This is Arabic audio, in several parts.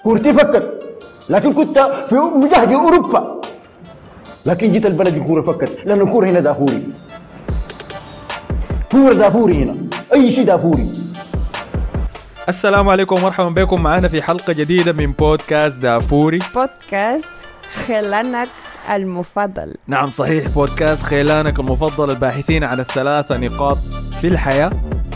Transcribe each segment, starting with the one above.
كورتي فكت، لكن كنت في مجهد أوروبا، لكن جيت البلد الكورة فكت، لأن الكورة هنا دافوري، كورة دافوري هنا، أي شيء دافوري. السلام عليكم ومرحبا بكم معنا في حلقة جديدة من بودكاست دافوري، بودكاست خيلانك المفضل. نعم صحيح، بودكاست خيلانك المفضل، الباحثين عن الثلاثة نقاط في الحياة.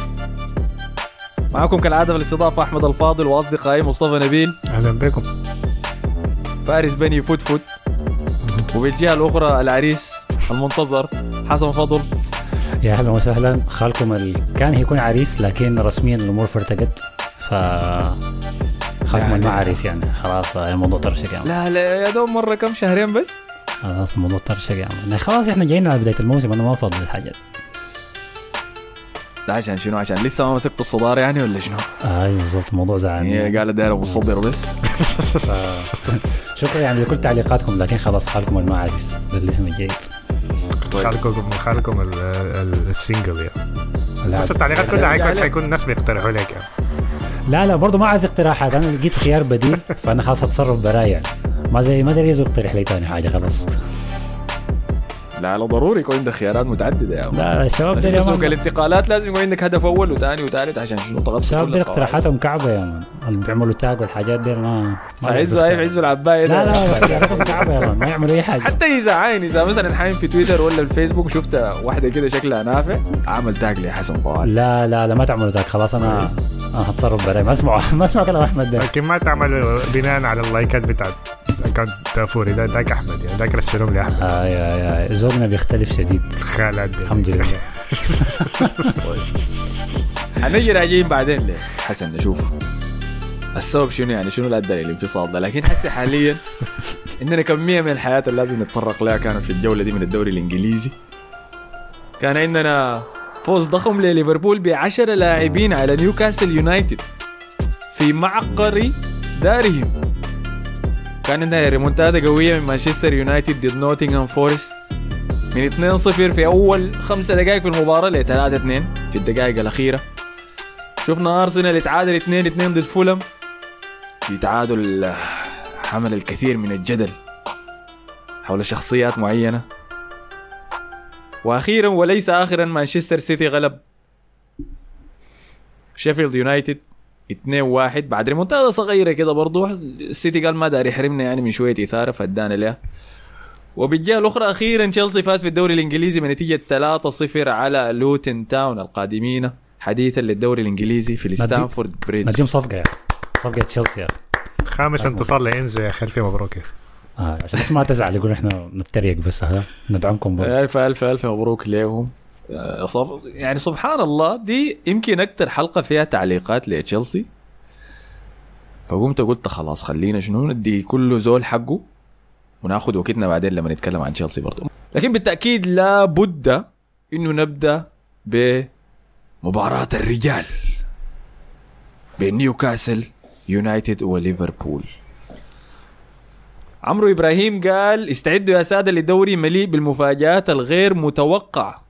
معكم كالعادة في الاستضافة أحمد الفاضل وأصدقائي مصطفى نبيل. أهلا بكم. فارس بني فوت فوت. وبالجهة الأخرى العريس المنتظر حسن فضل. يا أهلا وسهلا. خالكم كان هيكون عريس لكن رسميا الأمور فرتقت، خالكم ما عريس يعني خلاص الموضوع طرشق يعني. لا يا دوب مرة كم شهرين بس خلاص الموضوع طرشق يعني. خلاص احنا جايين على بداية الموسم، أنا ما فاضي الحاجات. لا عشان شنو؟ عشان لسه ما مسكت الصدارة يعني ولا شنو؟ بالضبط، الموضوع زعلان. هي قالت دايرة مصدر بس. شكرا يعني لكل تعليقاتكم، لكن خلاص خالكم ما عريس بالاسم الجيد. خالكم السينجل يعني. بس التعليقات كلها حيكون الناس بيقترحوا لك يعني. لا برضو ما عايز اقتراحات، انا لقيت خيار بديل فانا خلاص هتصرف براي يعني. ما ادري يزور اقترح لي ثاني حاجه خلاص. لا ضروري يكون عندك خيارات متعدده يا لا الشباب ده يسوق الانتقالات لازم يكون عندك هدف اول وثاني وثالث عشان شنو تغطي. الشباب ده اقتراحاتهم كعبه يا مان، اللي بيعملوا تاج والحاجات دي ما عايزوا العبايه. لا اقتراحاتهم كعبه يا مان، ما يعملوا اي حاجه. حتى اذا مثلا حاين في تويتر ولا الفيسبوك شفت واحده كده شكلها نافع عمل تاج لي حسن طوال. لا ما تعملوا تاج خلاص. انا هتصرف براي، ما اسمع كلام احمد ده. لكن ما تعملوا بناء على اللايكات بتاعت اكونت دافوري ده. داك احمد يعني، داك رسلهم لي احمد. يا ذوقنا بيختلف شديد خالد الحمد لله. هنجي راجعين بعدين ليه حسن نشوف السبب شنو يعني، شنو الادى للانفصال ده. لكن حسي حاليا اننا كميه من الحياه اللي لازم نتطرق لها كانت في الجوله دي من الدوري الانجليزي. كان عندنا فوز ضخم لليفربول ب10 لاعبين على نيوكاسل يونايتد في معقر دارهم. كان عندنا ريمونتادا قويه من مانشستر يونايتد ضد نوتنغهام فورست من 2-0 في أول 5 دقائق في المباراة ل 3-2 في الدقائق الأخيرة. شفنا أرسنال يتعادل 2-2 ضد فولم في تعادل حمل الكثير من الجدل حول شخصيات معينة. وأخيرا وليس آخرا مانشستر سيتي غلب شيفيلد يونايتد 2-1 بعد ريمونتادا صغيرة كده برضو. السيتي قال ما داري يحرمنا يعني من شوية إثارة فادانا لها. وبالجهة الأخرى أخيرا تشيلسي فاز بالدوري الإنجليزي بنتيجة 3-0 على لوتن تاون القادمين حديثا للدوري الإنجليزي في الستانفورد بريدج. نديم صفقة تشيلسي 5 انتصار لإنزو يا خلفي، مبروك يا عشان بس ما تزعل يقول احنا نتريق بس ندعمكم برضه. ألف مبروك لهم. يعني سبحان الله دي يمكن أكتر حلقة فيها تعليقات لتشيلسي، فقمت قلت خلاص خلينا شنو ندي كله زول حقه وناخد وقتنا بعدين لما نتكلم عن تشيلسي برضو. لكن بالتأكيد لا بد إنه نبدأ بمباراة الرجال بين نيوكاسل يونايتد وليفربول. عمرو إبراهيم قال استعدوا يا سادة لدوري مليء بالمفاجآت الغير متوقعة.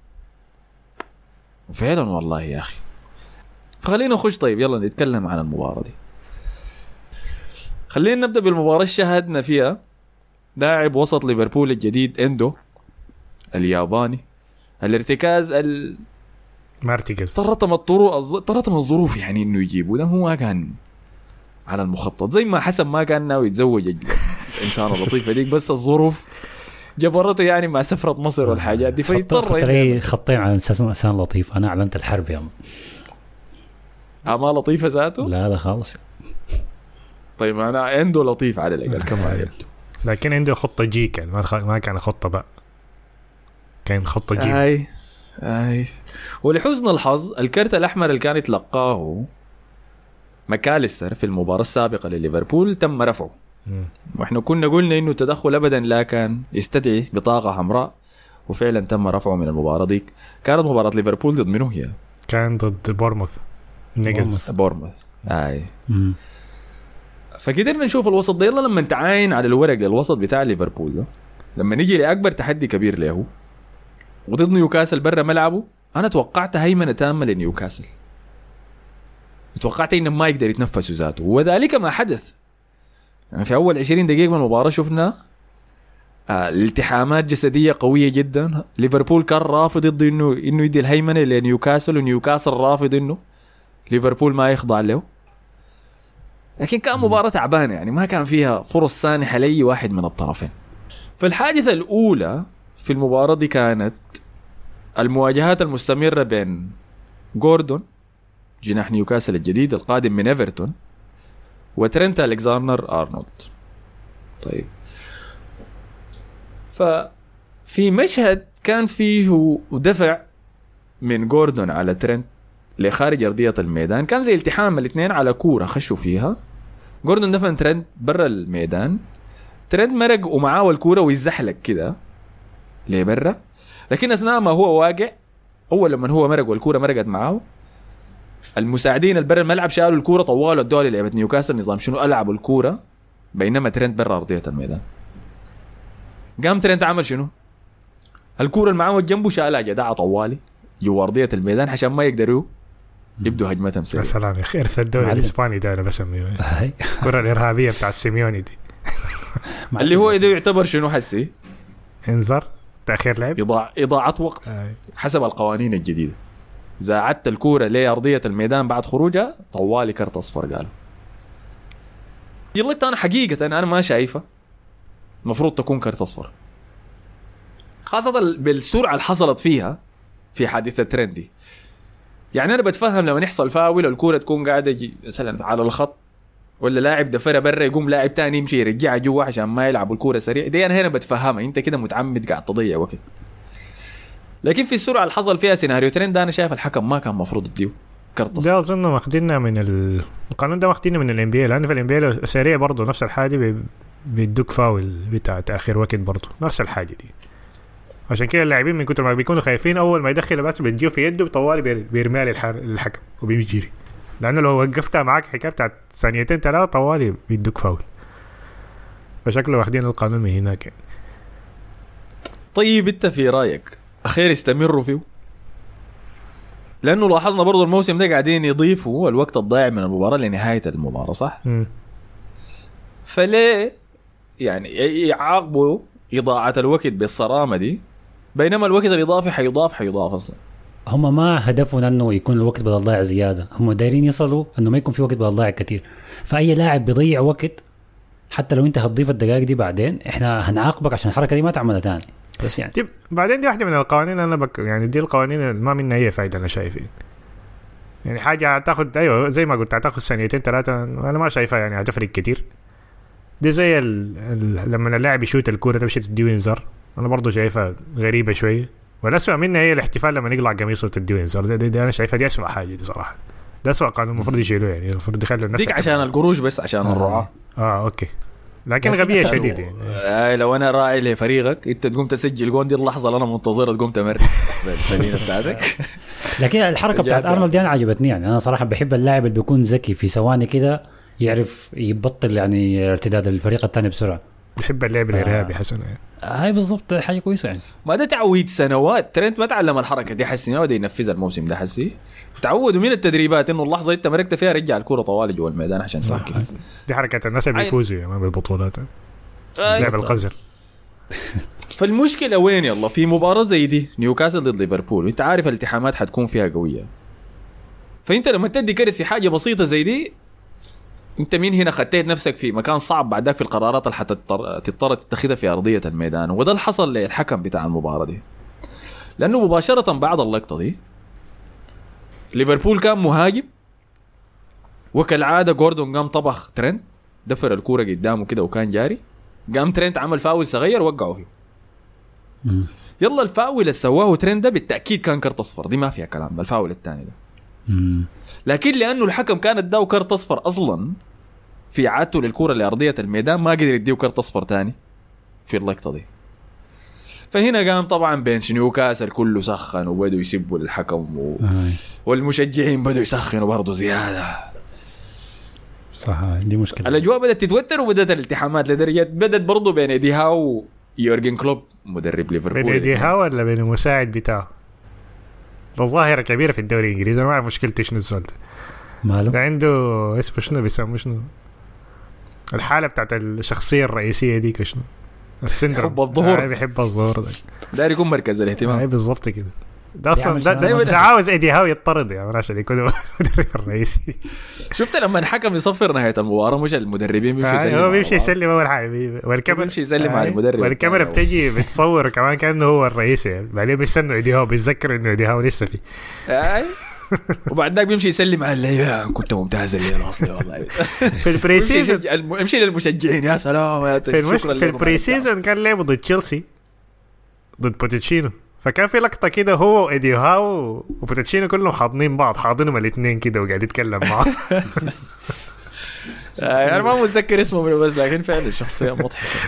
فعلا والله يا أخي. فخلينا نخش طيب يلا نتكلم عن المباراة دي. خلينا نبدأ بالمباراة شاهدنا فيها لاعب وسط ليفربول الجديد اندو الياباني الارتكاز مارتيكز طرتم الظروف يعني انه يجيبه ده. هو ما كان على المخطط، زي ما حسن ما كان ناوي يتزوج الانسان اللطيفه ديك، بس الظروف جبرته يعني مع سفرة مصر والحاجات دي فيضطر خطين على اساس انسان لطيف. انا اعلنت الحرب يا ما لطيفه ذاته. لا خالص. طيب انا اندو لطيف على الاقل كما عرفت، لكن عنده خطة جي كان ما كان خطة بقى، كان خطة جي. اي ولحسن الحظ الكرت الأحمر اللي كان يتلقاه ماكاليستر في المباراة السابقة لليفربول تم رفعه. واحنا كنا قلنا انه التدخل ابدا لا كان يستدعي بطاقة حمراء، وفعلا تم رفعه من المباراة ديك. كانت مباراة ليفربول ضد منو هي؟ كان ضد بورموث. اي فقدرنا نشوف الوسط ده. يلا لما نتعاين على الورق الوسط بتاع ليفربول ده، لما نيجي لأكبر تحدي كبير له وضد نيوكاسل برا ملعبه، أنا توقعت هيمنة تامة لنيوكاسل. توقعت إنه ما يقدر يتنفس ذاته، وذلك ما حدث. يعني في أول 20 دقيقة من المباراة شفنا الالتحامات جسدية قوية جدا. ليفربول كان رافض ضد إنه يدي الهيمنة لنيوكاسل، ونيوكاسل رافض إنه ليفربول ما يخضع له. لكن كان مباراة تعبانة، يعني ما كان فيها فرص سانحة لأي واحد من الطرفين. فالحادثة الأولى في المباراة دي كانت المواجهات المستمرة بين جوردون جناح نيوكاسل الجديد القادم من إيفرتون وترينت ألكساندر أرنولد. طيب، ففي مشهد كان فيه دفع من جوردون على ترينت لخارج أرضية الميدان، كان زي التحام الاثنين على كورة خشوا فيها. جوردون دفن ترينت برا الميدان، ترينت مرق ومعاه الكورة ويزحلق كده لبرا، لكن أثناء ما هو واقع، أول لما هو مرق والكورة مرقت معاه، المساعدين البرا الملعب شالوا الكورة طوالوا الدولة لعبة نيوكاسل نظام شنو ألعبوا الكورة بينما ترينت برا أرضية الميدان. قام ترينت عمل شنو؟ الكورة المعاود جنبه شالها جداعة طوالي جوا أرضية الميدان عشان ما يقدروا يبدوا هجمتهم سريع. يا سلام يا أخي، إرث الدوري الإسباني ده أنا بسميه الكرة الإرهابية بتاع السيميوني دي اللي هو إذا يعتبر شنو حسي؟ انذار، تأخير لعب، إضاعة وقت حسب القوانين الجديدة. إذا عدت الكورة لأرضية الميدان بعد خروجها طوالي كرت أصفر. قالوا يقول لك أنا حقيقة أنا ما شايفة المفروض تكون كرت أصفر، خاصة بالسرعة اللي حصلت فيها في حادثة تريندي. يعني أنا بتفهم لما يحصل فاول والكورة تكون قاعدة مثلا على الخط، ولا لاعب دفرة برا يقوم لاعب تاني يمشي يرجعها جوا عشان ما يلعب الكورة سريع، دي أنا هنا بتفهمها، أنت كده متعمد قاعد تضيع وقت. لكن في السرعة اللي حصل فيها سيناريو ترند أنا شايف الحكم ما كان مفروض يديه كرت أصفر. ده أظن واخديننا من القانون ده، واخدينه من ال NBA، لأن في ال NBA سريع برضه نفس الحاجة بيدوك فاول بتاع تأخير وقت برضه نفس الحاجة دي. عشان كده اللاعبين من كتر ما بيكونوا خايفين أول ما يدخل بس بيديه في يده بطوالي بيرميها للحكم وبيجري، لأنه لو وقفتها معاك حكاية بتاعت ثانيتين ثلاثة طوالي بيدوك فاول. فشكله واخدين القانون من هناك. طيب انت في رايك اخير يستمروا فيه؟ لانه لاحظنا برضو الموسم ده قاعدين يضيفوا الوقت الضائع من المباراه لنهايه المباراه، صح؟ فليه يعني يعاقبوا اضاعه الوقت بالصرامه دي بينما الوقت الاضافي حيضاف اصلا؟ هم ما هدفهم انه يكون الوقت بدل ضايع زياده، هم دايرين يصلوا انه ما يكون في وقت بدل ضايع كتير. فاي لاعب بيضيع وقت حتى لو انت هتضيف الدقائق دي بعدين احنا هنعاقبك عشان الحركه دي ما تعملها تاني. بس يعني طيب بعدين دي واحده من القوانين انا يعني دي القوانين ما منها اي فايده انا شايفين. يعني حاجه هتاخد ايوه زي ما قلت هتاخد ثانيتين ثلاثه، انا ما شايفها يعني هتفرق كتير. دي زي لما اللاعب يشوت الكوره تمشي تديه انذار، انا برضو شايفها غريبه شويه. والاسوء منها هي الاحتفال لما يقلع قميصه وتديه انذار، دي انا شايفها دي اسوء حاجه دي صراحه. ده اسوء قانون المفروض يشيلوه، يعني المفروض يخلوا الناس ديك عشان القروش بس عشان الرعاه. اوكي لكن غبيه شديده يعني. لو انا راعي لفريقك انت تقوم تسجل جون، دي اللحظه اللي انا منتظرها تقوم تمر بالسلينه بتاعتك. لكن الحركه بتاعت ارنولد دي انا عجبتني، يعني انا صراحه بحب اللاعب اللي بيكون ذكي في ثواني كده يعرف يبطل يعني ارتداد الفريق الثاني بسرعه. بحب اللعب الارهابي حسن يعني. هاي بالضبط حاجه كويسه يعني. ما ده تعويد سنوات، ترينت ما تعلم الحركه دي، حسي ما بدا ينفذها الموسم ده، حسي تعودوا من التدريبات انه اللحظه انت مركت فيها رجع الكره طوالي جوا الميدان عشان صح كيف. دي حركه الناس اللي بيفوزوا يعني بالبطولات لعب القذر. فالمشكله وين يلا في مباراه زي دي نيوكاسل ضد ليفربول وانت عارف الالتحامات حتكون فيها قويه، فانت لما تدي كرت في حاجه بسيطه زي دي انت مين هنا خدت نفسك في مكان صعب بعدك في القرارات اللي حتضطر تتخذها في ارضيه الميدان. وده اللي حصل للحكم بتاع المباراه دي، لانه مباشره بعد اللقطه دي ليفربول كان مهاجم وكالعاده جوردون قام طبخ ترينت، دفر الكوره قدامه كده وكان جاري، قام ترينت عمل فاول صغير وقعوا فيه. يلا الفاول اللي سواه ترينت ده بالتاكيد كان كرت اصفر، دي ما فيها كلام. الفاول الثاني ده لكن لانه الحكم كان اداه كرت اصفر اصلا في عادته للكره لارضيه الميدان ما قدر يديه كرت اصفر ثاني في اللقطه دي. فهنا قام طبعا بين نيوكاسل كله سخن وبدوا يسبوا للحكم والمشجعين بدوا يسخنوا برضه زياده. صح دي مشكله. الاجواء بدات تتوتر وبدات الالتحامات لدرجه بدات برضه بين ايدي هاو يورجن كلوب مدرب ليفربول. بين ايدي هاو ولا بين المساعد بتاعه؟ ده ظاهره كبيره في الدوري الانجليزي، انا ما اعرف مشكلتي شنو الزول ده. ماله؟ ده عنده اسمه شنو بيسموه شنو الحاله بتاعت الشخصيه الرئيسيه دي كشنو السندروم حب الظهور. بيحب الظهور ده داير يكون مركز الاهتمام. بالضبط كده. ده اصلا عشان ده عاوز ايدي هاو يطرد يا عشان يكون المدرب الرئيسي. شفت لما الحكم يصفر نهايه المباراه مش المدربين بيمشوا يسلموا، هو بيمشي يسلم اول حاجه والكاميرا بيمشي يسلم على المدرب، والكاميرا بتجي بتصور كمان كانه هو الرئيسي، بعدين بيستنوا ايدي هاو بيتذكر انه ايدي هاو لسه فيه. وبعد ذاك بيمشي يسلم على اللعيبه، كنت ممتاز الليله اصلي والله. في البري سيزون امشي للمشجعين يا سلام. في البري سيزون كان لعبوا ضد تشيلسي ضد بوتشينو، فكان في لقطه كده هو وايدي هاو وبوتشينو كلهم حاضنين بعض، حاضنهم الاثنين كده وقاعد يتكلم معاه. انا ما متذكر اسمه بس لكن فعلا الشخصيه مضحكه.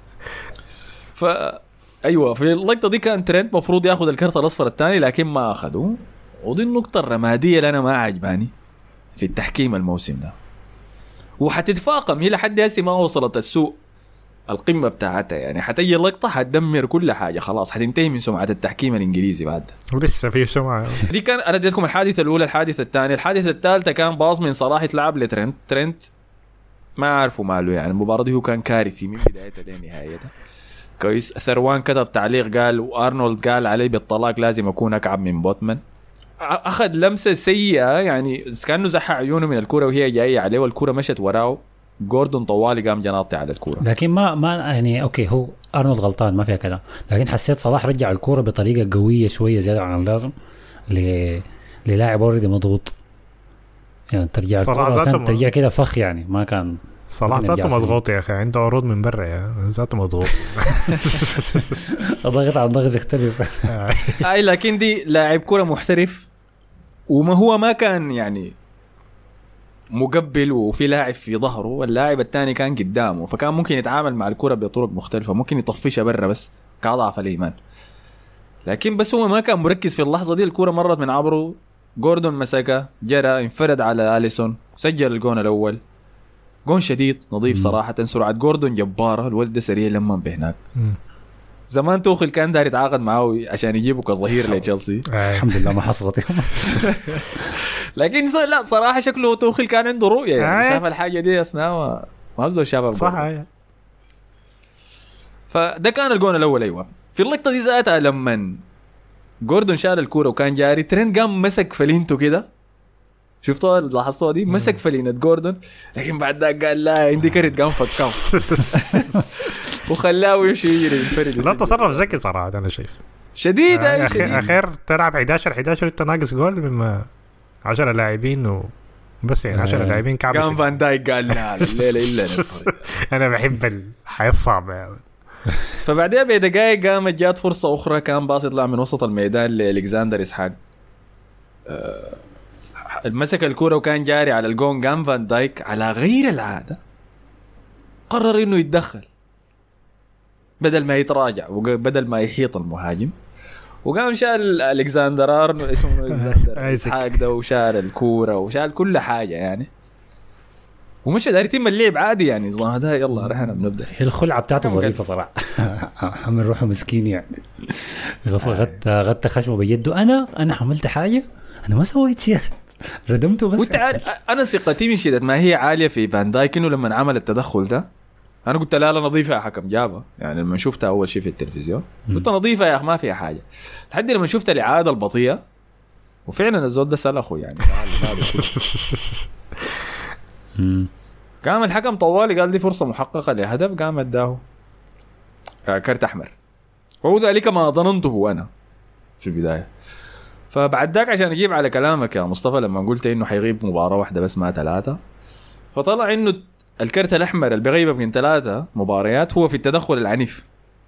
ايوه في اللقطه دي كان ترينت مفروض ياخذ الكرت الاصفر الثاني لكن ما اخذه، ودي النقطه الرماديه اللي انا ما عجباني في التحكيم الموسم ده، وحتتفاقم هي لحد هسه ما وصلت السوق القمه بتاعتها، يعني حتجي لقطه حتدمر كل حاجه، خلاص حتنتهي من سمعه التحكيم الانجليزي بعد. ولسه في سمعه دي كان انا اديتكم الحادثه الاولى، الحادثه الثانيه، الحادثه الثالثه كان باص من صلاح يتلعب لترنت. ترنت ما عارفوا ماله، يعني المباراه دي هو كان كارثي من بدايتها لنهايتها. كويس. ثروان كتب تعليق قال وارنولد قال علي بالطلاق لازم اكون اكعب من بوتمان. اخذ لمسه سيئه، يعني كانه زحى عيونه من الكره وهي جايه عليه والكره مشت وراه، جوردون طوالي قام جناطي على الكوره. لكن ما يعني اوكي هو ارنولد غلطان ما فيها كلام، لكن حسيت صلاح رجع الكوره بطريقه قويه شويه زياده عن اللازم للاعب اوريدي مضغوط، يعني ترجع الكوره كان ترجع كده فخ، يعني ما كان صلاح ذاته مضغوط يا اخي، عنده عروض من برا يا ذاته مضغوط. ضغط على ضغط يختلف. اي لكن دي لاعب كوره محترف، وما هو ما كان يعني مقبل وفي لاعب في ظهره، واللاعب الثاني كان قدامه، فكان ممكن يتعامل مع الكرة بطرق مختلفة، ممكن يطفشها برا بس كأضعف الإيمان. لكن بس هو ما كان مركز في اللحظة دي، الكرة مرت من عبره، جوردون مسكها جرى انفرد على أليسون سجل الجون الأول. جون شديد نظيف صراحة، سرعة جوردون جبارة، الولد ده سريع لما بهناك. زمان توخل كان داير يتعاقد معه عشان يجيبه كظهير لتشيلسي. الحمد لله ما حصلت. لكن لا صراحة شكله توخل كان عنده رؤية، يعني شاف الحاجة دي أثناء ما بزول شافها صح. فده كان الجون الأول. أيوة في اللقطة دي ذاتها لما جوردون شال الكورة وكان جاري، ترند قام مسك فلينته كده، شفتوا لاحظتوها دي؟ مسك فلينة جوردون، لكن بعد ذاك قال لا عندي كرت، قام فكام وخلاه يمشي يجري ينفرد. لا تصرف ذكي صراحة أنا شايف شديد. أخير تلعب 11 أنت ناقص جول مما 10 لاعبين بس، يعني 10 لاعبين كعب. كان فان دايك قال لا الليلة إلا أنا بحب الحياة الصعبة يعني. فبعدها بدقائق قامت جات فرصة أخرى، كان باص يطلع من وسط الميدان لألكسندر إسحاق، مسك الكرة وكان جاري على الجون، قام فان دايك على غير العادة قرر إنه يتدخل بدل ما يتراجع وبدل ما يحيط المهاجم، وقام شال ألكسندر اسمه ألكسندر إسحاق ده، وشال الكرة وشال كل حاجة يعني، ومش داري يتم اللعب عادي يعني. هذا يلا رحنا بنبدأ. هي الخلعة بتاعته ظريفة صراحة. حمل روحه مسكين يعني، غطى خشمه بيده. أنا عملت حاجة؟ أنا ما سويت شيء، ردمته بس. وانت أنا ثقتي من شدة ما هي عالية في فان دايك، إنه لما عمل التدخل ده أنا قلت لا نظيفة يا حكم جابها، يعني لما شفتها أول شيء في التلفزيون قلت نظيفة يا أخ ما فيها حاجة، لحد لما شفت الإعادة البطيئة وفعلا الزود ده سلخه يعني. قام الحكم طوالي قال دي فرصة محققة لهدف، قام اداه كارت أحمر، وهو ذلك ما ظننته أنا في البداية. فبعد ذاك عشان أجيب على كلامك يا مصطفى لما قلت إنه حيغيب مباراة واحدة بس ما 3، فطلع إنه الكارت الأحمر اللي بغيبه من 3 مباريات هو في التدخل العنيف.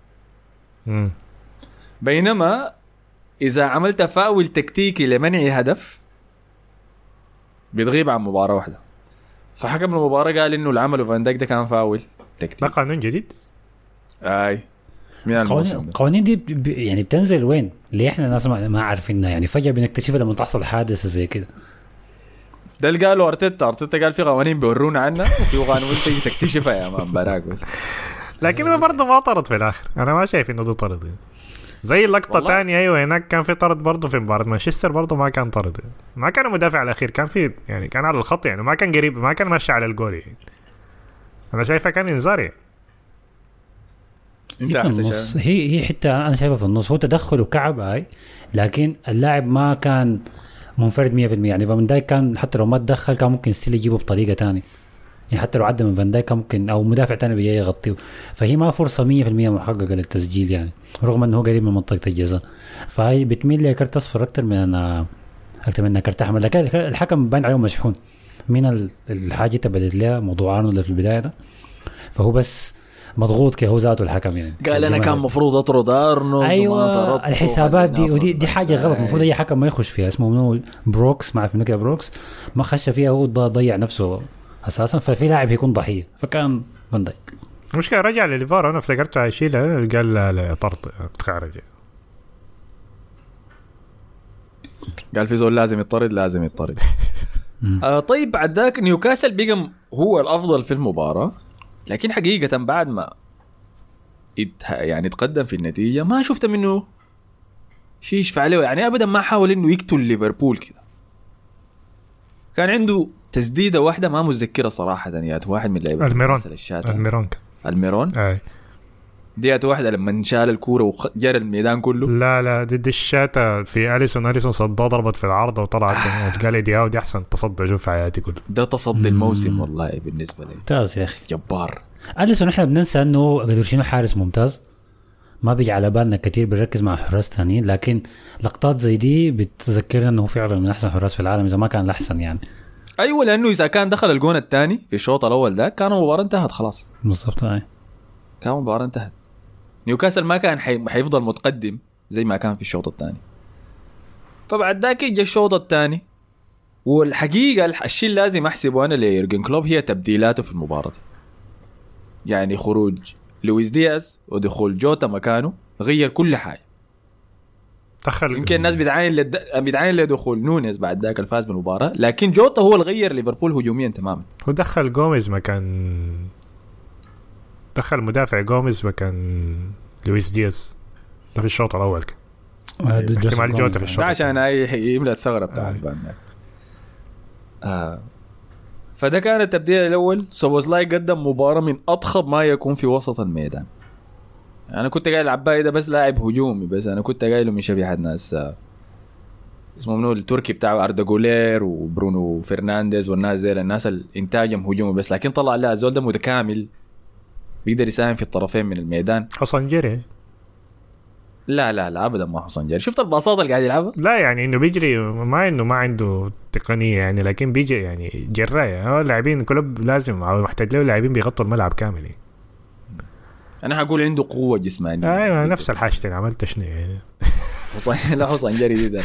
بينما إذا عملت فاول تكتيكي لمنع هدف بتغيب عن مباراة واحدة. فحكم المباراة قال إنه العمل فان دايك ده كان فاول تكتيكي. ده قانون جديد. من الموسم قوانين دي يعني بتنزل وين؟ ليه احنا ناس ما عارفينها؟ يعني فجأة بنكتشفها لما تحصل حادثة زي كده. ده اللي قالوا أرتيتا قال في قوانين بيورونا عنها وفي قوانين تيجي تكتشفها يا مان براك بس. لكن هو برضه ما طرد في الآخر، أنا ما شايف إنه ده طرد زي اللقطة تانية. أيوة هناك كان في طرد برضه في مباراة مانشستر، برضه ما كان طرد، ما كان مدافع الأخير، كان في يعني كان على الخط يعني، ما كان قريب، ما كان ماشي على الجول يعني. انا شايفها كان انذار. انت هي في احسن النص، شيء. هي حتة أنا شايفها في النص. هو تدخل وكعب هاي، لكن اللاعب ما كان منفرد 100%. يعني فان دايك كان حتى لو ما تدخل كان ممكن ستيل يجيبه بطريقة تانية. يعني حتى لو عدى من فان دايك كان ممكن أو مدافع تاني بيجي يغطيه. فهي ما فرصة 100% محققة للتسجيل يعني، رغم أنه هو قريب من منطقة الجزاء. فهي بتميل لكرت أصفر أكتر من كرت أحمر. لكن الحكم باين عليه مشحون من الحاجة تبدت لها موضوع أرنولد في البداية ده، فهو بس مضغوط كهو ذاته الحكم يعني. قال انا كان مفروض اطرد ارنولد. ايوه الحسابات دي حاجه غلط. المفروض اي حكم ما يخش فيها. اسمه منو بروكس، ما اعرف منو كده بروكس، ما خش فيها، هو ضيع نفسه اساسا. ففي لاعب يكون ضحيه، فكان فان دايك. مشكلة رجع لليفار، انا افتكرته هيشيلها قال لا طرد خارج. قال في زول لازم يطرد. طيب بعد ذاك نيوكاسل بقى هو الافضل في المباراه، لكن حقيقه بعد ما يعني تقدم في النتيجه ما شفت منه شيء يشفع له يعني ابدا. ما حاول انه يقتل ليفربول كده. كان عنده تسديده واحده ما متذكره صراحه، يعني واحد من لعيبه الميرون اي ديت واحده لما شال الكوره وجرى الميدان كله. لا ضد الشاتا في أليسون صدها ضربت في العارضه وطلعت. قال لي دي احسن تصدي اشوف في حياتي كله. ده تصدي الموسم والله بالنسبه لي ممتاز يا اخي، جبار. أليسون احنا بننسى انه قدر شنو حارس ممتاز، ما بيجي على بالنا كتير، بنركز مع حراس ثانيين، لكن لقطات زي دي بتذكرنا انه فعلا من احسن حراس في العالم اذا ما كان الاحسن يعني. ايوه لانه اذا كان دخل الجون الثاني في الشوط الاول ده كان المباراه انتهت خلاص. بالضبط كان المباراه انتهت. نيوكاسل ما كان حيفضل متقدم زي ما كان في الشوط الثاني. فبعد ذاك جاء الشوط الثاني، والحقيقه الشيء لازم احسبه انا ليورجن كلوب هي تبديلاته في المباراه دي. يعني خروج لويس دياز ودخول جوتا مكانه غير كل حاجه. دخل يمكن الناس بيدعين لدخول نونيز بعد ذاك الفاز بالمباراه، لكن جوتا هو اللي غير ليفربول هجوميا تماما. هو دخل جوميز مكان، دخل مدافع جوميز مكان لويس دياز ده في الشوط الاول. احتمال جوتا في الشوط عشان يملأ الثغره بتاعت فده كان التبديل الاول. سوبوزلاي قدم مباراه من اضخم ما يكون في وسط الميدان. انا كنت قايل العباية ده بس لاعب هجومي، بس انا كنت قايله من شبيهة ناس اسمه منو التركي بتاعه أردا جولير وبرونو فرنانديز والناس زي الناس الانتاجهم هجومي بس، لكن طلع لا الزول ده متكامل بيقدر يساهم في الطرفين من الميدان. حسن جري لا ابدا ما حسن جري. شفت البساطه اللي قاعد يلعبها؟ لا يعني انه بيجري، ما انه ما عنده تقنيه يعني، لكن بيجي يعني جرايه. هو اللاعبين كلهم لازم او محتاج له لاعبين بيغطوا الملعب كامل يعني. انا هقول عنده قوه جسمانيه. ايوه نفس الحاجتين. عملت شنو يعني؟ حسن جري ده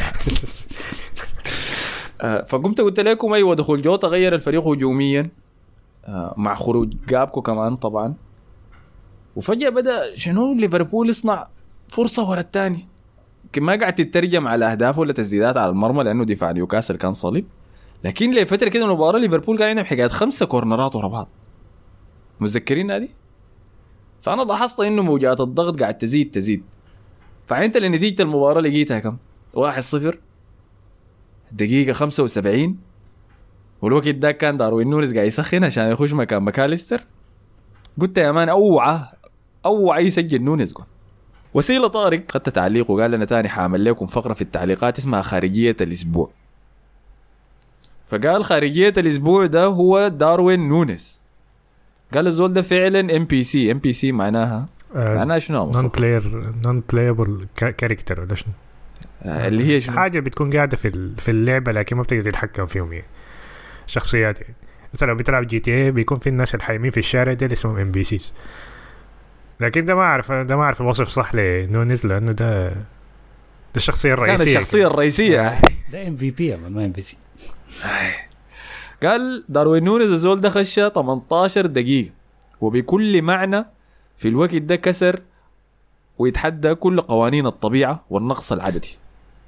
فقمت قلت لكم ايوه دخول جوتا غير الفريق هجوميا مع خروج جابكو كمان طبعا. وفجاه بدا شنو ليفربول يصنع فرصه ورا الثاني، يمكن ما قاعد تترجم على اهداف ولا تسديدات على المرمى لانه دفاع نيوكاسل كان صلب، لكن لفتره كده المباراه ليفربول كان عندهم حكايه 5 كورنرات ورا بعض. متذكرين هذه؟ فانا لاحظت انه موجات الضغط قاعد تزيد. فانت لنتيجه المباراه لقيتها كم؟ 1-0 دقيقه 75، والوقت ده كان داروين نونيز قاعد يسخن عشان يخش مكان ماكاليستر. قلت يا مان اوعى يسجل نونيز. قلت وسيلة طارق خدت تعليق وقال لنا تاني حامل لكم فقرة في التعليقات اسمها خارجية الأسبوع. فقال خارجية الأسبوع ده هو داروين نونيز. قال الزول ده فعلا NPC معناها معناها شنو؟ نون بلايبل كاركتر ولا شنو؟ اللي هي شنو؟ حاجة بتكون قاعدة في اللعبة لكن ما بتقدر تتحكم فيهم يعني. شخصيات يعني. مثلا لو بتلعب GTA بيكون في الناس الحايمين في الشارع ده اللي اسمهم NPCs. لكن ده ما اعرف الوصف صح لنونيز لانه ده الشخصيه الرئيسيه. كان الشخصيه الرئيسيه ده MVP ما NPC. قال داروين نونيز الزول ده خش 18 دقيقه وبكل معنى في الوقت ده كسر ويتحدى كل قوانين الطبيعه والنقص العددي،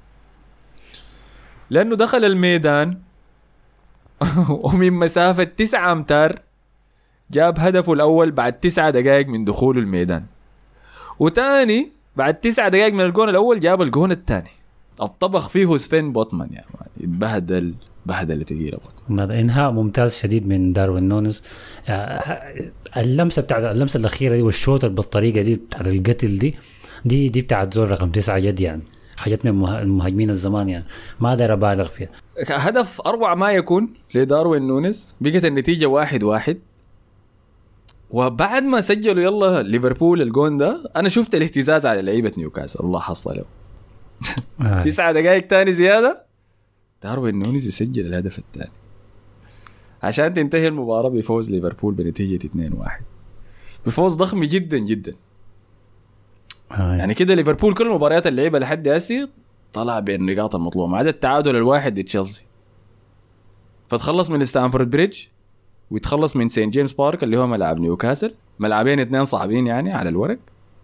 لانه دخل الميدان ومن مسافه 9 أمتار جاب هدفه الأول بعد 9 دقائق من دخول الميدان، وتاني بعد 9 دقائق من الجون الأول جاب الجون الثاني. الطبخ فيه سفين بوتمان يعني اتبهدل بهدله ثقيله. انهاء ممتاز شديد من داروين نونز. اللمسه الاخيره دي والشوط بالطريقه دي بتاعت القتل دي بتاعت زول رقم 9 جد يعني، حاجات من المهاجمين الزمان يعني، ما اقدر ابالغ فيها. هدف اروع ما يكون لداروين نونز. بقت النتيجه 1-1 وبعد ما سجلوا يلا ليفربول الجون ده انا شفت الاهتزاز على لعيبه نيوكاسل. الله حصل له 9 دقائق تاني زياده داروين نونز يسجل الهدف الثاني عشان تنتهي المباراه بفوز ليفربول بنتيجه 2-1. بفوز ضخم جدا جدا. يعني كده ليفربول كل المباريات اللي لعبها لحد هسه طلع بالنقاط المطلوبه ما عدا التعادل الواحد ضد تشيلسي. فتخلص من ستانفورد بريدج ويتخلص من سين جيمس بارك اللي هو ملعب نيوكاسل. ملعبين 2 صعبين يعني على الورق.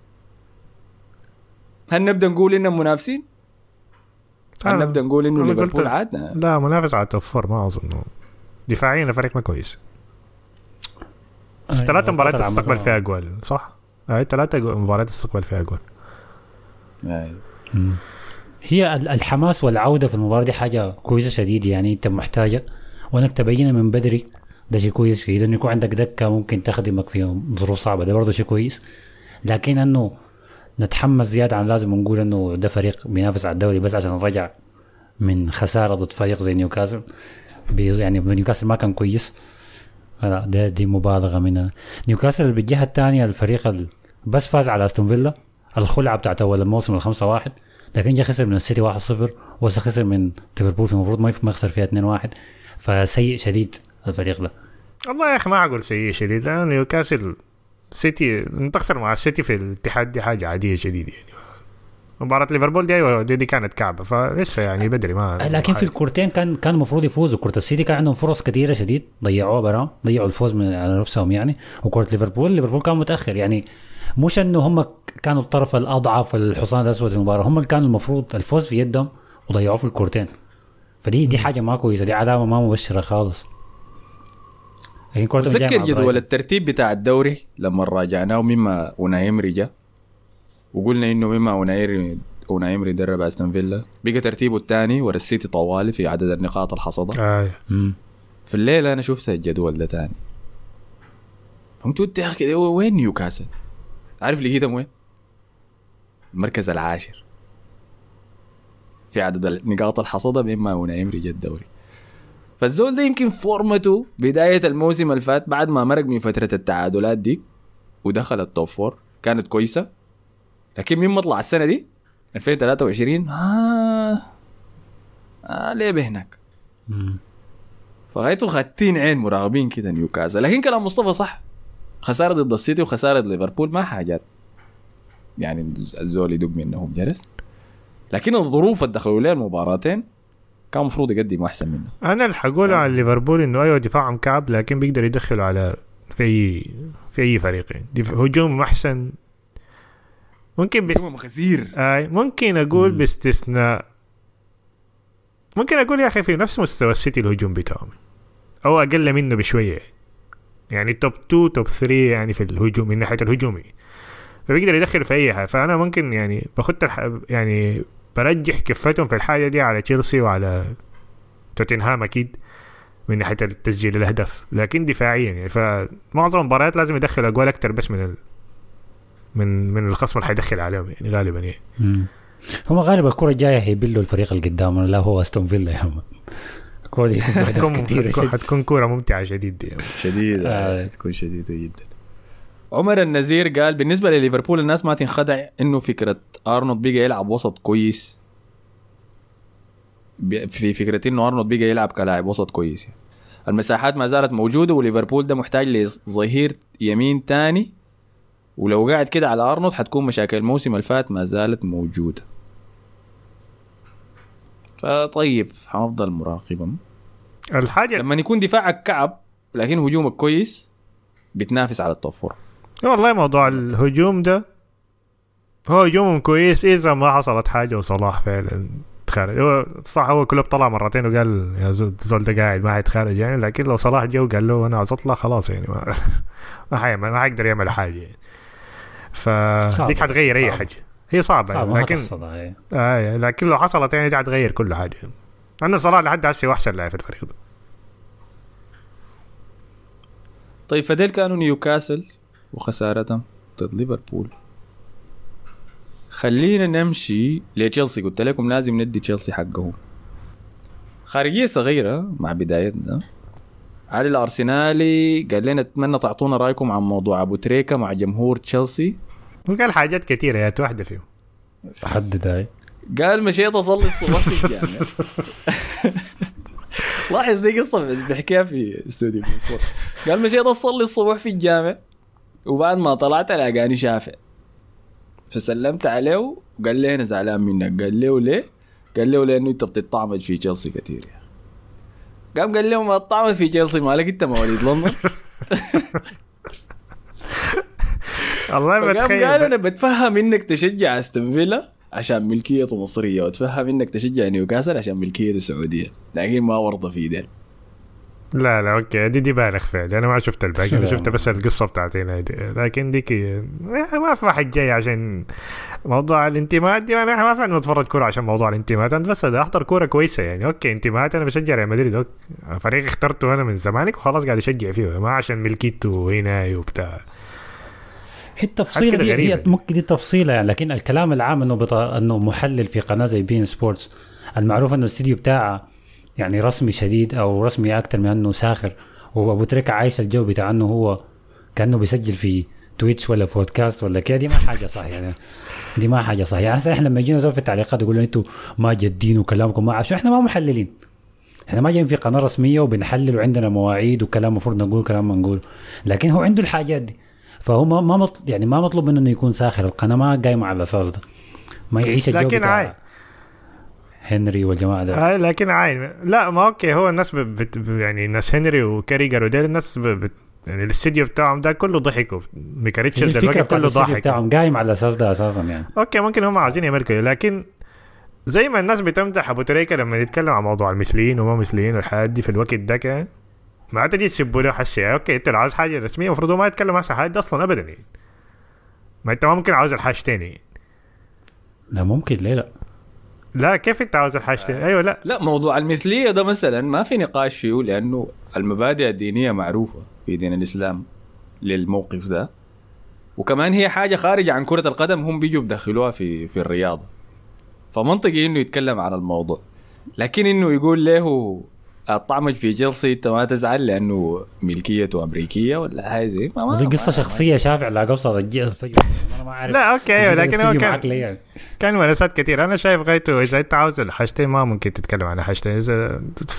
هل نبدا نقول انهم منافسين؟ هل نبدا نقول انه ليفربول عاد؟ لا منافس على توب فور ما اظن. دفاعيا الفريق ما كويس. 3 مباريات استقبل فيها جول صح؟ 3 مباريات استقبل فيها جول. هي الحماس والعودة في المباراة دي حاجة كويسة شديد يعني انت محتاجة، وانك تبينها من بدري ده شيء كويس شديد. انه يكون عندك دكة ممكن تخدمك في ظروف صعبة ده برضو شيء كويس. لكن انه نتحمس زيادة عن لازم ونقول انه ده فريق بينافس على الدوري بس عشان نرجع من خسارة ضد فريق زي نيوكاسل. يعني نيوكاسل ما كان كويس. لا دي مبالغة منها. نيوكاسل بالجهة الثانية الفريق بس فاز على استون فيلا الخلعة بتاعت أول الموسم 5-1 لكن جاء خسر من السيتي 1-0 وخسر من ليفربول في المفروض ما يخسر فيها 2-1 فسيء شديد الفريق ده. والله يا أخي ما أقول سيء شديد لأن نيوكاسل سيتي تخسر مع السيتي في الاتحاد دي حاجة عادية شديد يعني. مباراة ليفربول دي كانت كعبة فلسه يعني بدري ما. لكن في الكورتين كان المفروض يفوزوا. كرة السيتي كان عندهم فرص كثيرة شديد ضيعوا الفوز من على نفسهم يعني. وكرة ليفربول كان متأخر يعني. مش انه هم كانوا الطرف الأضعف الحصان الأسود في المباراة. هم اللي كانوا المفروض الفوز في يدهم وضيعوه في الكورتين. فدي حاجة ما كويسة. دي علامة ما مبشرة خالص. تذكر جدول الترتيب بتاع الدوري لما راجعناه مما أونايمري جاء وقلنا انه مما أونايمري درب أستون فيلا بقى ترتيبه الثاني ورا السيتي طوالي في عدد النقاط الحصدة. في الليلة انا شفت الجدول ده ثاني فهمت يا اخي وين نيوكاسل؟ عارف لقيتهم وين؟ المركز 10 في عدد النقاط الحصدة مما أونايمري جاء الدوري. فالزول ده يمكن فورمته بداية الموسم الفات بعد ما مرق من فترة التعادلات دي ودخل التوب فور كانت كويسة. لكن مين مطلع السنة دي 2023 ليه بهناك فغايته خاتين عين مراقبين كده نيوكاسل. لكن كلام مصطفى صح. خسارة ضد السيتي وخسارة ضد ليفربول ما حاجات يعني الزول يدق منهم جرس. لكن الظروف الدخلوا لها المباراتين كان مفروض يقدموا أحسن منه. أنا اللي حقوله على ليفربول إنه أيوة دفاعهم كعب لكن بيقدر يدخلوا على في أي فريقين. هجوم أحسن ممكن خسير. ممكن أقول باستثناء ممكن أقول يا أخي في نفس مستوى السيتي الهجوم بتاعهم أو أقل منه بشوية يعني توب 2 توب 3 يعني في الهجوم من ناحية الهجومي فبيقدر يدخل في أي حاجة. فأنا ممكن يعني باخد يعني برجح كفتهم في الحاجة دي على تشيلسي وعلى توتنهام أكيد من ناحية التسجيل الهدف. لكن دفاعيا يعني فمعظم المباريات لازم يدخل أجوال أكتر بس من الخصم اللي حيدخل عليهم يعني غالبا يعني. هم غالبا الكرة الجاية هيبلوا الفريق اللي قدامنا لا هو أستون فيلا يا هم. الكرة دي هتكون كرة ممتعة شديد يعني. شديدة تكون شديدة جدا. عمر النزير قال بالنسبة لليفربول الناس ما تنخدع إنه فكرة أرنولد بيجي يلعب وسط كويس في فكرة إنه أرنولد بيجي يلعب كلاعب وسط كويس يعني. المساحات ما زالت موجودة وليفربول ده محتاج لظهير يمين تاني ولو قاعد كده على أرنولد حتكون مشاكل الموسم الفات ما زالت موجودة. فطيب حنفضل مراقبهم. الحاجة لما يكون دفاعك كعب لكن هجومك كويس بتنافس على التوب فور. والله موضوع الهجوم ده هو هجومهم كويس إذا ما حصلت حاجة وصلاح فعلا تخارج. هو صح هو كلوب طلع مرتين وقال يا زول ده قاعد ما هيتخارج يعني. لكن لو صلاح جاء وقال له أنا أطلع خلاص يعني ما حيقدر يعمل حاجة يعني. فديك حتغير أي حاجة. هي صعبة لكن لكن لو حصلت يعني دي حتغير كل حاجة. انا صلاح لحد هسه احسن لاعب في الفريق ده. طيب فديل كانوا نيوكاسل وخسارتهم ضد ليفربول. خلينا نمشي لتشيلسي. قلت لكم لازم ندي تشيلسي حقه. خارجية صغيرة مع بدايتنا. علي الأرسنالي قال لنا أتمنى تعطونا رأيكم عن موضوع أبو تريكة مع جمهور تشيلسي. وقال حاجات كثيرة يا واحدة فيهم. حدد هاي. قال مشيت أصلي الصبح في الجامع. لاحظ دي قصة بحكيها في استوديو بيسبورت. قال مشيت أصلي الصبح في الجامع وبعد ما طلعت لقاني شافع فسلمت عليه وقال لي أنا زعلان منك. قال له ليه؟ قال له لأنه أنت بتطعمج في تشيلسي كتير. قال له ما تطعمج في تشيلسي مالك أنت مواليد لندن. الله بتخيل. قال أنا بتفهم إنك تشجع أستون فيلا عشان ملكيته مصرية وتفهم إنك تشجع نيوكاسل عشان ملكيته سعودية لكن ما ورطة في ده. لا اوكي دي بالغ فعلا. انا ما شفت الباقي انا شفت بس القصه بتاعتنا دي. لكن ديك ما في واحد جاي عشان موضوع الانتماءات دي. انا ما فعلا نتفرج كوره عشان موضوع الانتماءات. انا بس احضر كوره كويسه يعني. اوكي انتماءات انا بشجع ريال مدريد. اوكي فريق اخترته انا من زمانك وخلاص قاعد اشجع فيه ما عشان ملكيته هنا وبتاع. هي التفصيله دي هي ممكن دي تفصيله يعني. لكن الكلام العام انه محلل في قناه زي بين سبورتس المعروف انه الاستديو بتاعه يعني رسمي شديد او رسمي اكتر من انه ساخر. وابو تريكة عايش الجو بتاع انه هو كانه بيسجل في تويتش ولا بودكاست ولا كده. دي ما حاجه صح يعني. دي ما حاجه صح يعني. احنا لما يجينا زول في التعليقات يقولوا انتوا ما جدين وكلامكم ما عشان احنا ما محللين. احنا ما جايين في قناه رسميه وبنحلل وعندنا مواعيد وكلام مفروض نقول كلام ما نقول. لكن هو عنده الحاجات دي فهو ما يعني ما مطلوب منه انه يكون ساخر. القناه ما قايمه على الاساس ده. ما يعيش الجو بتاع هنري والجماعه ده. لكن عاين لا ما اوكي هو الناس يعني الناس هنري وكاريجر وديل الناس يعني الاستديو بتاعهم ده كله ضحكوا. ميكاريتشز الفكره كله ضحك بتاعهم قايم على الاساس ده اساسا يعني. اوكي ممكن هم عاوزين يملكوا لكن زي ما الناس بتمدح ابو تريكة لما يتكلم عن موضوع المثليين وما مثليين والحاجات دي في الوقت ده كان ما تجي تسبوا له حسي. اوكي انت لو عاوز حاجه رسميه المفروض ما يتكلم عن حاجه اصلا ابدا يعني. ما انت ما ممكن عاوز الحاجتين يعني. لا ممكن ليه لا كيف انت عاوز الحاجتين؟ ايوه لا موضوع المثليه ده مثلا ما في نقاش فيه لانه المبادئ الدينيه معروفه في دين الاسلام للموقف ده. وكمان هي حاجه خارجه عن كره القدم هم بيجوا بدخلوها في الرياضه. فمنطقي انه يتكلم عن الموضوع. لكن انه يقول له الطعمج في تشيلسي انت ما تزعل لانه ملكيته امريكيه ولا هاي زي دي قصه شخصيه شافع لا قصه الفجر. انا ما عارف. لا اوكي لكن هو كان مناسبات كثير. انا شايف غايته اذا انت عاوز الحاجتين ما ممكن تتكلم عن حاجتين اذا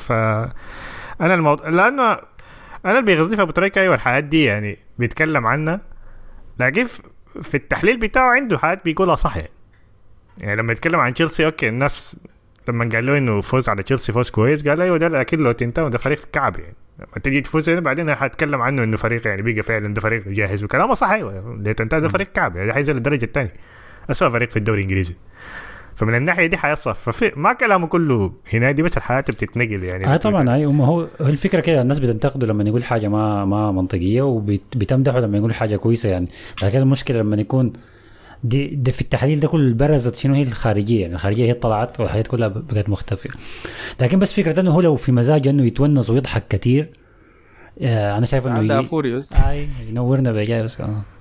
انا الموضوع لانه انا اللي بيغذي في ابو تريكة ايوه الحاجات دي يعني بيتكلم عنها. لكن في التحليل بتاعه عنده حاجات بيقولها صح يعني لما يتكلم عن تشيلسي اوكي الناس لما قال له انه فوز على تشيلسي فوز كويس قال ايوه ده اكيد لو تنتهي ده فريق كعب يعني. لما تيجي تفوز هنا بعدين هتكلم عنه انه فريق يعني بيجي فعلا ده فريق جاهز وكلامه صح. ايوه ده تنتهي ده فريق كعب يعني حينزل الدرجه الثانيه اسوء فريق في الدوري الانجليزي. فمن الناحيه دي حيصف ففي ما كلامه كله هنا دي بس الحياه بتتنقل يعني. طبعا اي ما هو الفكره كده الناس بتنتقده لما يقول حاجه ما منطقيه وبتمدحه لما يقول حاجه كويسه يعني. لكن المشكله لما يكون دي في التحليل ده كل برزت شنو هي الخارجيه يعني. الخارجيه هي طلعت والحياه كلها بقت مختفيه. لكن بس فكره انه هو لو في مزاج انه يتونس ويضحك كتير انا شايف انه ده فوريوس ينورنا بجاي بس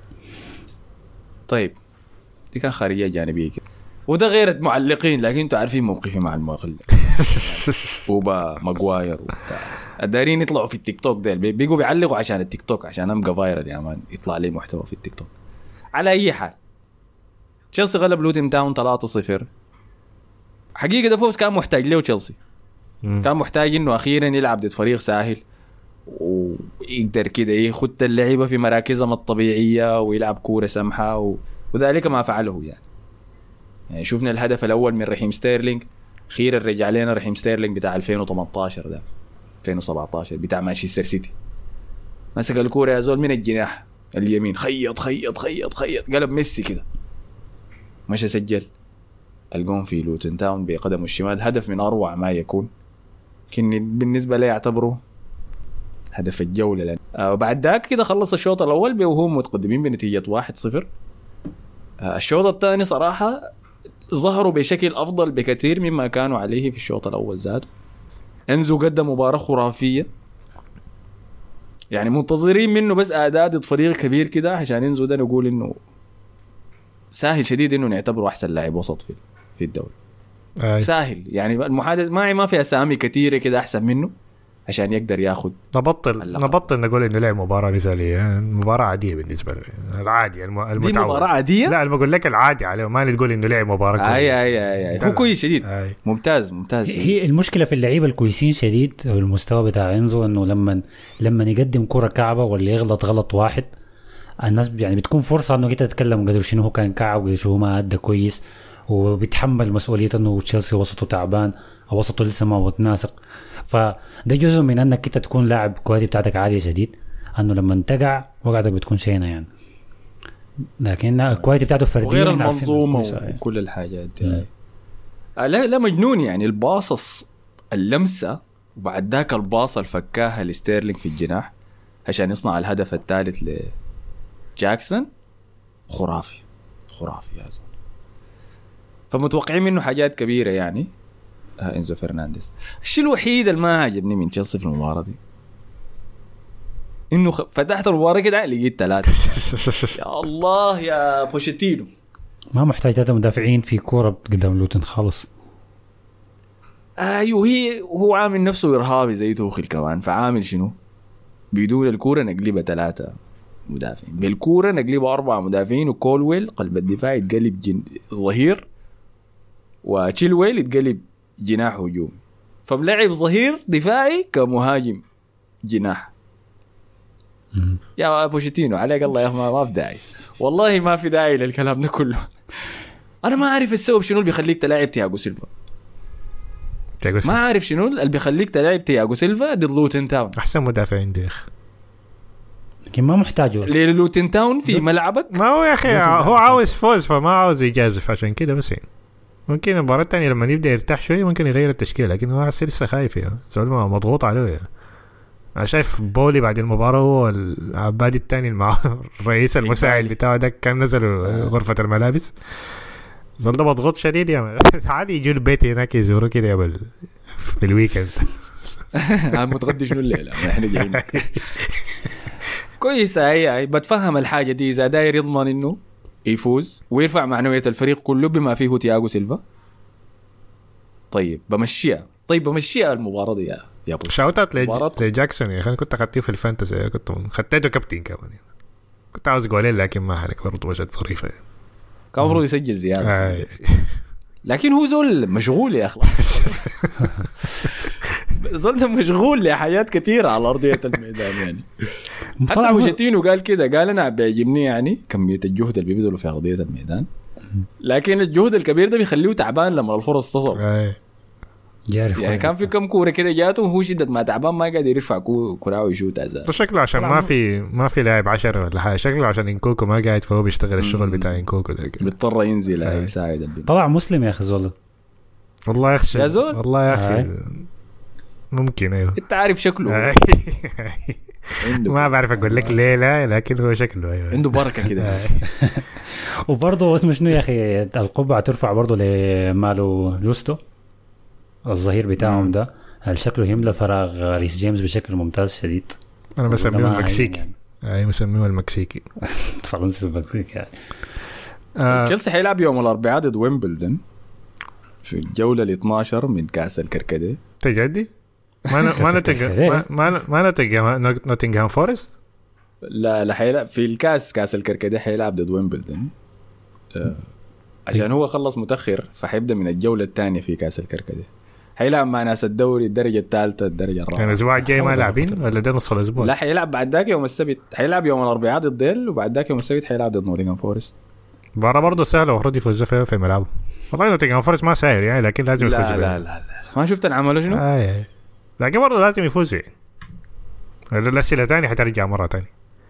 طيب دي كان خارجيه جانبيه كده. وده غير المعلقين لكن انتوا عارفين موقفي مع المعلق بوبا ماغواير وبتاع الدارين يطلعوا في التيك توك ده بيجوا بيعلقوا عشان التيك توك عشان ابقى فايرل يا مان يطلع لي محتوى في التيك توك. على اي حال تشيلسي غلب لوتن تاون 3-0. حقيقة ده فوز كان محتاج له تشيلسي. كان محتاج انه اخيرا يلعب ضد فريق ساهل ويقدر كده يخد اللعيبة في مراكزهم الطبيعية ويلعب كورة سمحة وذلك ما فعله يعني شفنا الهدف الاول من رحيم ستيرلينج. اخيرا رجع لنا رحيم ستيرلينج بتاع 2018 ده 2017 بتاع مانشستر سيتي. مسك الكورة يا زول من الجناح اليمين خيط خيط خيط خيط قلب ميسي كده مش سجل الجون في لوتن تاون بقدمه الشمال. هدف من أروع ما يكون. لكن بالنسبة لي يعتبره هدف الجولة لأن بعد ذاك كده خلص الشوط الأول وهم متقدمين بنتيجة 1-0. الشوط الثاني صراحة ظهروا بشكل أفضل بكثير مما كانوا عليه في الشوط الأول ذاته. انزو قدم مباراة خرافية، يعني منتظرين منه بس أداء ضد فريق كبير كده عشان انزو ده نقول إنه سهل شديد إنه نعتبره أحسن لاعب وسط في الدوري. سهل يعني المحادث معي ما في أسامي كتيرة كده أحسن منه عشان يقدر ياخد. نبطل نقول انه لعب مباراه مثاليه، مباراه عاديه بالنسبه له، العادي المتعود. دي مباراه عاديه؟ لا انا بقول لك العادي عليه، ما تقول انه لعب مباراه كويسه. اي هو كويس شديد. ممتاز هي المشكله في اللعيبه الكويسين شديد المستوى بتاع انزو، انه لما يقدم كره كعبه ولا يغلط غلط واحد الناس يعني بتكون فرصه انه كده تتكلم قدر شنو هو كان كعب وقدر شنو ما ادى كويس، وبيتحمل مسؤوليه انه تشيلسي وسطه تعبان او وسطه لسه ما متناسق. فده جزء من انك انت تكون لاعب كواليتي بتاعتك عاليه شديد، انه لما تقع وقعتك بتكون شينه يعني، لكن الكواليتي بتاعته فرديه غير المنظومه وكل الحاجات دي. لا مجنون يعني. الباصص اللمسه وبعد ذاك الباصه الفكاهه لستيرلينج في الجناح عشان يصنع الهدف الثالث لجاكسون خرافي يا زلمه. فمتوقعين منه حاجات كبيره يعني. انزو فرنانديز. الشيء الوحيد اللي ما عجبني من تشيلسي في المباراة دي انه فتحت المباراة كده لقيت 3. يا الله يا بوشيتينو، ما محتاج 3 مدافعين في كورة قدام لوتن خالص. ايوه هو عامل نفسه ارهابي زي توخيل كمان، فعامل شنو بدون الكورة نقلبها 3 مدافعين، بالكورة نقلبها 4 مدافعين، وكولويل قلب الدفاع يتقلب ظهير، وتشيلويل يتقلب جناح هجوم، فبلعب ظهير دفاعي كمهاجم جناح. يا بوشيتينو عليك الله يا ما في داعي، والله ما في داعي للكلام ده كله. انا ما اعرف السبب شنو اللي بيخليك تلاعب تياغو سيلفا، ما عارف شنو اللي بيخليك تلاعب تياغو سيلفا ضد لوتن تاون. احسن مدافعين ديخ، لكن ما محتاجه لوتن تاون في ملعبك. ما هو يا اخي هو عاوز فوز فما عاوز يجازف، عشان كده بس يعني. ممكن المباراة الثانية لما يبدأ يرتاح شوي ممكن يغير التشكيل، لكن هو لسه خايف يعني، سؤال مضغوط عليه يعني. أنا شايف بولي بعد المباراة هو العبادي الثاني مع الرئيس المساعد بتاعه ده كان نزلوا غرفة الملابس، ظل ده مضغوط شديد يعني. عادي يجوا البيت هناك يزوروا كده في الويكند. متغدي شنو الليلة احنا جايين. كويسة هي بتفهم الحاجة دي، إذا داير يضمن إنه يفوز ويرفع معنوية الفريق كله بما فيه تياغو سيلفا. طيب بمشيها المباراة دي يا ابو شاوتات لجاكسون يا اخي. انا كنت اخذته في الفانتسي، كنت خدته كابتن كمان، كنت عاوز جولين لكن ما حرك برضه مشت صريفه يعني. كان المفروض يسجل زياده لكن هو زول مشغول يا اخي. زول مشغول لحاجات كثيره على ارضيه الميدان يعني. حتى بوشيتينو قال كده، قال انا بيعجبني يعني كميه الجهد اللي بيبذله في ارضيه الميدان، لكن الجهد الكبير ده بيخليه تعبان لما الفرص تصل. يعني كان في كم كوره كده جاته وهو شدت ما تعبان ما قادر يرفع كره ويشوت ازاي. شكله عشان ما في لاعب 10 ولا حاجه، شكله عشان انكوكو ما قاعد فهو بيشتغل الشغل بتاع انكوكو ده، بيضطر ينزل يساعد البنت. طلع مسلم يا اخي زول، والله يخشى يا زول، والله يا اخي ممكن. ايوه انت عارف شكله. ما بعرف اقول لك ليه لا، لكن هو شكله ايوه عنده بركه كده. وبرضه اسمه شنو يا اخي القبعه ترفع برضه لمالو جوستو الظهير بتاعهم ده، شكله يملى فراغ ريس جيمس بشكل ممتاز شديد. انا بسميه المكسيكي يعني. مسميه المكسيكي فرنسي المكسيكي يعني. تشيلسي حيلعب يوم الاربعاء ضد ويمبلدون في الجوله ال 12 من كاس الكركديه. تجدي ما نوتنغهام فورست. لا حيلعب في الكاس، كاس الكركديه حيلعب ضد ويمبلدون عشان هو خلص متأخر، فحيبدأ من الجولة الثانية في كاس الكركديه. حيلعب مع ناس الدوري الدرجة الثالثة الدرجة الرابعة. كان الأسبوع الجاي ما لاعبين ولا ده نص الأسبوع؟ لا حيلعب بعد ذاك يوم السبت، حيلعب يوم الأربعاء ضد ديل، وبعد ذاك يوم السبت حيلعب ضد نوتنغهام فورست. مباراة برضه سهلة ومفروض يفوز في ملعبه. والله نوتنغهام فورست ما سهل يعني، لكن لازم يفوز. لا ما شفت العمل شنو؟ لكن برضه لازم يفوز يعني. الأسئلة تانية حترجع مرة تانية.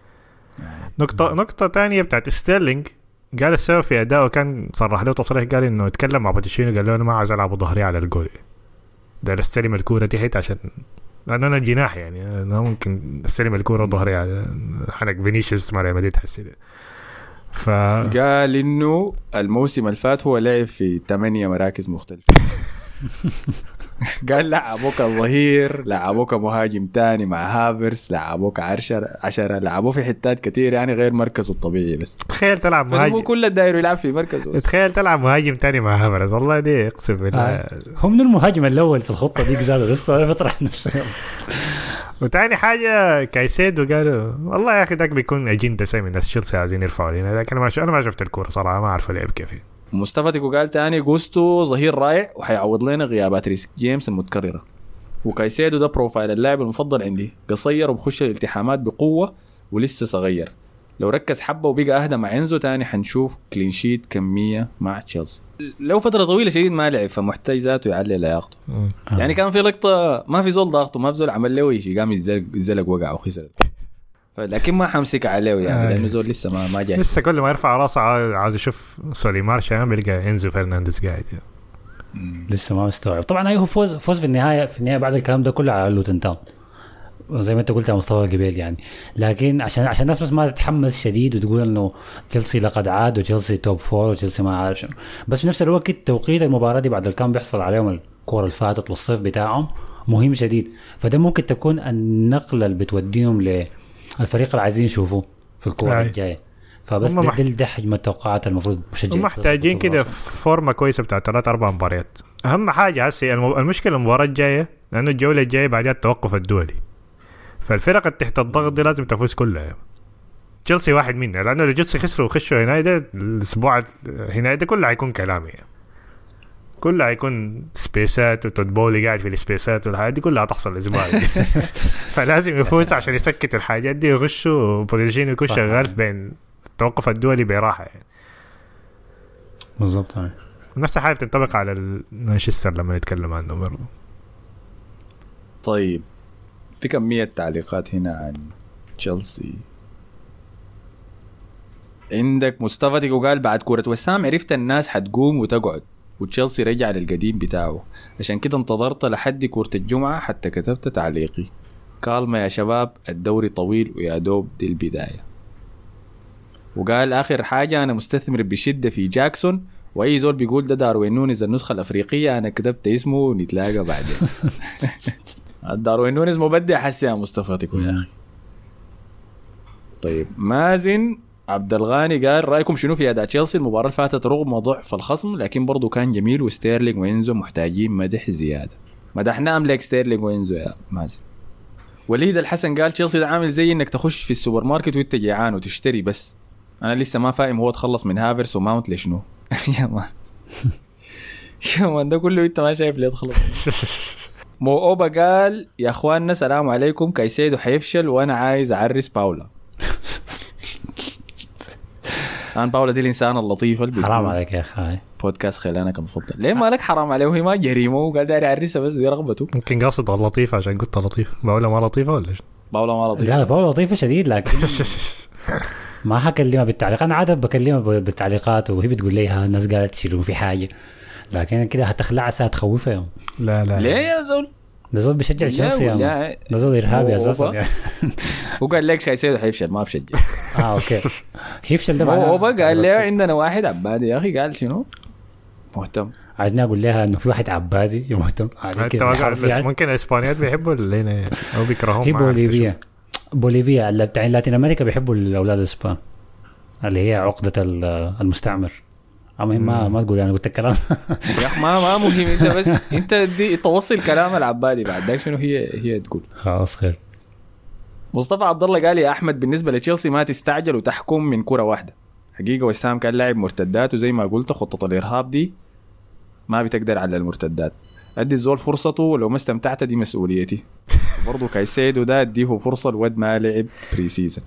نقطة تانية بتاعت ستيرلينج، قال السبب في أداؤه كان صرح له تصريح، قال إنه يتكلم مع بوتشينو قال له أنا ما عايز ألعب ظهري على الجول، ده استلم الكورة تحت عشان لأنه أنا الجناح يعني، أنا ممكن استلم الكورة ظهري على حنك فينيسيوس مع ريال مدريد حسيت. قال إنه الموسم الفات هو لعب في 8 مراكز مختلفة. قال لعبوك ظهير، لعبوك مهاجم تاني مع هافرس، لعبوك 10، لعبوه في حتات كتير يعني غير مركزه الطبيعي. بس تخيل تلعب مهاجم، هو كل الداير يلعب في مركزه. تخيل تلعب مهاجم تاني مع هافرز، والله دي اقسم بالله. هو من المهاجم الاول في الخطه دي زاد لسه بيطرح نفسه. وتاني حاجه كايسيدو قالوا والله يا اخي داك بيكون اجنده سامي الناس تشيلسي عايزين يرفعوا لنا، لكن انا ما شفت الكوره صراحه، ما اعرف لعب كيف. مصطفى تيكو قال تاني جوستو ظهير رائع وحيعوض لنا غيابات ريس جيمس المتكرره. وكايسيدو ده بروفايل اللاعب المفضل عندي، قصير وبخش الالتحامات بقوه ولسه صغير. لو ركز حبه وبقى اهدى مع انزو تاني حنشوف كلين شيت كميه مع تشيلسي. لو فتره طويله شديد ما لعب فمحتاج ذاته يعلي لياقته. يعني كان في لقطه ما في زول ضاغطه، ما في زول عمل له شيء، قام يزلق وقع وخسر. لكن ما حمسك عليه يعني لانه زول لسه ما جاي. لسه كل ما يرفع راسه عاوز يشوف سوليمار شام بيلقى انزو فرنانديز قاعد. لسه ما مستوعب. طبعا ايوه فوز في النهايه بعد الكلام ده كله على لوتن تاون زي ما انت قلت على مستوى القبيل يعني. لكن عشان الناس بس ما تتحمس شديد وتقول انه تشيلسي لقد عاد وتشيلسي توب فور وتشيلسي ما عارف شنو، بس في نفس الوقت توقيت المباراه دي بعد الكام بيحصل عليهم الكوره اللي فاتت والصيف بتاعهم مهم شديد. فده ممكن تكون النقله اللي بتوديهم للفريق اللي عايزين يشوفوه في الكوره الجايه. فبس ده حجم التوقعات المفروض مشجع محتاجين كده فورمه كويسه بتاع 3-4 مباريات. اهم حاجه هسه المشكله المباراه الجايه، لانه الجوله الجايه بعدها التوقف الدولي، فالفرق تحت الضغط دي لازم تفوز كلها. تشيلسي واحد منها، لانه لو تشيلسي خسروا وخشوا هنا ده الاسبوع هنا ده كله هيكون كلامي يعني. كله هيكون سبيسات وتوتبولي قاعد في السبيسات والحاجات دي كلها هتحصل الاسبوع الجاي. فلازم يفوز عشان يسكت الحاجات دي ويغشوا وبوليجين يكون شغال بين التوقف الدولي براحه يعني. بالضبط. نفس الحاجه بتنطبق على مانشستر لما نتكلم عنه برضه. طيب في كمية تعليقات هنا عن تشيلسي. عندك مصطفى تيكو قال بعد كورة وسام عرفت الناس حتقوم وتقعد وتشيلسي رجع للقديم بتاعه، عشان كده انتظرت لحد كورة الجمعة حتى كتبت تعليقي كالما يا شباب الدوري طويل ويا دوب دي البداية. وقال آخر حاجة أنا مستثمر بشدة في جاكسون، وأي زول بيقول ده داروين نونيز النسخة الأفريقية أنا كتبت اسمه ونتلاقى بعدين. داروين نونيز مبدع حسي يا مصطفى تيكو يا أخي. طيب مازن عبد الغاني قال رأيكم شنو في أداء تشيلسي المباراة اللي فاتت رغم ضعف الخصم، لكن برضو كان جميل وستيرلينج وينزو محتاجين مدح زيادة. مدحنا أملك ستيرلينج وينزو يا مازن. وليد الحسن قال تشيلسي ده عامل زي إنك تخش في السوبر ماركت وانت جيعان وتشتري، بس أنا لسه ما فاهم هو تخلص من هافرس وماونت لشنو. يا مان ده كله انت ما شايف ليه تخلص. مو أوبا قال يا أخواننا السلام عليكم، كايسيدو حيفشل وأنا عايز أعرس باولا. أنا باولا دي الإنسان اللطيفة. حرام عليك يا أخي، بودكاست خلانك المفضل. ليه مالك حرام عليه وهي ما جريمة وقال داري أعرسها بس دي رغبته. ممكن قاصد لطيفة عشان قلت لطيفة. باولا ما لطيفة ولا إيش؟ باولا ما لطيفة. لا باولا لطيفة شديد لكن ما حكلمها بالتعليق. أنا عادة بكلمها بالتعليقات وهي بتقول ليها الناس قالت تشيلون في حاجة، لكن كده هتخلع ساعة تخوفها يوم. لا ليه يا زول؟ ده زول بيشجع تشيلسي يا ده زول إرهابي أساسا يعني. وقال لك كايسيدو حيفشل ما بشجع. أوكي يفشل ده هو قال لي عندنا واحد عبادي يا أخي. قال شنو مهتم. عايزني أقول لها إنه في واحد عبادي مهتم. بس ممكن الإسبانيات بيحبوا اللي أو بيكرههم. هي بوليفيا اللي بتاعين لاتين أمريكا بيحبوا الأولاد الإسبان اللي هي عقدة المستعمر. ما تقول يعني قلت الكلام يا أخي ما مهم. أنت بس أنت دي توصل كلام العبادي بعد ذاك شنو هي تقول. خلاص خير. مصطفى عبد الله قال يا أحمد بالنسبة لتشيلسي ما تستعجل وتحكم من كرة واحدة. حقيقة وسام كان لاعب مرتدات وزي ما قلت خطة الإرهاب دي ما بتقدر على المرتدات. أدي الزول فرصته ولو ما استمتعت دي مسؤوليتي. برضو كايسيدو ده أديه فرصة الود ما لعب بريسيزن.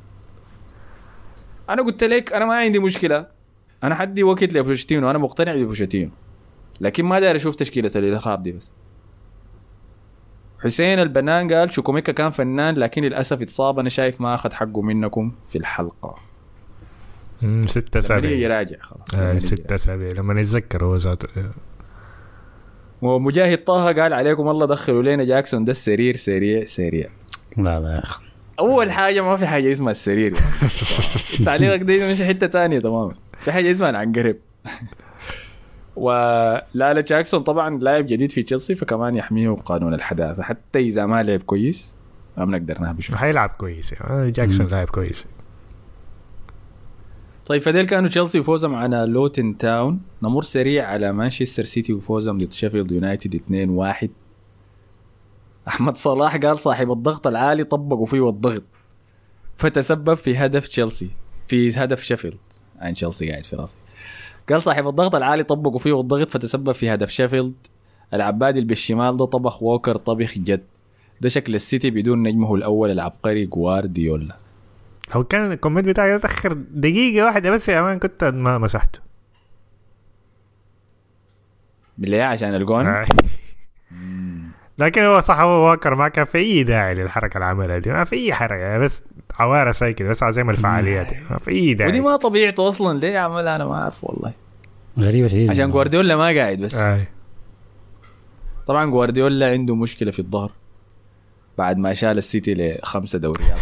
أنا قلت لك أنا ما عندي مشكلة، أنا حدي وقت لبوشيتينو وأنا مقتنع ببوشيتينو، لكن ما داير أشوف تشكيلة الإرهاب دي بس. حسين البنان قال شوكوميكا كان فنان لكن للأسف اتصاب. أنا شايف ما أخذ حقه منكم في الحلقة. 6 أسابيع يراجع خلاص. 6 أسابيع لما نتذكر هو ذاته. ومجاهد طه قال عليكم الله دخلوا لنا جاكسون ده السرير سريع. لا يا أخي أول حاجة ما في حاجة اسمها السرير يعني. تعليقك ده مش حتة تانية تماما. في حاجة اسمها العنقرب. ولا جاكسون طبعا لاعب جديد في تشيلسي فكمان يحميه قانون الحداثة، حتى إذا ما لعب كويس ما بنقدر نهبشه. حيلعب كويس يعني. جاكسون لاعب كويس. طيب فديل كانوا تشيلسي وفوزهم على لوتن تاون. نمر سريع على مانشستر سيتي وفوزهم ضد شيفيلد يونايتد 2-1. أحمد صلاح قال صاحب الضغط العالي طبقوا فيه الضغط فتسبب في هدف تشيلسي، في هدف شيفيلد عن تشيلسي قاعد في راسي. قال صاحب الضغط العالي طبقوا فيه الضغط فتسبب في هدف شيفيلد. العبادي اللي بالشمال ده طبخ ووكر طبخ جد. ده شكل السيتي بدون نجمه الأول العبقري غوارديولا. هو كان الكومنت بتاعي تأخر دقيقة واحدة بس يا مان كنت ما مسحته بالله عشان الجون. لكن هو صح، هو واكر ما كان في أي داعي للحركة العملية دي، ما في أي حركة، بس عوارة زي كده، بس عزيمة الفعاليات ما في أي داعي. ودي ما طبيعته أصلا، ليه عملها أنا ما أعرف والله. غريبة شديد عشان غوارديولا ما قاعد بس. طبعا غوارديولا عنده مشكلة في الظهر بعد ما شال السيتي ل5 دوريات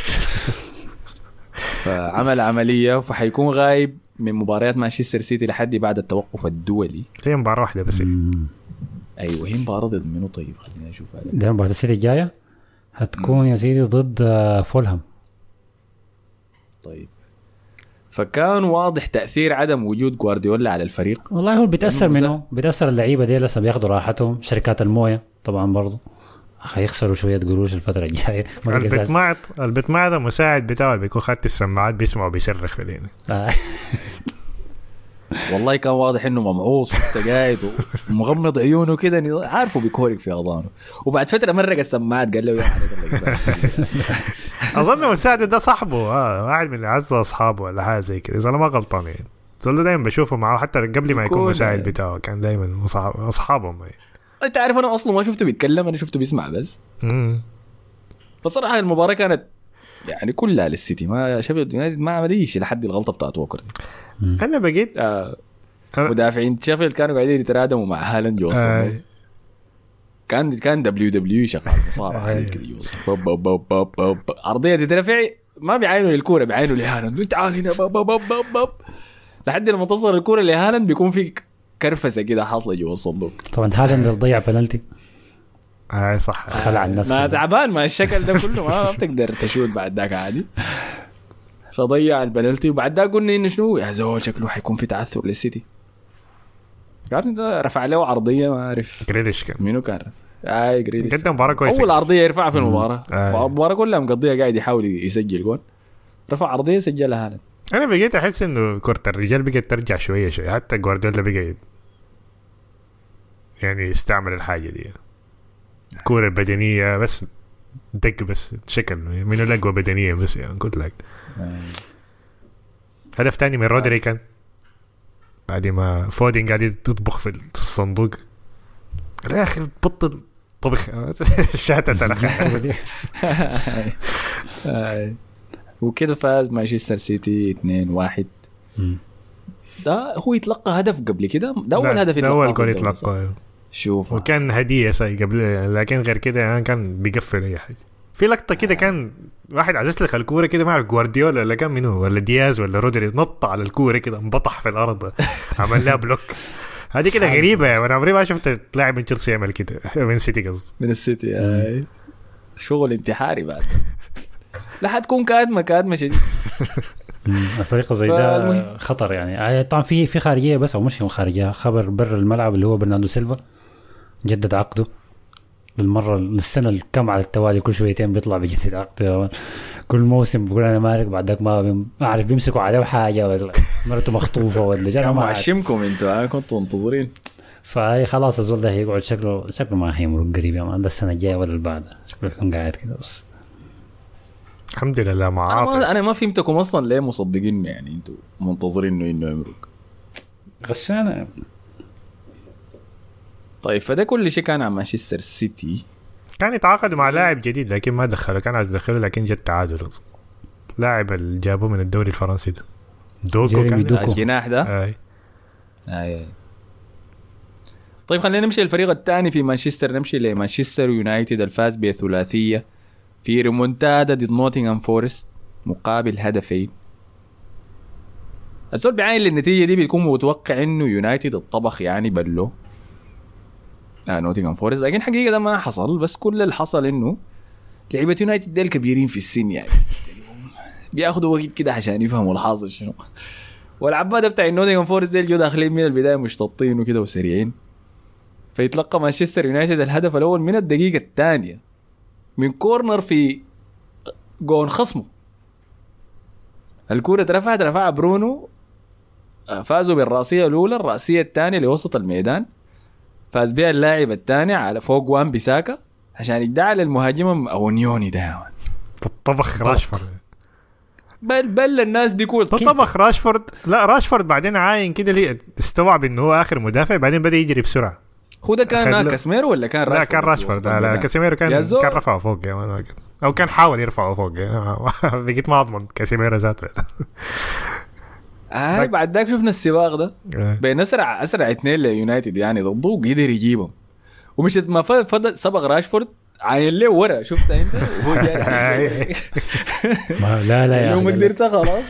فعمل عملية فحيكون غايب من مباريات مانشستر سيتي لحد بعد التوقف الدولي. هي مباراة واحدة بس. أيوة هي مباراة ضد منو؟ طيب خلينا نشوف هذا. ده مباراة السيتي الجاية هتكون يا سيدي ضد فولهام. طيب فكان واضح تأثير عدم وجود غوارديولا على الفريق. والله هو بيتأثر منه، بيتأثر اللعيبة دي لسه بياخدوا راحتهم. شركات الموية طبعا برضو هيخسروا شوية قروش الفترة الجاية. البتماع ده مساعد بتاعه بيكون خدت السماعات بيسمع وبيصرخ في لينا. والله كان واضح انه ممعوص قاعد ومغمض عيونه كده، عارفه بيكورك في اذانه. وبعد فتره مرق السماعات قال له يا اظن مساعد ده صاحبه واحد من اعز اصحابه ولا حاجه زي كده اذا انا ما غلطان يعني. ظل دايما بشوفه معه حتى قبل ما يكون مساعد بتاعه كان دايما اصحابهم. انت عارف انا اصلا ما شفته بيتكلم، انا شفته بيسمع بس. بصراحه المباراه كانت يعني كلها للسيتي، ما شيفيلد يونايتد ما عمليش لحد الغلطه بتاعت ووكر دي. انا بقيت مدافعين شيفيلد كانوا قاعدين يترادموا مع هالاند يوصلوا. كان دبليو شغال مصارعه كده يوصل عرضيه تترفع ما بيعاينوا للكوره بيعاينوا لهالاند وانت تعال هنا لحد لما تصل الكوره لهالاند بيكون في كرفسه كده حاصله جوا الصندوق. طبعا هالاند ضيع بنالتي. صح خلع الناس ما تعبان ما الشكل ده كله ما بتقدر تشوت بعد ذاك عادي. فضيع البنالتي وبعد ذاك قلنا انه شنو يا زول شكله حيكون في تعثر للسيتي. كان رفع له عرضيه ما اعرف جريليش كان منو كان جريليش قدم مباراه كويسه. اول عرضيه يرفعها في المباراه المباراه كلها مقضيه قاعد يحاول يسجل جول، رفع عرضيه سجلها هالاند. انا بقيت احس انه كرة الرجال بقت ترجع شويه حتى غوارديولا بقى يعني يستعمل الحاجه دي الكوره البدنيه بس دق بس شكل منه لقوه بدنيه بس يعني قلت لك. هدف تاني من رودري كان بعد ما فودين قاعد تطبخ في الصندوق يا اخي بطل طبخ شاته سلخ. وكده فاز مانشستر سيتي 2-1. ده هو يتلقى هدف قبل كده، ده اول هدف يتلقى، اول جول يتلقى شوف وكان هديه ساي قبل، لكن غير كده يعني كان بيقفل اي حاجه. في لقطه كده كان واحد عزز لك الكوره كده ما اعرف غوارديولا ولا كان منو ولا دياز ولا رودري نط على الكوره كده انبطح في الارض عمل لها بلوك. هذه كده غريبه وانا عمري ما شفت لاعب من تشيلسي يعمل كده من سيتي قصدي من السيتي. شغل انتحاري بعد لا حتكون كادمه شديد. الفريق زي ده خطر يعني. طبعا في خارجيه بس او مش خارجيه، خبر بر الملعب اللي هو برناردو سيلفا جدد عقده للمره للسنه الكم على التوالي، كل شويتين بيطلع بيجدد عقده، كل موسم بقول انا مالك بعدك ما اعرف بيمسكوا عليه حاجه ولا مرته مخطوفه ولا جانا ما عشمكم انتوا كنتوا منتظرين. فهي خلاص الزول ده هيقعد شكله ما هيمرق قريب يعني ده السنه الجايه ولا اللي بعدها شكله يكون قاعد كده بس. الحمد لله ما عاطف. انا ما فهمتكم اصلا ليه مصدقين يعني انتوا منتظرين انه يمرق غشانه. طيب فده كل شيء كان عن مانشستر سيتي. كان يتعاقد مع لاعب جديد لكن ما دخله، كان عايز يدخله لكن جت تعادل. لاعب اللي جابوه من الدوري الفرنسي ده دوكو كان الجناح ده. اي طيب خلينا نمشي الفريق الثاني في مانشستر، نمشي لمانشستر يونايتد الفاز بثلاثيه في ريمونتادا ضد نوتنغهام فورست مقابل هدفين. الزول بعين للنتيجه دي بيكون متوقع انه يونايتد الطبخ يعني بلو نوتنغهام فورست، لكن حقيقه ده ما حصل. بس كل اللي حصل انه لعيبه يونايتد ديل كبيرين في السن يعني بياخدوا وقت كده عشان يفهموا الحاصل شنو. والعباده بتاع نوتنغهام فورست ديل جو داخلين من البدايه مشتطين وكده وسريعين، فيتلقى مانشستر يونايتد الهدف الاول من الدقيقه الثانيه من كورنر في جون خصمه. الكوره رفعها برونو، فازوا بالراسيه الاولى، الراسيه الثانيه لوسط الميدان فاز بها اللاعب الثاني على فوق وان بيساكا عشان يدعي للمهاجم اونيوني ده. طبخ راشفورد بل الناس دي كل طبخ راشفورد. لا راشفورد بعدين عاين كده ليه استوعب انه هو اخر مدافع، بعدين بدا يجري بسرعه. هو ده كان كاسميرو ولا كان راشفورد؟ لا كان راشفورد. لا كاسيميرو كان رفعه فوق يعني. او كان حاول يرفعه فوق يعني. بقيت ما اضمن كاسيميرو ذاته. بعد ذاك شفنا السباق ده بين اسرع اثنين ليونايتد يعني ضده، قدر يجيبهم ومش ما فضل سبق راشفورد عاين له ورا. شفت انت وهو جاي لا يوم قدرت خلاص.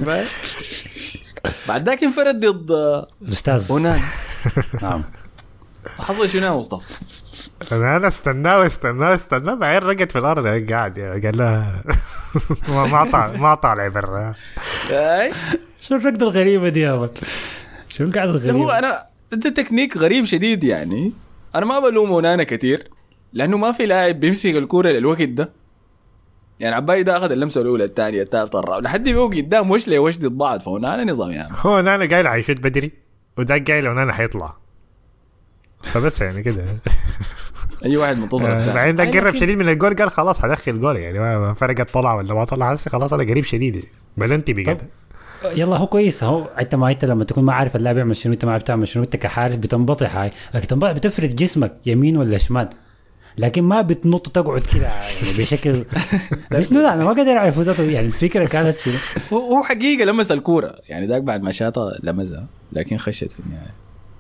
بعد ذاك انفرد ضد الاستاذ هناك. نعم حصل شنو يا مصطفى؟ انا استناه بعدين رقد في الارض قاعد قال له ما طالع برا. شو الركضه الغريبه دي يا ولد؟ شو القعده الغريبه؟ هو انا ده تكنيك غريب شديد يعني. انا ما بلومه نانا كتير لانه ما في لاعب بيمسك الكوره للوقت ده يعني. عباي ده اخذ اللمسه الاولى الثانيه الثالثه الرابعه لحد بيوقف قدام وش لي وش ضد بعض. فهو نانا نظام يعني. هو نانا قايل حيشوت بدري وده قايل لو نانا حيطلع فبس يعني كده. اي واحد منتظر بعدين ده قرب شديد من الجول قال خلاص هدخل جول يعني ما فرقت طلع ولا ما طلع. هسه خلاص انا قريب شديد بلنتي بجد. يلا هو كويس. هو انت لما تكون ما عارف اللاعب يعمل شنو، انت ما عارف تعمل شنو، انت كحارس بتنبطح هاي، لكن بتفرد جسمك يمين ولا شمال، لكن ما بتنط تقعد كده يعني بشكل شنو. انا ما قادر اعرف ذاته يعني. الفكره كانت شنو؟ هو حقيقه لمس الكوره يعني. ذاك بعد ما شاطها لمسها لكن خشت في النهايه.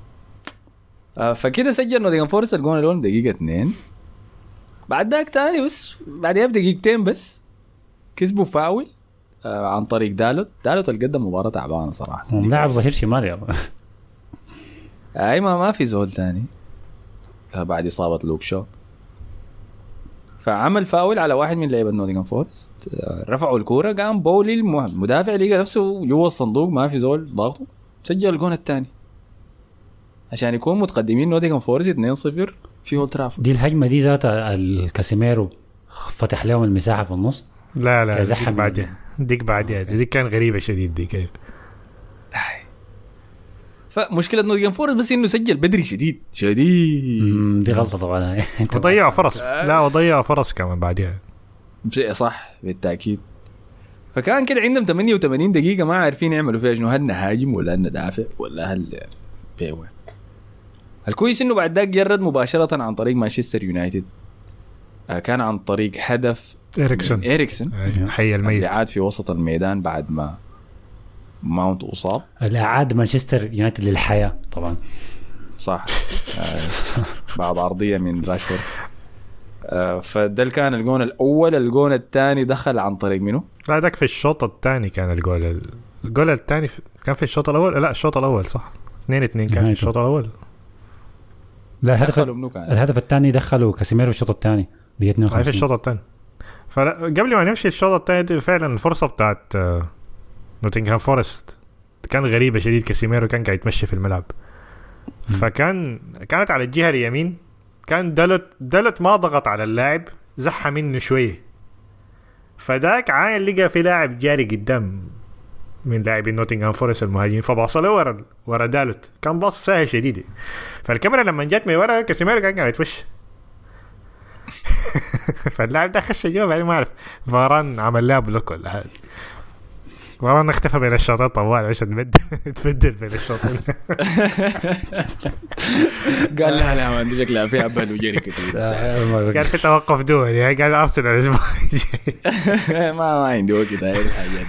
فكده سجل نوتنغهام فورست الجون الاول دقيقه 2. بعد ذاك تاني بس بعدها بدقيقتين بس كسبوا فاول عن طريق دالوت اللي قدم مباراه تعبانه صراحه. لاعب ظهير شمال يا اي ما في زول تاني بعد اصابه لوك شو. فعمل فاول على واحد من لعيبه نوتنغهام فورست، رفعوا الكوره قام بولي المدافع لقى نفسه جوا الصندوق ما في زول ضاغطه، سجل الجون الثاني عشان يكون متقدمين نوتنغهام فورست 2-0 في اولد ترافورد. دي الهجمه دي ذاتها الكاسيميرو فتح لهم المساحه في النص. لا ديك بعدها دي كان غريبه شديد دي كيف. فمشكله نوتنغهام فورست بس انه سجل بدري شديد. دي غلطه طبعا. وضيع فرص. لا وضيع فرص كمان بعدها. صح بالتاكيد. فكان كده عندهم 88 دقيقه ما عارفين يعملوا فيها شنو، هل نهاجم ولا ندافع ولا هل بيوه. الكويس انه بعد ذاك جرد مباشره عن طريق مانشستر يونايتد. كان عن طريق هدف إريكسون حي الميت اللي عاد في وسط الميدان بعد ما ماونت أصاب. اللي عاد مانشستر يونايتد للحياة طبعا. صح. بعد عرضية من راشفورد. فده كان الجون الأول. الجون الثاني دخل عن طريق منه؟ لا داك في الشوط الثاني كان الجول الثاني كان في الشوط الأول. لا الشوط الأول صح 2-2 كان في الشوط الأول. لا الهدف الثاني دخلوا كاسيميرو في الشوط الثاني ب 52 في الشوط الثاني. فقبل ما نمشي الشوط الثاني فعلا الفرصة بتاعت نوتنغهام فورست كان غريبة شديد. كاسيميرو كان قاعد يتمشي في الملعب كانت على الجهة اليمين. كان دلت ما ضغط على اللاعب، زحى منه شوية، فداك عاين لقى في لاعب جاري قدام من لاعبين نوتنغهام فورست المهاجمين، فباصله ورا دالوت. كان باص سهل شديد. فالكاميرا لما جات من ورا كاسيميرو كان قاعد يتمشي فاللاعب ده خش جوا بعدين ما اعرف فاران عمل له بلوك ولا حاجه. فاران اختفى بين الشوطين طوال عشان تبدل بين الشوطين. قال لا ما عندي شكلها فيها بل وجري كتير. قال في توقف دولي. قال ارسل الاسبوع الجاي. ما عندي وقت هاي الحاجات.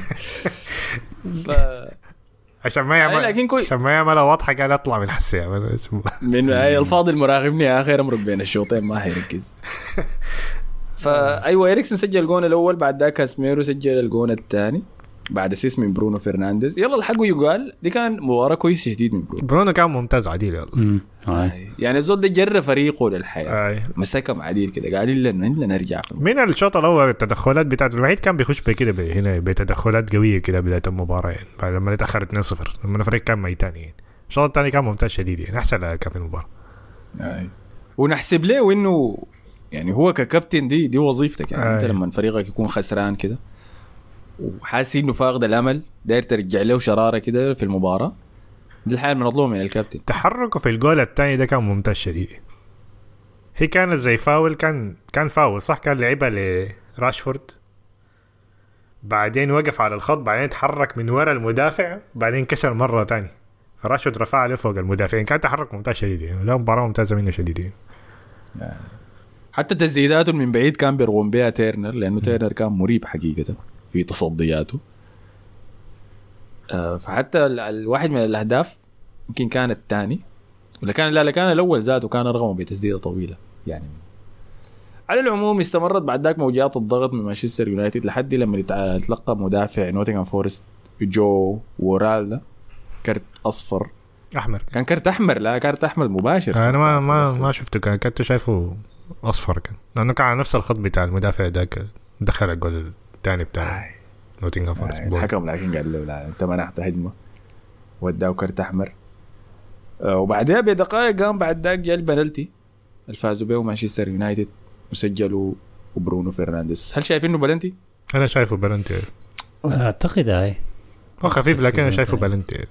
عشان ما يعمل واضحه قال اطلع من الحسيه من اي الفاضل مراقبني اخر امرق بين الشوطين ما هيركز. فايوه إريكسون سجل الجون الاول، بعد ذاك كاسميرو سجل الجون الثاني. بعد اسيست من برونو فرنانديز. يلا الحقوا يقال دي كان مباراة كويسة شديد من برونو كان ممتاز عديل يلا. يعني الزول ده جرى فريقه للحياة مسكهم عديل كده قال إلا نرجع من الشوط الأول التدخلات بتاعته الوحيد كان بيخش بكده هنا بتدخلات قوية كده بداية المباراة يعني بعد لما نتأخر 2-0 لما الفريق كان ميتان يعني. الشوط الثاني كان ممتاز شديد يعني أحسن كان في المباراة. ونحسب له إنه يعني هو ككابتن دي وظيفتك يعني. أنت لما فريقك يكون خسران كده وحاسس إنه فاقد الأمل داير ترجع له شرارة كده في المباراة دي الحاجة المطلوبة من الكابتن. تحركه في الجول الثاني ده كان ممتاز شديد. هي كانت زي فاول كان فاول صح كان لعبها لراشفورد بعدين وقف على الخط بعدين تحرك من وراء المدافع بعدين كسر مرة تاني فراشفورد رفع عليه فوق المدافعين. كان تحرك ممتاز شديد يعني. لا مباراة ممتازة منه شديد يعني. حتى تسديداته من بعيد كان بيرغم بها تيرنر لأنه تيرنر كان مريب حقيقة في تصدياته. فحتى الواحد من الأهداف يمكن كان الثاني ولا كان لا كان الأول ذاته كان رغم بتسديدة طويلة يعني. على العموم استمرت بعد ذاك موجات الضغط من مانشستر يونايتد لحد لما تلقى مدافع نوتنغهام فورست جو وورال ده كرت أصفر أحمر. كان كرت أحمر لا كرت أحمر مباشر. أنا ما شفته كنت شايفه أصفر كان لأنه كان على نفس الخط بتاع المدافع ذاك دخل الجول الثاني بتاع نوتنغهام فورست. الحكم لكن قال له لا أنت منعت هجمة وداه كرت أحمر. وبعدها بدقائق قام بعد ذاك جاء البنالتي الفازوا به مانشستر يونايتد وسجلوا وبرونو فرنانديز. هل شايف إنه بلنتي؟ أنا شايفه بلنتي أعتقد هاي هو خفيف لكن أنا شايفه بلنتي.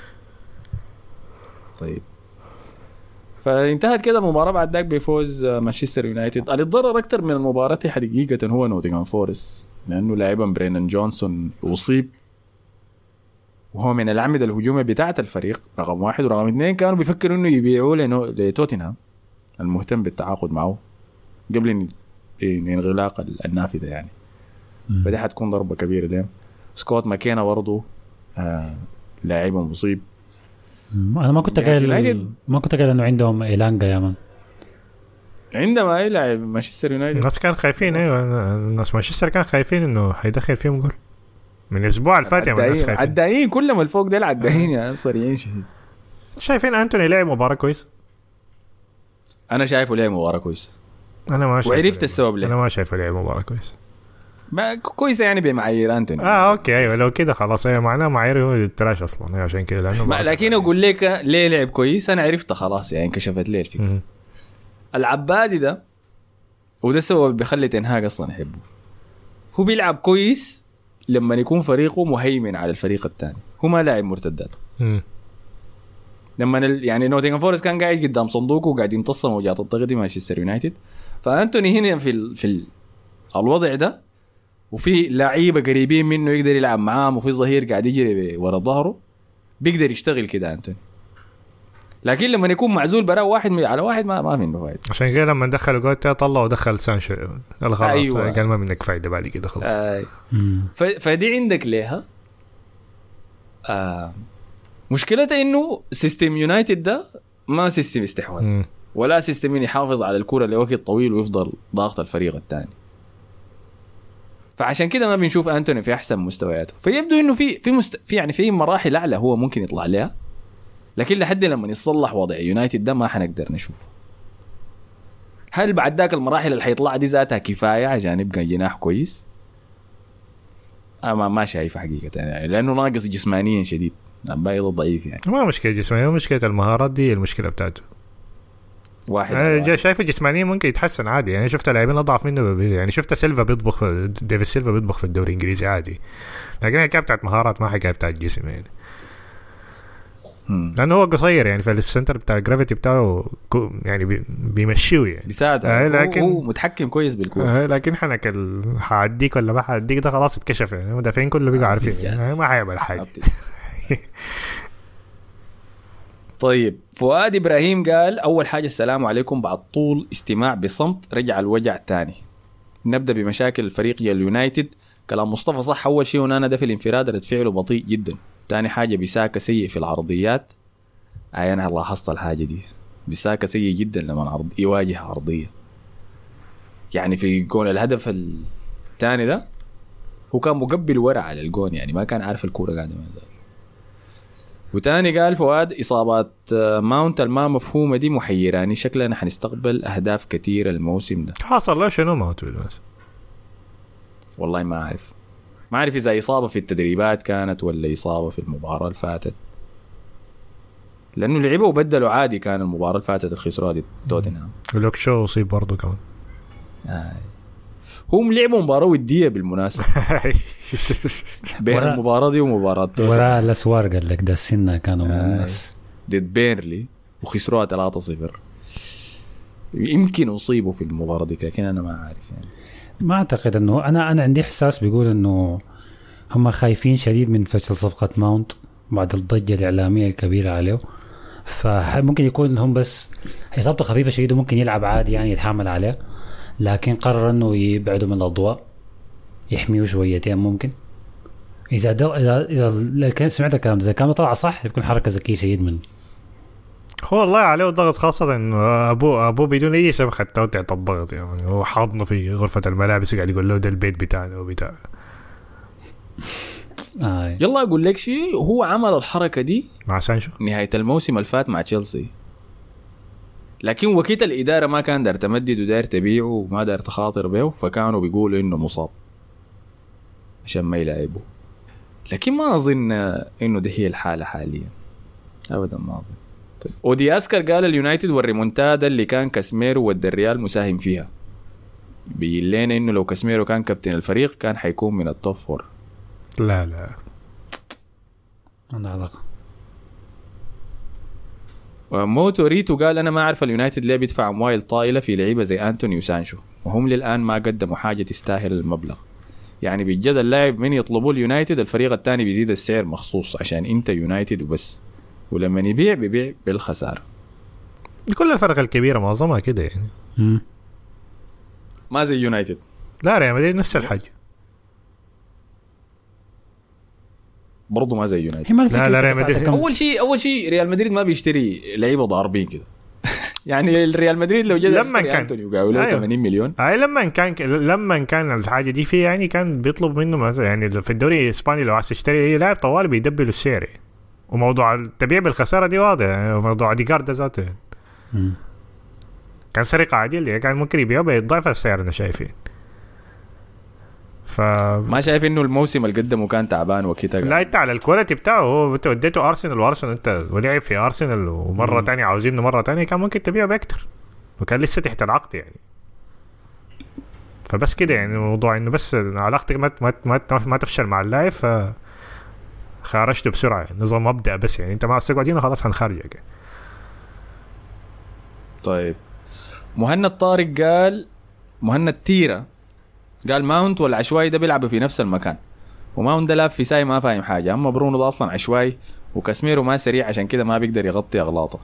طيب فانتهت كده المباراة بعد ذاك بفوز مانشستر يونايتد. الضرر أكتر من المباراة حقيقة هو نوتنغهام فورست لأنه لاعبا برينان جونسون أصيب وهو من الأعمدة الهجومية بتاعة الفريق رقم 1 ورقم 2. كانوا بيفكروا إنه يبيعوه لتوتنهام المهتم بالتعاقد معه قبل انغلاق النافذة يعني. فدي حتكون ضربة كبيرة لهم. سكوت ماكينا برضو لاعب مصيب. أنا ما كنت قايل إنه عندهم إيلانجا يا من عندما يلعب مانشستر يونايتد الناس كان خايفين. أيوة الناس مانشستر كان خايفين إنه هيدخل فيهم جول من الأسبوع الفات. عدائين كلهم الفوق ده العدائين يا صريعين شديد. شايفين أنتوني لعب مباراة كويس. أنا شايفه لعب مباراة كويس. أنا ما شايف وعرفت السبب ليه. أنا ما شايفه لعب مباراة كويس. ما كويسة يعني بمعايير أنتوني. أوكي أيوة لو كده خلاص أيوة معناه معايير هو التراش أصلا أيوة عشان كده لأنه لكن أقول لك ليه لعب كويس أنا عرفت خلاص يعني انكشفت ليه الفكرة. العبادي ده وده السبب بيخلي تنهاج أصلا يحبه. هو بيلعب كويس لما يكون فريقه مهيمن على الفريق الثاني. هو ما لاعب مرتدات. لما يعني نوتنغهام فورست كان قاعد قدام صندوقه وقاعد يمتص موجات الضغط مانشستر يونايتد. فأنتوني هنا في الوضع ده وفي لعيبة قريبين منه يقدر يلعب معاه وفي ظهير قاعد يجري ورا ظهره بيقدر يشتغل كده أنتوني. لكن لما يكون معزول برا واحد على واحد ما منه فايدة. عشان كده لما دخلوا جول طلع ودخل سانشو خلاص. أيوة. قال ما منك فايدة بعد كده خلاص. فدي عندك ليها مشكلته إنه سيستم يونايتد ده ما سيستم استحواذ ولا سيستم يحافظ على الكرة لوقت طويل ويفضل ضاغط الفريق الثاني. فعشان كده ما بنشوف أنتوني في أحسن مستوياته. فيبدو إنه في يعني في مراحل أعلى هو ممكن يطلع لها لكن لحد لما يصلح وضع يونايتد ده ما حنقدر نشوفه. هل بعد ذاك المراحل اللي حيطلع دي ذاتها كفاية عشان يبقى جناح كويس؟ ما شايف حقيقة يعني لأنه ناقص جسمانيا شديد بايض ضعيف يعني. ما مشكلة جسمانية مشكلة المهارات دي المشكلة بتاعته. واحد شايفه جسمانيا ممكن يتحسن عادي يعني. شفت لاعبين اضعف منه يعني شفت سيلفا بيطبخ ديفيد سيلفا بيطبخ في الدوري الانجليزي عادي. لكن هي بتاعت مهارات ما حكايه بتاعت جسم يعني. لانه هو قصير يعني فالسنتر بتاع الجرافيتي بتاعه يعني بيمشيه يعني بيساعده. لكن هو متحكم كويس بالكوره. لكن حنك هعديك ولا ما هعديك ده خلاص اتكشف يعني. المدافعين كله بيقوا عارفين يعني ما حيعمل حاجه. طيب فؤاد إبراهيم قال أول حاجة السلام عليكم. بعد طول استماع بصمت رجع الوجع تاني. نبدأ بمشاكل الفريق يا اليونايتد. كلام مصطفى صح. أول شيء ونانا ده في الانفراد رد فعله بطيء جدا. تاني حاجة بيساكا سيء في العرضيات. أنا لاحظت الحاجة دي. بيساكا سيء جدا لما يواجه عرضية يعني في جون الهدف الثاني ده هو كان مقبل ورا على الجون يعني ما كان عارف الكورة قاعدة من ذلك. وتاني قال فؤاد إصابات ماونت الما مفهومة دي محيراني شكلنا حنستقبل أهداف كتير الموسم ده. حاصل له شنو ماونت بس؟ والله ما أعرف إذا إصابة في التدريبات كانت ولا إصابة في المباراة اللي فاتت لأنه لعبوا وبدلوا عادي. كان المباراة اللي فاتت الخسروا دي توتنهام ولوك شو أصيب برضو كمان. هم لعبوا مباراة ودية بالمناسبة بين المباراة دي ومباراة توتنهام وراء الأسوار قال لك ده السنة كانوا من الناس ضد بيرلي وخسروها 3-0. يمكن أصيبوا في المباراة دي لكن أنا ما عارف يعني. ما أعتقد أنه أنا عندي إحساس بيقول أنه هم خايفين شديد من فشل صفقة ماونت بعد الضجة الإعلامية الكبيرة عليه. فممكن يكون هم بس إصابته خفيفة شديد وممكن يلعب عادي يعني يتحمل عليه لكن قرر أنه يبعدوا من الأضواء يحميه شويتين ممكن. إذا سمعت الكلام إذا كان طلع صح يكون حركة ذكية شديد منه. هو والله عليه الضغط خاصة إنه أبوه بدون أي سبب خدته وتعطى الضغط يعني. هو حاضنه في غرفة الملابس وقاعد يقول له ده البيت بتاعنا وبتاع. يلا أقول لك شيء هو عمل الحركة دي مع سانشو نهاية الموسم الفات مع تشيلسي لكن وكيل الإدارة ما كان دار تمدد ودار تبيعه وما دار تخاطر به فكانوا بيقولوا إنه مصاب عشان ما يلعبه. لكن ما أظن إنه ده هي الحالة حاليا أبدا ما أظن. طيب. ودي أسكر قال اليونايتد والريمونتادا اللي كان كاسميرو ودى الريال مساهم فيها بيقول لنا إنه لو كاسميرو كان كابتن الفريق كان حيكون من التوب فور. لا أنا علاقة. وموتو ريتو قال أنا ما أعرف اليونايتد ليه بيدفع أموال طائلة في لعيبة زي أنتوني وسانشو وهم للآن ما قدموا حاجة تستاهل المبلغ. يعني بالجد اللاعب من يطلبوا اليونايتد الفريق الثاني بيزيد السعر مخصوص عشان أنت يونايتد وبس ولما يبيع بيبيع بالخسارة. كل الفرق الكبيرة معظمها كده يعني. ما زي يونايتد. لا ريال مدريد نفس الحاجة برضو ما زي يونايتد. لا ريال مدريد أول شيء ريال مدريد ما بيشتري لعيبة ضاربين كده يعني الريال مدريد لو جد لما كان أنتوني وقاوله 80 مليون لما كان الحاجة دي فيه يعني كان بيطلب منه مثلا يعني في الدوري الإسباني لو عايز تشتري أي لاعب طوال بيدبلوا السعر. وموضوع التبيع بالخسارة دي واضح يعني. موضوع ديكارد ذاته كان سرقة عادية كان ممكن يبيعه بيضاعف السعر. أنا شايفين ما شايف إنه الموسم اللي قدمه كان تعبان وكده. لا أنت على الكواليتي بتاعه هو وديته أرسنال وأرسنال أنت ولعب في أرسنال ومرة تانية عاوزينه مرة تانية كان ممكن تبيعه بأكتر وكان لسه تحت العقد يعني. فبس كده يعني موضوع إنه بس علاقتك ما تفشل مع اللاعب خارجته بسرعة يعني. نظام مبدأ بس يعني أنت ما استقعدينه خلاص هنخرجك. طيب مهند طارق قال مهند تيرة قال ماونت والعشوائي ده بيلعبوا في نفس المكان وماونت ده لعب في ساي ما فاهم حاجة. أما برونو ده أصلا عشوائي وكاسميرو ما سريع عشان كده ما بيقدر يغطي أغلاطه.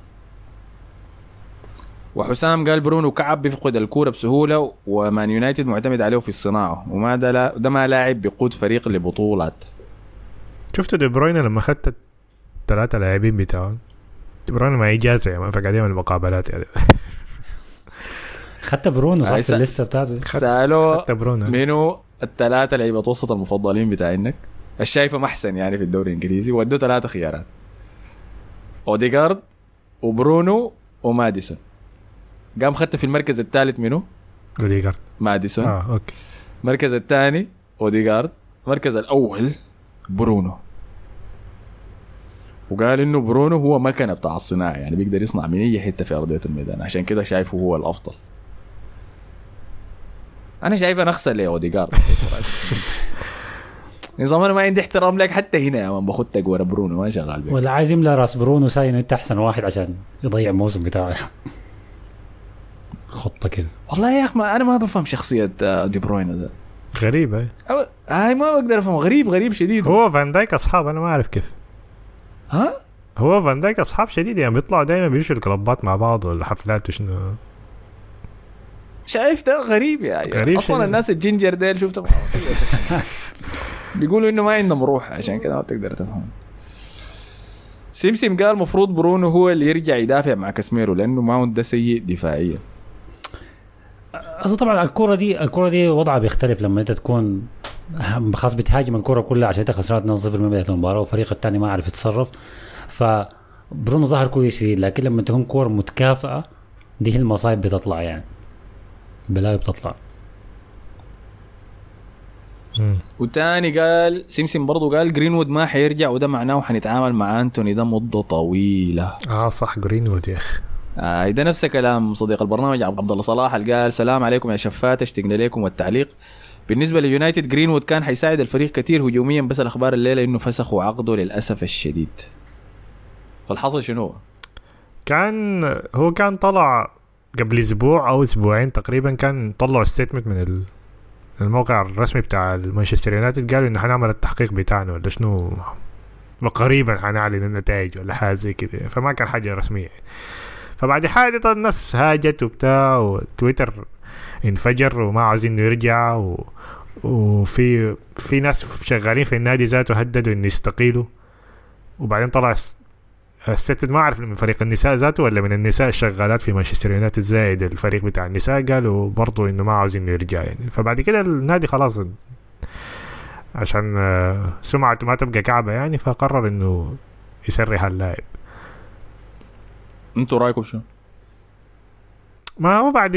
وحسام قال برونو كعب بيفقد الكورة بسهولة ومان يونايتد معتمد عليه في الصناعة وما ده ما لاعب بيقود فريق لبطولات. شفت دي بروين لما خدت 3 لاعبين بتاعهم دي بروين ما إجازة يعني فقاعد يعمل مقابلات يعني. خدت برونو صح في الليستة بتاعته. سألوا منو 3 لعيبة وسط المفضلين بتاعينك الشايفة محسن يعني في الدوري الإنجليزي ودوا 3 خيارات أوديغارد وبرونو وماديسون. قام خدت في المركز الثالث منو أوديغارد ماديسون أوكي. المركز الثاني أوديغارد المركز الأول برونو. وقال إنه برونو هو مكنة بتاع الصناعة يعني بيقدر يصنع من أي حتة في أرضية الميدان عشان كده شايفه هو الأفضل. أنا شايفه نخسر لي أوديغارد نظام أنا ما عندي احترام لك حتى هنا يا من بخدتك ورا برونو ما شغال بك ولا عايز يملأ راس برونو ساين أنت أحسن واحد عشان يضيع الموسم بتاعه خطة كده. والله يا أخي أنا ما بفهم شخصية دي بروين ده غريبة هاي ما بقدر أفهم غريب شديد. هو فان دايك أصحاب أنا ما أعرف كيف هو فان دايك أصحاب شديد يعني بيطلعوا دايما بيمشوا الكلابات مع بعض والحفلات وشنو. شايف ده غريب يعني غريب أصلا شديد. الناس الجينجر ديل شفتهم بيقولوا إنه ما عندهم روح عشان كده ما تقدر تفهم. سيمسيم قال مفروض برونو هو اللي يرجع يدافع مع كاسميرو لأنه ماونت ده سيء دفاعيا. أصلا طبعا الكرة دي وضعها بيختلف لما أنت تكون خاص بتهاجم الكرة كلها عشان خسرت 2-0 من بداية المباراة والفريق الثاني ما عرف يتصرف. فبرونو ظهر كويس، لكن لما تكون كرة متكافئة دي هي المصايب بتطلع، يعني بلاوي بتطلع. وتاني قال سيمسون برضو قال جرينوود ما حيرجع، وده معناه حنتعامل مع أنتوني ده مدة طويلة. صح جرينوود يا أخي. ده نفس كلام صديق البرنامج عبد الله صلاح اللي قال سلام عليكم يا شفات، اشتقنا لكم والتعليق. بالنسبة ليونايتد جرينوود كان حيساعد الفريق كتير هجوميا، بس الأخبار الليلة إنه فسخوا عقده للأسف الشديد. فالحصل شنو؟ هو كان طلع قبل أسبوع أو أسبوعين تقريبا، كان طلعوا ستيتمنت من الموقع الرسمي بتاع مانشستر يونايتد، قالوا إنه حنعمل التحقيق بتاعنا ولا شنو، وقريبا حنعلن النتائج ولا حاجة زي كده، فما كان حاجة رسمية. فبعد حادثة الناس هاجت وبتاع، وتويتر انفجر وما عاوزين يرجع، وفي ناس شغالين في النادي ذاته هددوا إن يستقيلوا. وبعدين طلع الستد ما أعرف من فريق النساء ذاته ولا من النساء الشغالات في مانشستر يونايتد زائد الفريق بتاع النساء، قالوا برضو إنه ما عاوزين يرجع يعني. فبعد كده النادي خلاص عشان سمعته ما تبقى كعبة يعني، فقرر إنه يسرح اللاعب. انتوا رايكم شو؟ ما هو بعد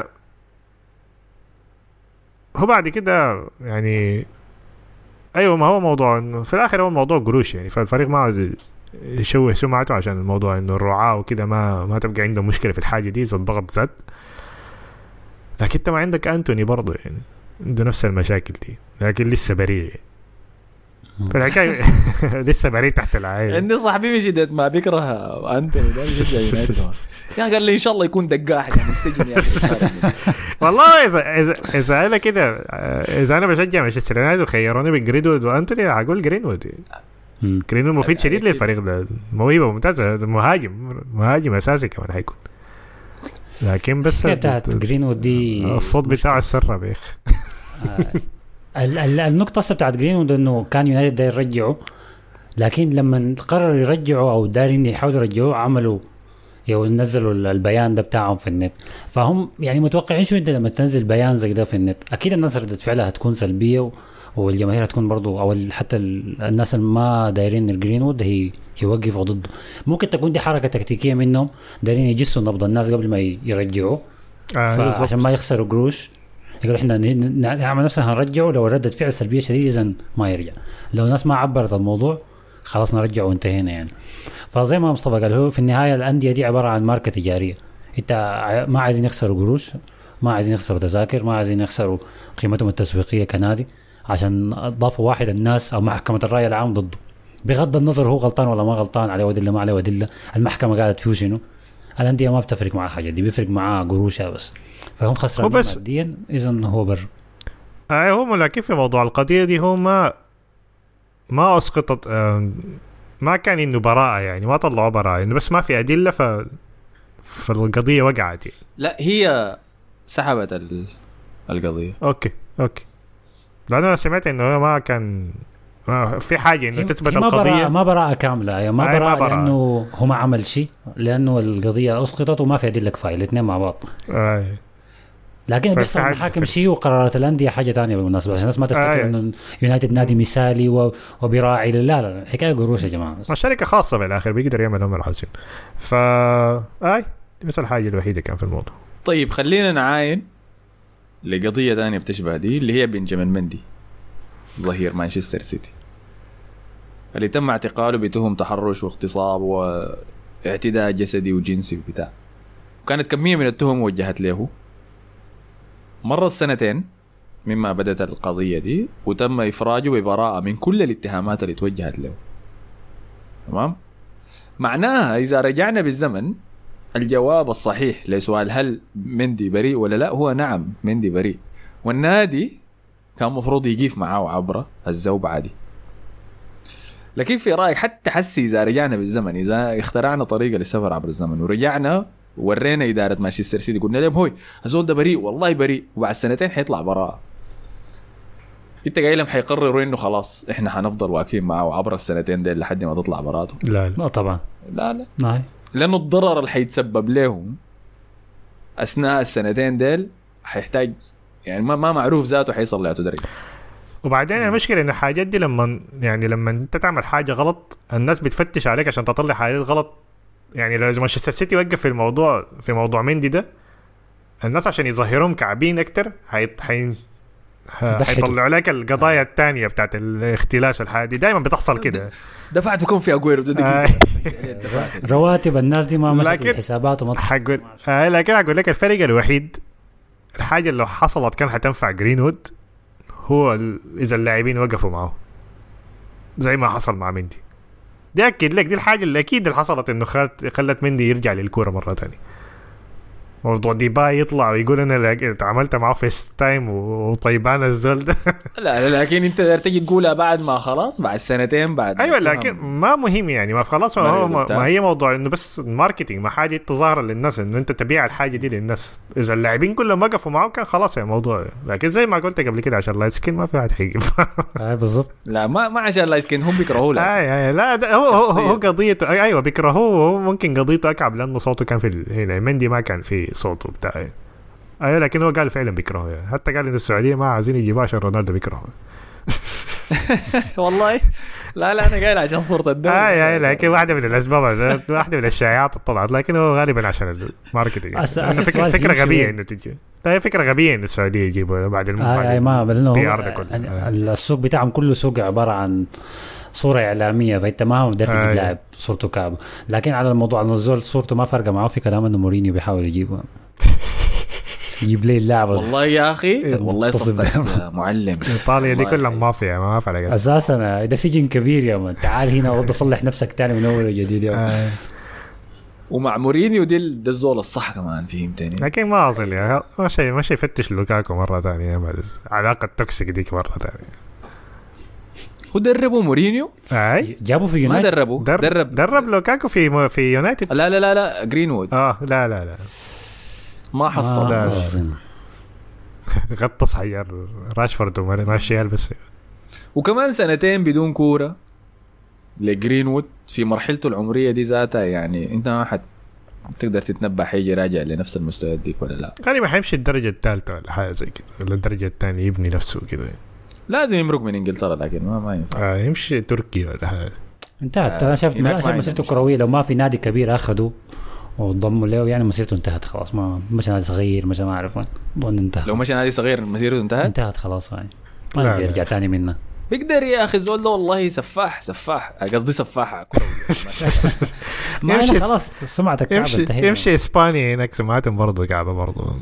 كده يعني ايوه، ما هو موضوع في الاخر هو موضوع قروش يعني، فالفريق ما عاوز يشوه سمعته عشان الموضوع انه الرعاة وكده ما تبقى عنده مشكلة في الحاجة دي، زي الضغط زاد. لكن انت ما عندك انتوني برضو يعني عنده نفس المشاكل دي، لكن لسه بريء فالحكاية لسه بريء تحت العين. عندي صاحبي مشيت ما بيكره أنتوني ده بيشجع يونايتد يا قال لي إن شاء الله يكون دقاح يعني السجن يا أخي. والله إذا أنا كده، إذا أنا بشجع مانشستر يونايتد وخيروني بين جرينوود وأنتوني هقول جرينوود. جرينوود مفيد شديد للفريق ده، موهبة ممتازة، مهاجم أساسي كمان هيكون. لكن بس بتاعت جرينوود دي الصوت بتاعه السر بيخ. النقطة بتاعت جرينوود انه كان يونايتد داير يرجعه، لكن لما قرروا يرجعوا او دايرين يحاولوا يرجعوه عملوا نزلوا البيان ده بتاعهم في النت. فهم يعني متوقعين شو انت لما تنزل بيان زي ده في النت اكيد الناس ردة فعلها هتكون سلبية، والجماهير هتكون برضو او حتى الناس اللي ما دايرين الجرينوود يوقفوا ضده. ممكن تكون دي حركة تكتيكية منهم، دايرين يجسوا نبض الناس قبل ما يرجعوه عشان ما يخسروا قروش. يقول احنا نعمل نفسنا هنرجعه، لو ردت فعل سلبية شديدة إذن ما يرجع، لو الناس ما عبرت الموضوع خلاص نرجعه وانتهينا يعني. فزي ما مصطفى قال هو في النهاية الأندية دي عبارة عن ماركة تجارية، انت ما عايزين يخسروا قروش، ما عايزين يخسروا تذاكر، ما عايزين يخسروا قيمتهم التسويقية كنادي عشان ضافوا واحد الناس أو محكمة الرأي العام ضده، بغض النظر هو غلطان ولا ما غلطان، عليه ودلة ما عليه ودلة، المحكمة قالت فيه شنو. الأندية ما بتفرق مع الحاجة دي، بيفرق معها قروشها بس، فهم خسرانين ماديا إذن هو بر. هم لكن في موضوع القضية دي هو ما أسقطت، ما كان إنه براءة يعني، ما طلعوا براءة إنه بس ما في أدلة فالقضية وقعت يعني. لا هي سحبت القضية. أوكي لأن أنا سمعت إنه ما كان في حاجة إنه تثبت القضية ما براءة كاملة يعني، ما براءة لأنه هو ما عمل شيء، لأنه القضية أسقطت وما في أدلة كفاية الاثنين مع بعض. لكن بيحصل محاكم شيء وقرارات الأندية حاجة تانية بالمناسبة، عشان الناس ما تفتكر إنه يونايتد نادي مثالي وبراعي. لا حكاية قروش يا جماعة، شركة خاصة بالآخر بيقدر يعمل هم الحاسين. بس الحاجة الوحيدة كان في الموضوع. طيب خلينا نعاين لقضية تانية بتشبه دي اللي هي بنجامين مندي ظهير مانشستر سيتي، اللي تم اعتقاله بتهم تحرش واغتصاب واعتداء جسدي وجنسي وبتاع، وكانت كمية من التهم وجهت له. مر 2 سنين مما بدأت القضية دي، وتم إفراجه ببراءة من كل الاتهامات اللي توجهت له. تمام؟ معناها إذا رجعنا بالزمن الجواب الصحيح لسؤال هل مندي بريء ولا لا هو نعم مندي بريء، والنادي كان مفروض يقيف معاه عبر الزوب عادي. لكن في رأيك حتى حسي إذا رجعنا بالزمن، إذا اخترعنا طريقة للسفر عبر الزمن ورجعنا ورينا إدارة مانشستر سيتي قلنا لهم هوي هزول ده بريء والله بريء، وبعد 2 سنين حيطلع براءة، انت قايل لهم حيقرروا انه خلاص احنا حنفضل واقفين معه عبر 2 سنين دي لحد ما تطلع براءته؟ لا طبعا لا لانه الضرر اللي حيتسبب لهم اثناء 2 سنين ديل حيحتاج يعني ما معروف ذاته حيصل لاعته درجة. وبعدين المشكله ان الحاجات دي لما انت تعمل حاجه غلط الناس بتفتش عليك عشان تطلع حاجات غلط. يعني لو مانشستر سيتي وقف في موضوع مندي ده، الناس عشان يظهرهم كعبين اكتر هيطلعوا لك القضايا الثانيه بتاعت الاختلاس الحادي. دايما بتحصل كده. دفعت بكم في اجويرو ده رواتب الناس دي ما مشت الحسابات وما لكن اقول لك الفرق الوحيد، الحاجه اللي حصلت كان حتنفع جرينوود هو اذا اللاعبين وقفوا معه زي ما حصل مع مندي. دي اكد لك، دي الحاجه اللي اكيد اللي حصلت انه خلت مندي يرجع للكوره مره ثانيه. موضوع ديباي يطلع ويقول انا عملت معه فيس تايم وطيبان الزول ده. لا لكن انت تجي تقولها بعد ما خلاص بعد سنتين بعد. ايوه لكن ما مهم يعني ما خلاص ما هي موضوع انه بس الماركتينج، ما حاجه تظهر للناس انه انت تبيع الحاجه دي للناس. اذا اللاعبين كلهم وقفوا معه كان خلاص يا موضوع. لكن زي ما قلت قبل كده عشان لايت سكين ما في واحد حيجيب. بالضبط. لا ما عشان لايت سكين، هم بيكرهوه. لا هو قضيته. ايوه بيكرهوه. ممكن قضيته اكعب لانه صوته كان في هنا مندي ما كان في صوته بتاعي. ايوه لكن هو قال فعلا بيكرهه يعني. حتى قال ان السعوديه ما عايزين يجيبوا عشان رونالدو بيكرهه. والله لا انا قايل عشان صورة الدوري. لكن واحده من الاسباب، واحده من الشائعات طلعت، لكن هو غالبا عشان الماركتينج. فكره غبيه انه تجي. لا فكره غبيه ان السعوديه يجيبوا بعد ما بدنا السوق بتاعهم كله سوق عباره عن صورة إعلامية، فأنت ما هو بدك تجيب لاعب صورته كعبة. لكن على الموضوع النزول صورته ما فرق معه، في كلام إنه مورينيو بيحاول يجيبه يجيب لي اللاعب. والله يا أخي والله صدق معلم. إيطاليا دي كلها مافيا ما فرق أساسا. ده سجن كبير يا من. تعال هنا وضع صلح نفسك تاني من أول وجديد ومع مورينيو دي الزول الصح كمان فهمتني. لكن ما أظن يا ما شيء يفتش لوكاكو مرة ثانية. العلاقة التوكسيك ديك مرة ثانية. هو دربوا مورينيو؟ جابوا في يونايتد. ما دربوا. درب لوكاكو في يونايتد. لا جرينوود. لا ما حصل. غطس حيار راشفورد وماشيال بس. وكمان سنتين بدون كورة لجرينوود في مرحلته العمرية دي ذاتها. يعني انت ما حد تقدر تتنبأ حيجي راجع لنفس المستوى ديك ولا لا. غالبا حيمشي الدرجة الثالثة ولا حاجة زي كده، ولا الدرجة الثانية يبني نفسه كده. لازم يمرق من انجلترا لكن ما ينفع. يمشي تركيا ولا حاجة. انتهت. انا شفت مسيرته الكروية لو ما في نادي كبير اخذوا وضموا له يعني مسيرته انتهت خلاص. ما مشى نادي صغير مشى ما اعرف وين انتهى. لو مشى نادي صغير مسيرته انتهت خلاص يعني ما يقدر يرجع تاني منه. بيقدر يا اخي الزول ده والله سفاح قصدي سفاحة ما يمشي خلاص سمعتك كعبة. يمشي اسبانيا هناك سمعتهم برضو كعبة برضو.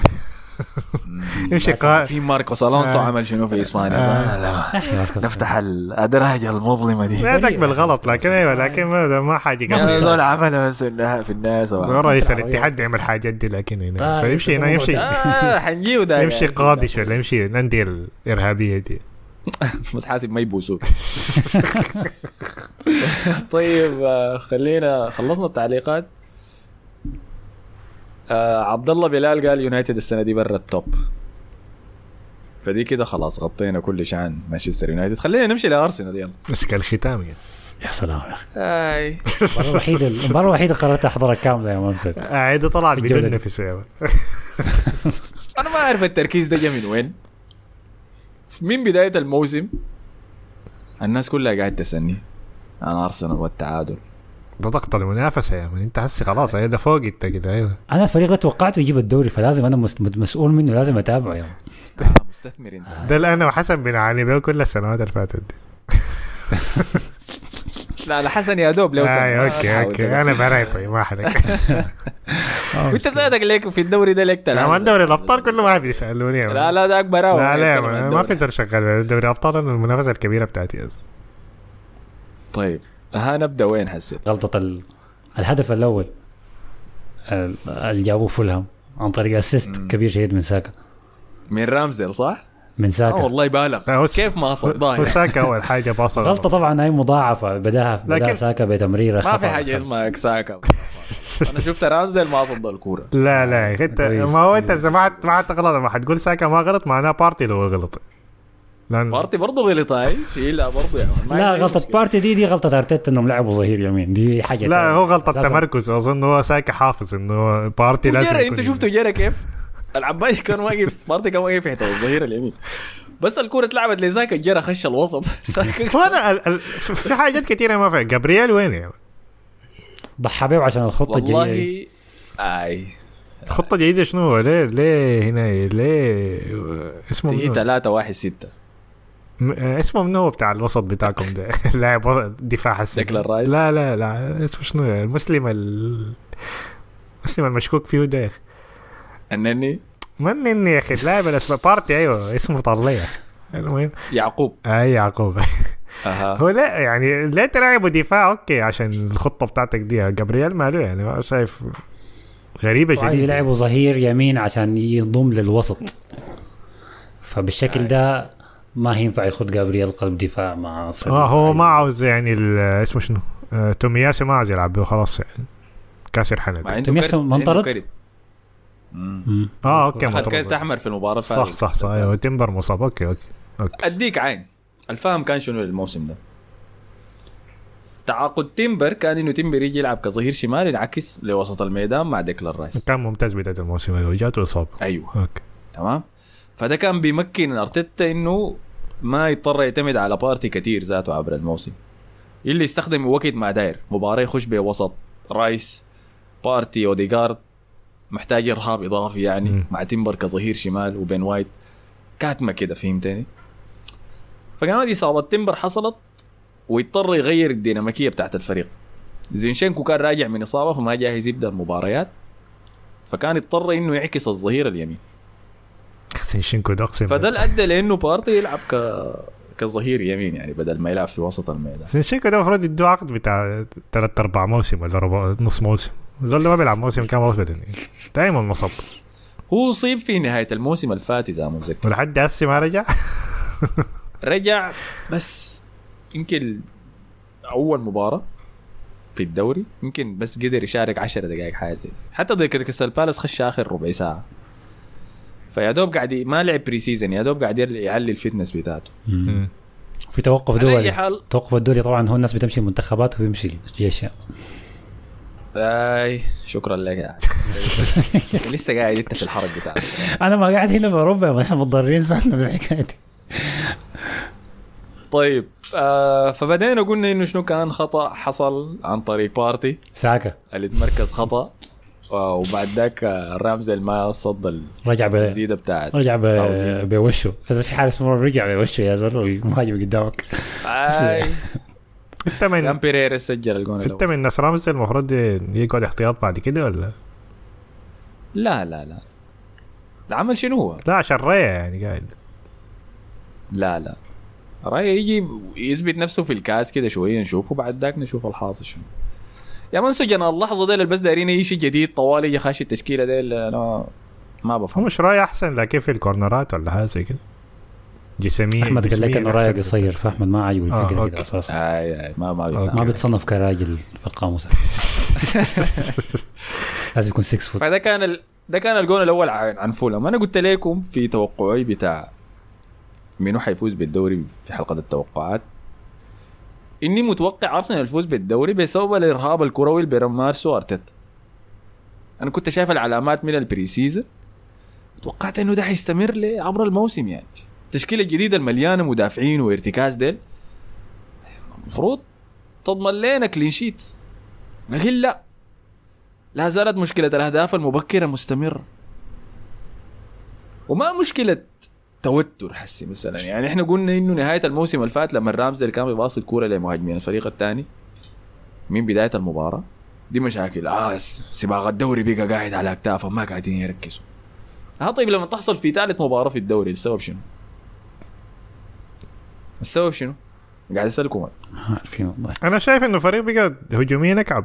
يمشي في ماركوس الونسو عمل شنو في اسبانيا؟ نفتح الادراج المظلمه دي. لا تقبل غلط لكن ما حاجه قبل هذول عملها بس في الناس. رئيس الاتحاد بيعمل حاجات دي لكن هنا فيمشي هنا حنجيو ده يمشي قادش ولا يمشي الانديه الارهابيه دي. بس حاسب ما يبوسوك. طيب خلينا خلصنا التعليقات. عبد الله بلال قال يونايتد السنه دي برا التوب، فدي كده خلاص غطينا كل شيء عن مانشستر يونايتد. خلينا نمشي لارسنال يلا. مسك الختام يا سلام يا اخي. المره الوحيده قررت احضرها كامله يا ممسك. عيد طلع بدون نفس. انا ما اعرف التركيز ده جا من وين. من بدايه الموسم الناس كلها قاعده تسني عن ارسنال والتعادل. ده ضغط المنافسه يا من. انت هسه خلاص ده فوق انت كده. ايوه انا فريق توقعته يجيب الدوري فلازم انا مسؤول منه لازم اتابعه يا مستثمر انت. ده اللي انا وحسن بنعاني به كل السنوات اللي فاتت دي. لا حسن يا دوب لو اوكي انا براي. طيب ما حدا وانت زادك ليك في الدوري ده ليك لا دوري الابطال كله ما بيسالوني. لا ده اكبر. لا ما في زر شغال دوري الابطال المنافسه الكبيره بتاعتي. طيب نبدا وين حسيت غلطه الهدف الاول اللي جابوه فولهام عن طريق اسيست كبير شديد من ساكا. من رامزديل صح؟ من ساكا. والله بالغ كيف ما صدها. ساكا اول حاجه باصه غلطه طبعا هي مضاعفه. بداها ساكا بتمريره ما في حاجه اسمها ساكا. انا شفت رامزديل ما صد الكوره. لا انت ما هو انت ما تغلط. ما حتقول ساكا ما غلط معناه بارتي لو غلط. بارتي برضه غلط. هاي لا برضه يعني لا غلطه بارتي دي غلطه ارتيتا انهم لعبوا ظهير يمين. دي حاجه لا هو غلطه تمركز. اظن هو ساكا حافظ انه بارتي لازم انت شفته جرى كيف العباية كان واقف. بارتي كان واقف تحت الظهير اليمين. بس الكرة اتلعبت لزاك الجرى خش الوسط. وانا في حاجات كثيره ما فاهم جابرييل وين يعني ضحى بيه عشان الخطه الجديده. والله اي الخطه الجديده شنو؟ ليه هنا ليه اسمه هي منو؟ 3-1-6 اسمه منو بتاع الوسط بتاعكم ده؟ لاعب دفاع حسن ديكلان رايس. لا اسمه شنو؟ المسلم المشكوك فيه ده يا اخي. انني من يا اخي لاعب الاسماء بارتي. ايوه اسمه طليع. المهم يعقوب. يعقوب. هو لا يعني لا تلعبوا دفاع اوكي عشان الخطه بتاعتك دي. جابرييل ماله يعني ما شايف غريبه عايز شديد. يلعبوا ظهير يمين عشان ينضم للوسط، فبالشكل ده ما هينفع ياخد جابرييل قلب دفاع مع صديق. هو ما عاوز يعني اسمه شنو تومياسي ما عاوز يلعب خلاص يعني كاسر حنك. تومياسي منطرد. اوكي اخذ كارت احمر في المباراه. صح ايوه تيمبر مصاب. اوكي اديك عين الفهم كان شنو الموسم ده. تعاقد تيمبر كان انه تيمبر يجي يلعب كظهير شمال ينعكس لوسط الميدان مع ديكلان رايس. كان ممتاز بدايه الموسم اللي جاته اصابه. ايوه اوكي تمام. فده كان بيمكن ارتيتا انه ما يضطر يعتمد على بارتي كتير ذاته عبر الموسم، اللي يستخدم وقت ما داير مباراه يخش بوسط رايس بارتي اوديغارد محتاج ارهاب اضافي يعني مع تيمبر كظهير شمال وبين وايت كاتمه كده فهمتني. فكانت اصابه تيمبر حصلت ويضطر يغير الديناميكيه بتاعت الفريق. زينشينكو كان راجع من اصابه فما جاهز يبدا المباريات، فكان يضطر انه يعكس الظهير اليمين. زينشينكو دقسم. فده اللي ادى لانه بارتي يلعب كظهير يمين يعني بدل ما يلعب في وسط الميدان. زينشينكو ده المفروض يدوه عقد بتاع 3-4 موسم ولا نص موسم. زول ما بيلعب موسم كامل اصلا دائما مصاب. هو صيب في نهايه الموسم الفات اذا متذكر ولحد هسه ما رجع. رجع بس يمكن اول مباراه في الدوري يمكن بس قدر يشارك 10 دقائق حاجه زي دي. حتى ضد كريستال بالاس خش اخر ربع ساعه، فيا دوب قاعد ما لعب بري سيزون، يا دوب قاعد يعلي الفتنس بتاعته. في توقف دولي. توقف الدولي طبعا هو الناس بتمشي المنتخبات وبيمشي الجيش. شكرا لك يا لسه قاعد انت في الحرب بتاعك. انا ما قاعد هنا باوروبا ما احنا متضررين صحنا بالحكايه دي. طيب فبدينا قلنا انه شنو كان خطا حصل عن طريق بارتي ساكا اللي تمركز خطا، وبعد ذاك الرامز ما صد رجع الزيده بتاعت رجع بوشه. اذا في حارس مره رجع بوشه يا زلمه مهاجم قدامك. انت من كان بيريرا سجل الجون انت من الناس رامز المفروض يقعد احتياط بعد كده ولا لا العمل شنو هو؟ لا عشان رايه يعني قاعد. لا رايه يجي يثبت نفسه في الكاس كده شويه نشوفه بعد ذاك نشوف الحاصل شنو. يا من سجن اللحظه دي بس دايرين اي شيء جديد طوالي يجي خاش التشكيله دي انا ما بفهم. هو مش رايه احسن لكن في الكورنرات ولا حاجه زي كده جسميه. احمد قال لك انه رايه قصير فاحمد ما عجبه الفكره كده اساسا. ما بيتصنف كراجل في القاموس. لازم يكون 6 فوت. فده كان الجون الاول عن فولهام. انا قلت لكم في توقعي بتاع منو حيفوز بالدوري في حلقه التوقعات اني متوقع ارسنال يفوز بالدوري بسبب الارهاب الكروي اللي بيمارسه ارتيتا. انا كنت شايف العلامات من البري سيزون، توقعت انه ده حيستمر عبر الموسم. يعني التشكيله الجديده المليانه مدافعين وارتكاز ديل المفروض تضمن لنا كلين شيت، لكن لا زالت مشكله الاهداف المبكره مستمره، وما مشكله توتر حسي مثلا. يعني احنا قلنا انه نهايه الموسم الفات لما الرامز اللي كان بيباصي الكوره لمهاجمين الفريق الثاني من بدايه المباراه دي مشاكل. سباق الدوري بقى قاعد على اكتافهم ما قاعدين يركزوا. طيب لما تحصل في ثالث مباراه في الدوري السبب شنو؟ قاعد اسالكم. عارفين والله. انا شايف انه فريق بقى هجوميا اكعب.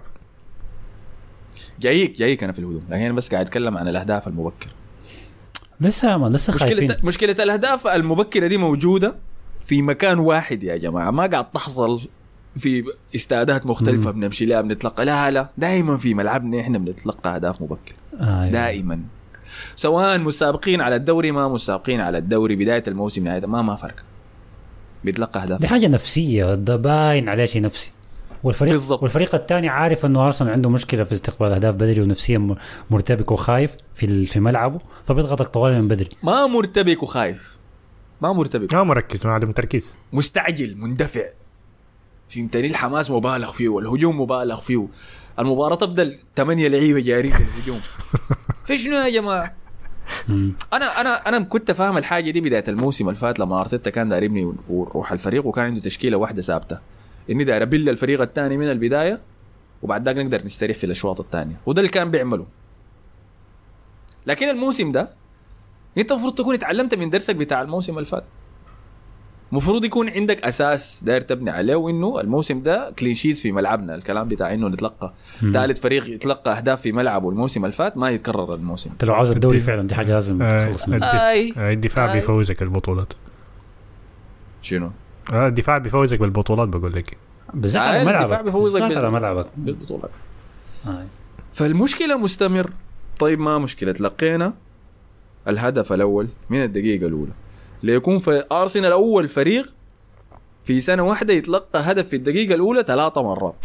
جايك انا في الهجوم، لكن انا بس قاعد اتكلم عن الاهداف المبكره. لسه خايفين. مشكله الاهداف المبكره دي موجوده في مكان واحد يا جماعه، ما قاعد تحصل في استادات مختلفه بنمشي لها بنتلقى. لا دائما في ملعبنا احنا بنتلقى اهداف مبكره دائما، سواء مسابقين على الدوري ما مسابقين على الدوري، بدايه الموسم نهايته ما فرق، بيتلقى اهداف. دي حاجه نفسيه، ده باين عليه شيء نفسي. والفريق الثاني عارف انه ارسنال عنده مشكله في استقبال اهداف بدري ونفسيا مرتبك وخايف في ملعبه، فبيضغطك طوال من بدري. ما مرتبك وخايف، ما مرتبط، ما مركز، ما عدم تركيز، مستعجل مندفع، فهمتني؟ الحماس مبالغ فيه والهجوم مبالغ فيه. المباراة تبدأ 8 لعيبة جارين في الهجوم. في شنو يا جماعة؟ أنا كنت فاهم الحاجة دي بداية الموسم الفات لما أرتيتا كان داير يبني وروح الفريق وكان عنده تشكيلة واحدة ثابتة، إني داير أبل الفريق الثاني من البداية وبعد ذاك نقدر نستريح في الأشواط الثانية، وده اللي كان بيعمله. لكن الموسم ده أنت المفروض تكون اتعلمت من درسك بتاع الموسم الفات. مفروض يكون عندك أساس داير تبني عليه، وإنه الموسم ده كلين شيت في ملعبنا. الكلام بتاع إنه نتلقى ثالث فريق يتلقى أهداف في ملعبه الموسم الفات ما يتكرر الموسم. انت لو عاوز الدوري فعلا دي حاجة لازم تخلص منها. الدفاع بيفوزك البطولات. شنو؟ الدفاع بيفوزك بالبطولات بقول لك. بالذات على ملعبك. الدفاع بيفوزك على ملعبك بالبطولات. فالمشكلة مستمر. طيب ما مشكلة، تلقينا الهدف الأول من الدقيقة الأولى ليكون في أرسنال أول فريق في سنة واحدة يتلقى هدف في الدقيقة الأولى 3 مرات.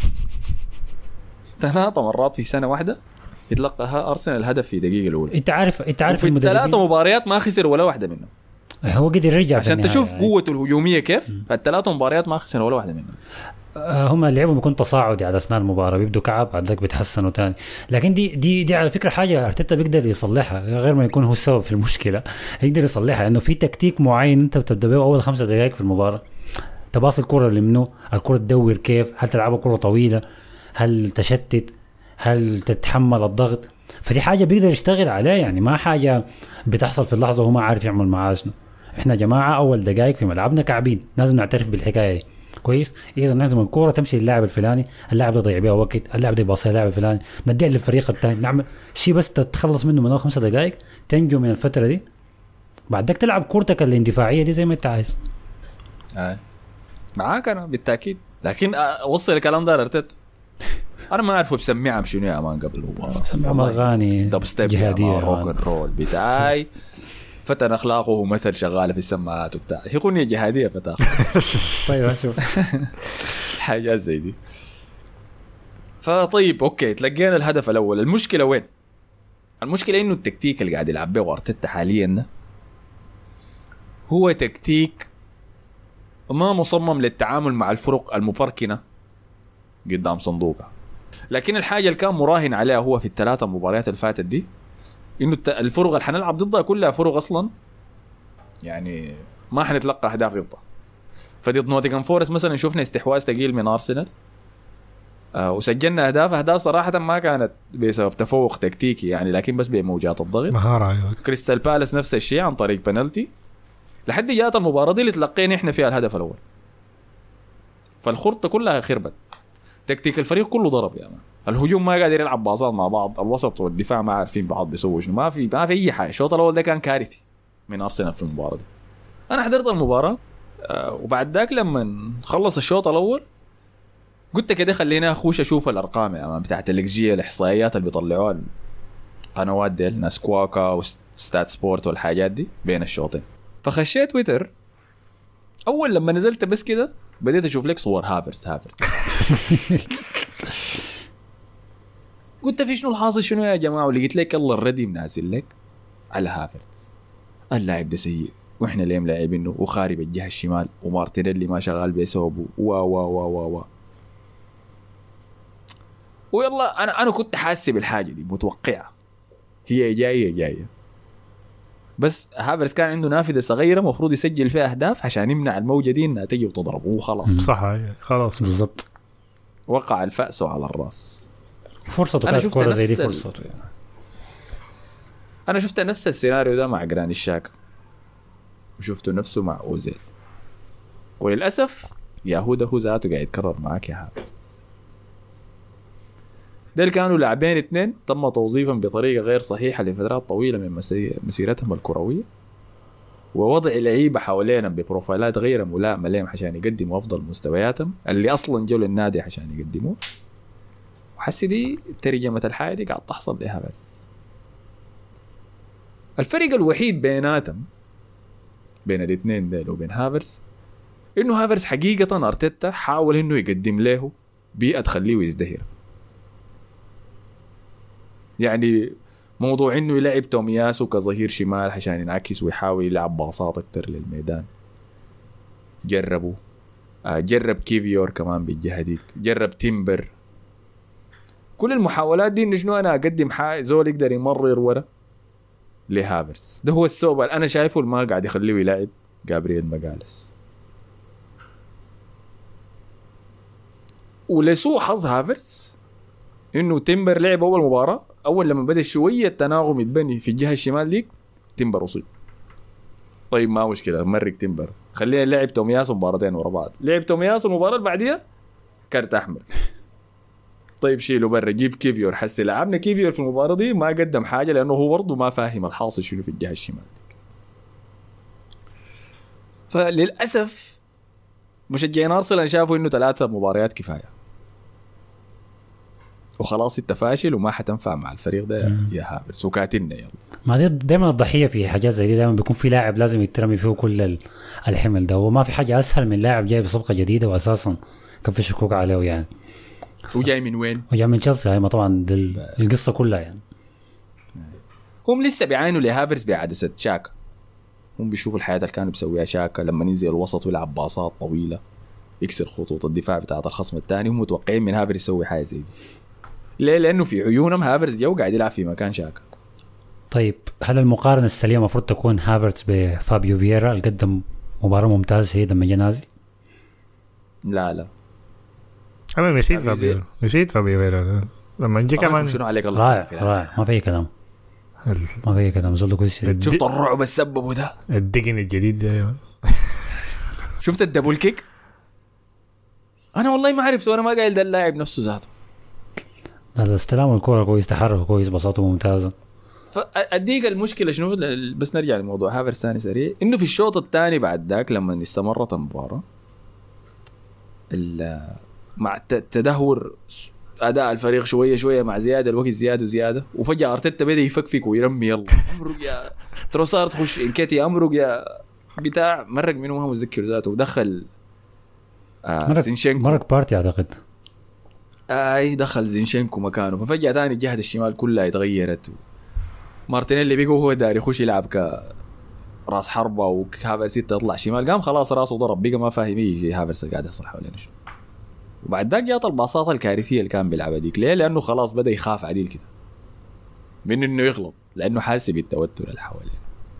3 مرات في سنة واحدة يتلقى أرسنال الهدف في الدقيقة الأولى. انت عارف في ال3 مباريات ما خسر ولا واحدة منهم. هو قدر يرجع عشان تشوف قوته الهجومية كيف. ال3 مباريات ما خسر ولا واحدة منهم. هم لعبوا بيكون تصاعدي على أثناء المباراة، بيبدوا كعب بعد ذلك بيتحسنوا تاني. لكن دي على فكرة حاجة أرتيتا بيقدر يصلحها، غير ما يكون هو السبب في المشكلة يقدر يصلحها، لأنه في تكتيك معين أنت بتبدأ به أول 5 دقائق في المباراة. تباصي الكرة اللي منه، الكرة تدور كيف، هل تلعبها كرة طويلة، هل تشتت، هل تتحمل الضغط. فدي حاجة بيقدر يشتغل عليها، يعني ما حاجة بتحصل في اللحظة وهو ما عارف يعمل معاه شنو. إحنا جماعة أول دقائق في ملعبنا كعبين، لازم نعترف بالحكاية دي كويس. إذا لازم الكرة تمشي للاعب الفلاني، اللاعب ده يضيع بيها وقت، اللاعب ده يباصيها للاعب الفلاني، نديها للفريق الثاني، نعمل شيء بس تتخلص منه من 5 دقائق، تنجو من الفترة دي، بعدك تلعب كورتك الاندفاعية دي زي ما انت عايز. معاك أنا بالتأكيد، لكن وصل الكلام ده أرتيتا أنا ما أعرفه بسمعها بشنو يا مان قبل المباراة. سمع أغاني جهادية روك اند رول بتاعي فتن أخلاقه ومثل شغالة في السماعات وبتاع، هي أغنية جهادية فتاة. طيب شوف حاجات زي دي. فطيب أوكي تلقينا الهدف الأول. المشكلة وين؟ المشكلة إنه التكتيك اللي قاعد يلعب به أرتيتا حاليا هو تكتيك ما مصمم للتعامل مع الفرق المبركنة قدام صندوقها. لكن الحاجة اللي كان مراهن عليها هو في ال3 مباريات الفاتت دي إنه الفرق اللي حنلعب ضدها كلها فرق أصلا يعني ما حنتلقى أهداف ضدها. فضد نوتنغهام فورست مثلا شفنا استحواذ ثقيل من أرسنال وسجلنا أهداف صراحة ما كانت بسبب تفوق تكتيكي يعني، لكن بس بموجات الضغط. مهارة. كريستال بالاس نفس الشيء عن طريق بنالتي، لحد جاءت المباراة دي اللي تلقينا إحنا فيها الهدف الأول. فالخطة كلها خربت، تكتيك الفريق كله ضرب يا مان. الهجوم ما قادر يلعب باصات مع بعض، الوسط والدفاع ما عارفين بعض بيسووا شنو، ما في اي حاجه. الشوط الاول ده كان كارثي من ارسنال في المباراه دي. انا حضرت المباراه وبعد ذاك لما خلص الشوط الاول قلت كده خلينا اخوش اشوف الارقام يا مان بتاعت الاكجيه، الاحصائيات اللي بيطلعوها القنوات دي ناس كواكا وستات سبورت والحاجات دي بين الشوطين. فخشيت تويتر، اول لما نزلت بس كده بديت اشوف لك صور هافرز قلت في شنو الحاصل شنو يا جماعه، ولقيت لك الله الردي منازل لك على هافرز اللاعب ده سيء واحنا ليه ملاعبينه وخارب الجهه الشمال ومارتينيلي ما شغال بيسوبه و ويلا انا كنت حاسس بالحاجه دي متوقعه هي جايه بس هافرز كان عنده نافذه صغيره مفروض يسجل فيها اهداف عشان يمنع الموجه دي انها تجي وتضربه وخلاص. صح خلاص بالضبط. وقع الفأس على الراس. فرصة كانت كورة زي دي فرصة. أنا شفت نفس السيناريو ده مع جراني الشاكا وشفته نفسه مع أوزيل، وللأسف يهودا هو ذاته قاعد يتكرر معاك يا هافرز. دول كانوا لاعبين 2 تم توظيفهم بطريقة غير صحيحة لفترات طويلة من مسيرتهم الكروية، ووضع لعيبة حوالينهم ببروفايلات غير ملائمة لهم عشان يقدموا أفضل مستوياتهم اللي أصلا جو للنادي عشان يقدموه. وحسي دي ترجمة الحياة دي قاعد تحصل لهافرز. الفرق الوحيد بيناتهم بين الاثنين ديل وبين هافرز إنه هافرز حقيقة أرتيتا حاول إنه يقدم له بيئة تخليه يزدهر. يعني موضوع انه يلعب تومياسو كظهير شمال عشان ينعكس ويحاول يلعب باصات اكتر للميدان. جربوا جرب كيفيور كمان بالجهه ديك، جرب تيمبر. كل المحاولات دي انه شنو انا اقدم زول يقدر يمرر ورا لهافرز. ده هو السبب انا شايفه ما قاعد يخليه يلعب جابرييل ماغاليس. ولسوء حظ هافرز انه تيمبر لعب اول مباراه، اول لما بدا شويه تناغم يتبني في الجهه الشمال ديك تيمبر اصيب. طيب ما مشكله مرق تيمبر، خلينا نلعب تومياسو مباراتين ورا بعض. لعب تومياسو المباراه اللي بعديها كارت احمر. طيب شيله برا، جيب كيفيور. حسي لعبنا كيفيور في المباراه دي ما قدم حاجه لانه هو برضه ما فاهم الحاصل شنو في الجهه الشمال. فللاسف مشجعين ارسنال شافوا انه 3 مباريات كفايه وخلاص انت فاشل وما حتنفع مع الفريق ده يا هافرز وكاتلنا. يلا ما دي دائما الضحيه في حاجات زي دي، دائما بيكون في لاعب لازم يترمي فيه كل الحمل ده، وما في حاجه اسهل من لاعب جاي بصفقه جديده واساسا كان في شكوك عليه يعني. وجاي من وين؟ وجاي من تشيلسي. هاي ما طبعا القصه كلها يعني. هم لسه بيعانوا لهافرز بعدسه شاكا. هم بيشوفوا الحياه اللي كانوا بيسويها شاكا لما ينزل الوسط ويلعب باصات طويله يكسر خطوط الدفاع بتاعت الخصم الثاني. هم متوقعين من هافرز يسوي حاجه زي دي. ليه؟ لانه في عيونهم هافرز جو قاعد يلعب في مكان شاكا. طيب هل المقارنه السليمه المفروض تكون هافرز بفابيو فييرا اللي قدم مباراه ممتازه هي لما جا نازل؟ لا انا نسيت فابيو فييرا لما نجي كمان. شنو عليك الله؟ رائع ما في كلام. ما في كلام. زول كويس. شفت الرعب السبب ده؟ الدقن الجديد ده. شفت الدبل كيك؟ انا والله ما عرفت وانا ما قايل ده اللاعب نفسه ذاته. الاستلام الكرة كويس، تحرك كويس، بساطته ممتازة. فأديك المشكلة شنو؟ بس نرجع للموضوع هافرز ثاني سريع. إنه في الشوط الثاني بعد ذاك لما استمرت المباراة مع تدهور أداء الفريق شوية مع زيادة الوقت زيادة وفجأة أرتيتا بدأ يفكفك ويرمي. يلا أمرق يا تروسار تخش إنكتي، أمرق يا بتاع مرق منه ما هو متذكر ذاته ودخل زينشينكو. مرق بارتي أعتقد. دخل زينشينكو مكانه. ففجأة ثاني جهة الشمال كلها اتغيرت. مارتينيلي بيقو هو داري يخش يلعب كراس حربة وهافرز يطلع شمال. قام خلاص راسه ضرب بقى ما فاهم يجي هافرز قاعد يصل حوالينه شو. وبعد ذاك جات الباصات الكارثية اللي كان بيلعبها ديك. ليه؟ لأنه خلاص بدأ يخاف عديل كده من إنه يغلط لأنه حاسس بالتوتر اللي حواليه.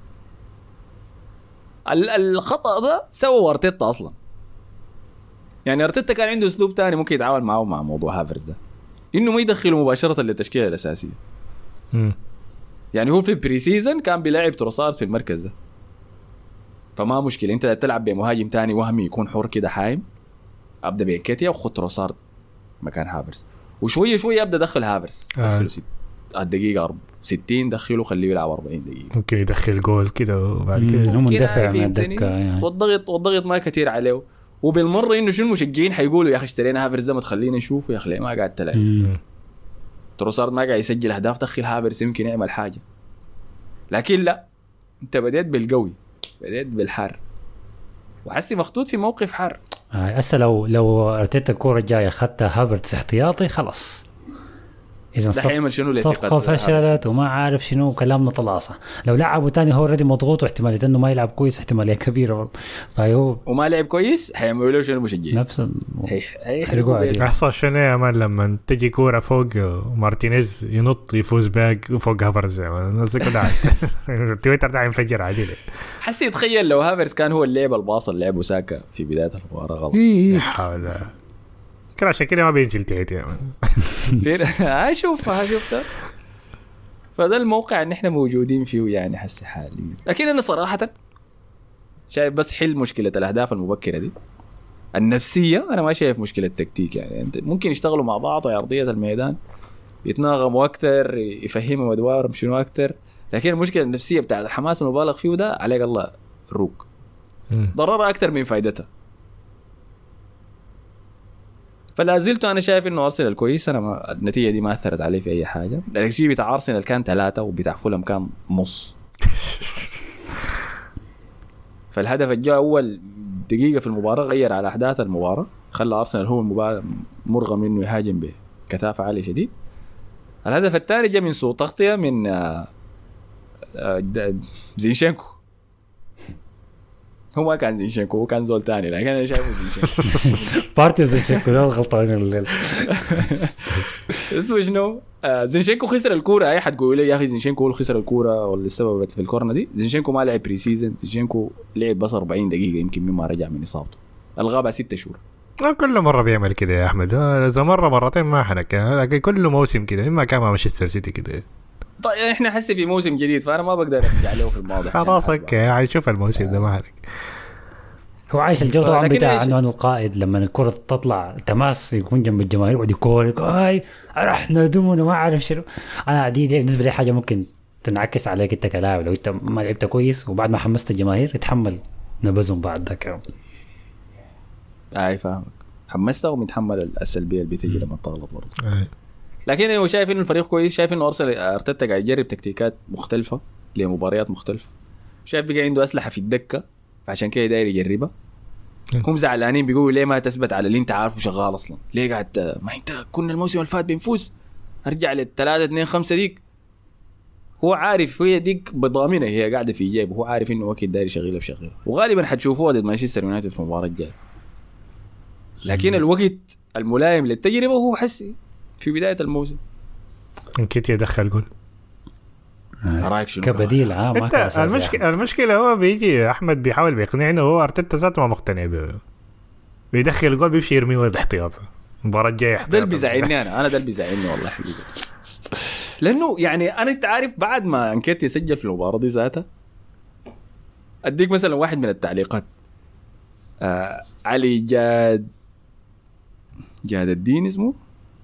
الخطأ ده سوى أرتيتا أصلا. يعني أرتيتا كان عنده أسلوب تاني ممكن يتعامل معه مع موضوع هافرز ده، إنه ما يدخله مباشرة للتشكيلة الأساسية. يعني هو في بري سيزن كان بيلعب تروسارد في المركز ده، فما مشكلة أنت تلعب بمهاجم تاني وهمي يكون حر كده حايم. أبدأ بإنكيتيا وخد تروسارد مكان هافرز، وشوية أبدأ دخل هافرز دخله الدقيقة 60 دخله خليه يلعب 40 دقيقة. ممكن يدخل جول كده وبعد كده هو مندفع من الدكة يعني. والضغط ما كتير عليه. وبالمرة إنه شو المشجعين حيقولوا يا أخي اشترينا هافرز ده ما تخلينا نشوفه يا أخي ما قاعد تلعب. تروسارد ما قاعد يسجل أهداف، دخل هافرز يمكن يعمل حاجة. لكن لا، أنت بديت بالقوي، بديت بالحر، وحسي مخطوط في موقف حر. هسه لو ارتيتا الكورة الجاية خدتها هافرز احتياطي خلاص. إذا صفقة فشلت وما عارف شنو كلامنا طلع صح. لو لعبوا تاني هو ردي مضغوط واحتمالية إنه ما يلعب كويس احتمالية كبيرة. فهو وما لعب كويس حيعملوا له شنو المشجعين نفس هيحرقوا عليه. أحصل شنو يا مان لما تجي كورة فوق مارتينيز ينط يفوز باك فوق هافرز الناس كده تويتر ده ينفجر عادي. حسي يتخيل لو هافرز كان هو اللعب الباص اللي لعبه ساكا في بداية المباراة غلط. حاول عشان كده ما بينزل تحت يا مان. شوفها. فده الموقع ان احنا موجودين فيه يعني حسي حاليا. لكن انا صراحة شايف بس حل مشكلة الاهداف المبكرة دي النفسية. انا ما شايف مشكلة تكتيك. يعني انت ممكن يشتغلوا مع بعض على ارضية الميدان يتناغموا اكتر يفهموا ادوارهم شنو اكتر. لكن المشكلة النفسية بتاعت الحماس المبالغ فيه ده عليك الله روك ضررها اكتر من فائدتها. فلا زلت أنا شايف إنه أرسنال كويس. أنا النتيجة دي ما أثرت عليه في أي حاجة. الشيء بتاع أرسنال كان 3 وبتاع فولم كان نص. فالهدف الجاء أول دقيقة في المباراة غير على أحداث المباراة، خلى أرسنال هو مرغم إنه يهاجم بكثافة عالية شديد. الهدف الثاني جاء من سوء تغطية من زينشينكو. هو ما كان زينشينكو، هو كان زول تاني، لكن أنا شايفه زينشينكو. بارتي زينشينكو ده غلطانين الليل. اسمه شنو؟ زينشينكو خسر الكورة. أي حد يقول لي يا أخي زينشينكو هو خسر الكورة ولا السبب في الكورنر دي. زينشينكو ما لعب بري سيزن، زينشينكو لعب بس 40 دقيقة يمكن مما رجع من إصابته، الغابة 6 شهور. كل مرة بيعمل كده يا أحمد، إذا مرة مرتين ما حنك، لكن كل موسم كده، إما كان مع مانشستر سيتي كده. طيب إحنا حسي في موسم جديد، فأنا ما بقدر أرجع له في الماضي. خلاص اوكي، شوف الموسم ده ما حنك. هو عايش الجو طبعا بتاع عنوان القائد لما الكرة تطلع تماس يكون جنب الجماهير ويقعد يقول هاي رحنا دمنا ما أعرف شنو. أنا دي بالنسبة لي حاجة ممكن تنعكس عليك أنت كلاعب، لو أنت ما لعبت كويس وبعد ما حمست الجماهير يتحمل نبذهم بعد ذاك. أي فاهمك، حمسته ومتحمل السلبية اللي بتيجي لما تغلط برضه. لكن هو شايف إنه الفريق كويس، شايف إنه أرتيتا قاعد يجرب تكتيكات مختلفة لمباريات مختلفة، شايف بقى عنده أسلحة في الدكة فعشان كده داير يجربها. هم زعلانين بيقولوا ليه ما تثبت على اللي انت عارفه شغال اصلا، ليه قاعد ما انت كنا الموسم اللي فات بنفوز ارجع لل3-2-5 ديك. هو عارف هي ديك بضامنه هي قاعده في جيبه، هو عارف انه وقت داير شغيله بشغيله، وغالبا حتشوفوها ضد مانشستر يونايتد في المباراه الجايه. لكن الوقت الملائم للتجربه هو حسي في بدايه الموسم. انكيتيا دخل جول رايك شنو كبديل ما المشكله هو بيجي احمد بيحاول بيقنعنا، هو ارتيتا ذاته ما مقتنع به، بيدخل الجول بيمشي يرميه ورا احتياطي المباراه الجايه احتياطي. ده اللي بيزعلني انا ده اللي بيزعلني والله حقيقه، لانه يعني انا انت عارف بعد ما انكيتي سجل في المباراه دي ذاتها اديك مثلا واحد من التعليقات علي جاد الدين اسمه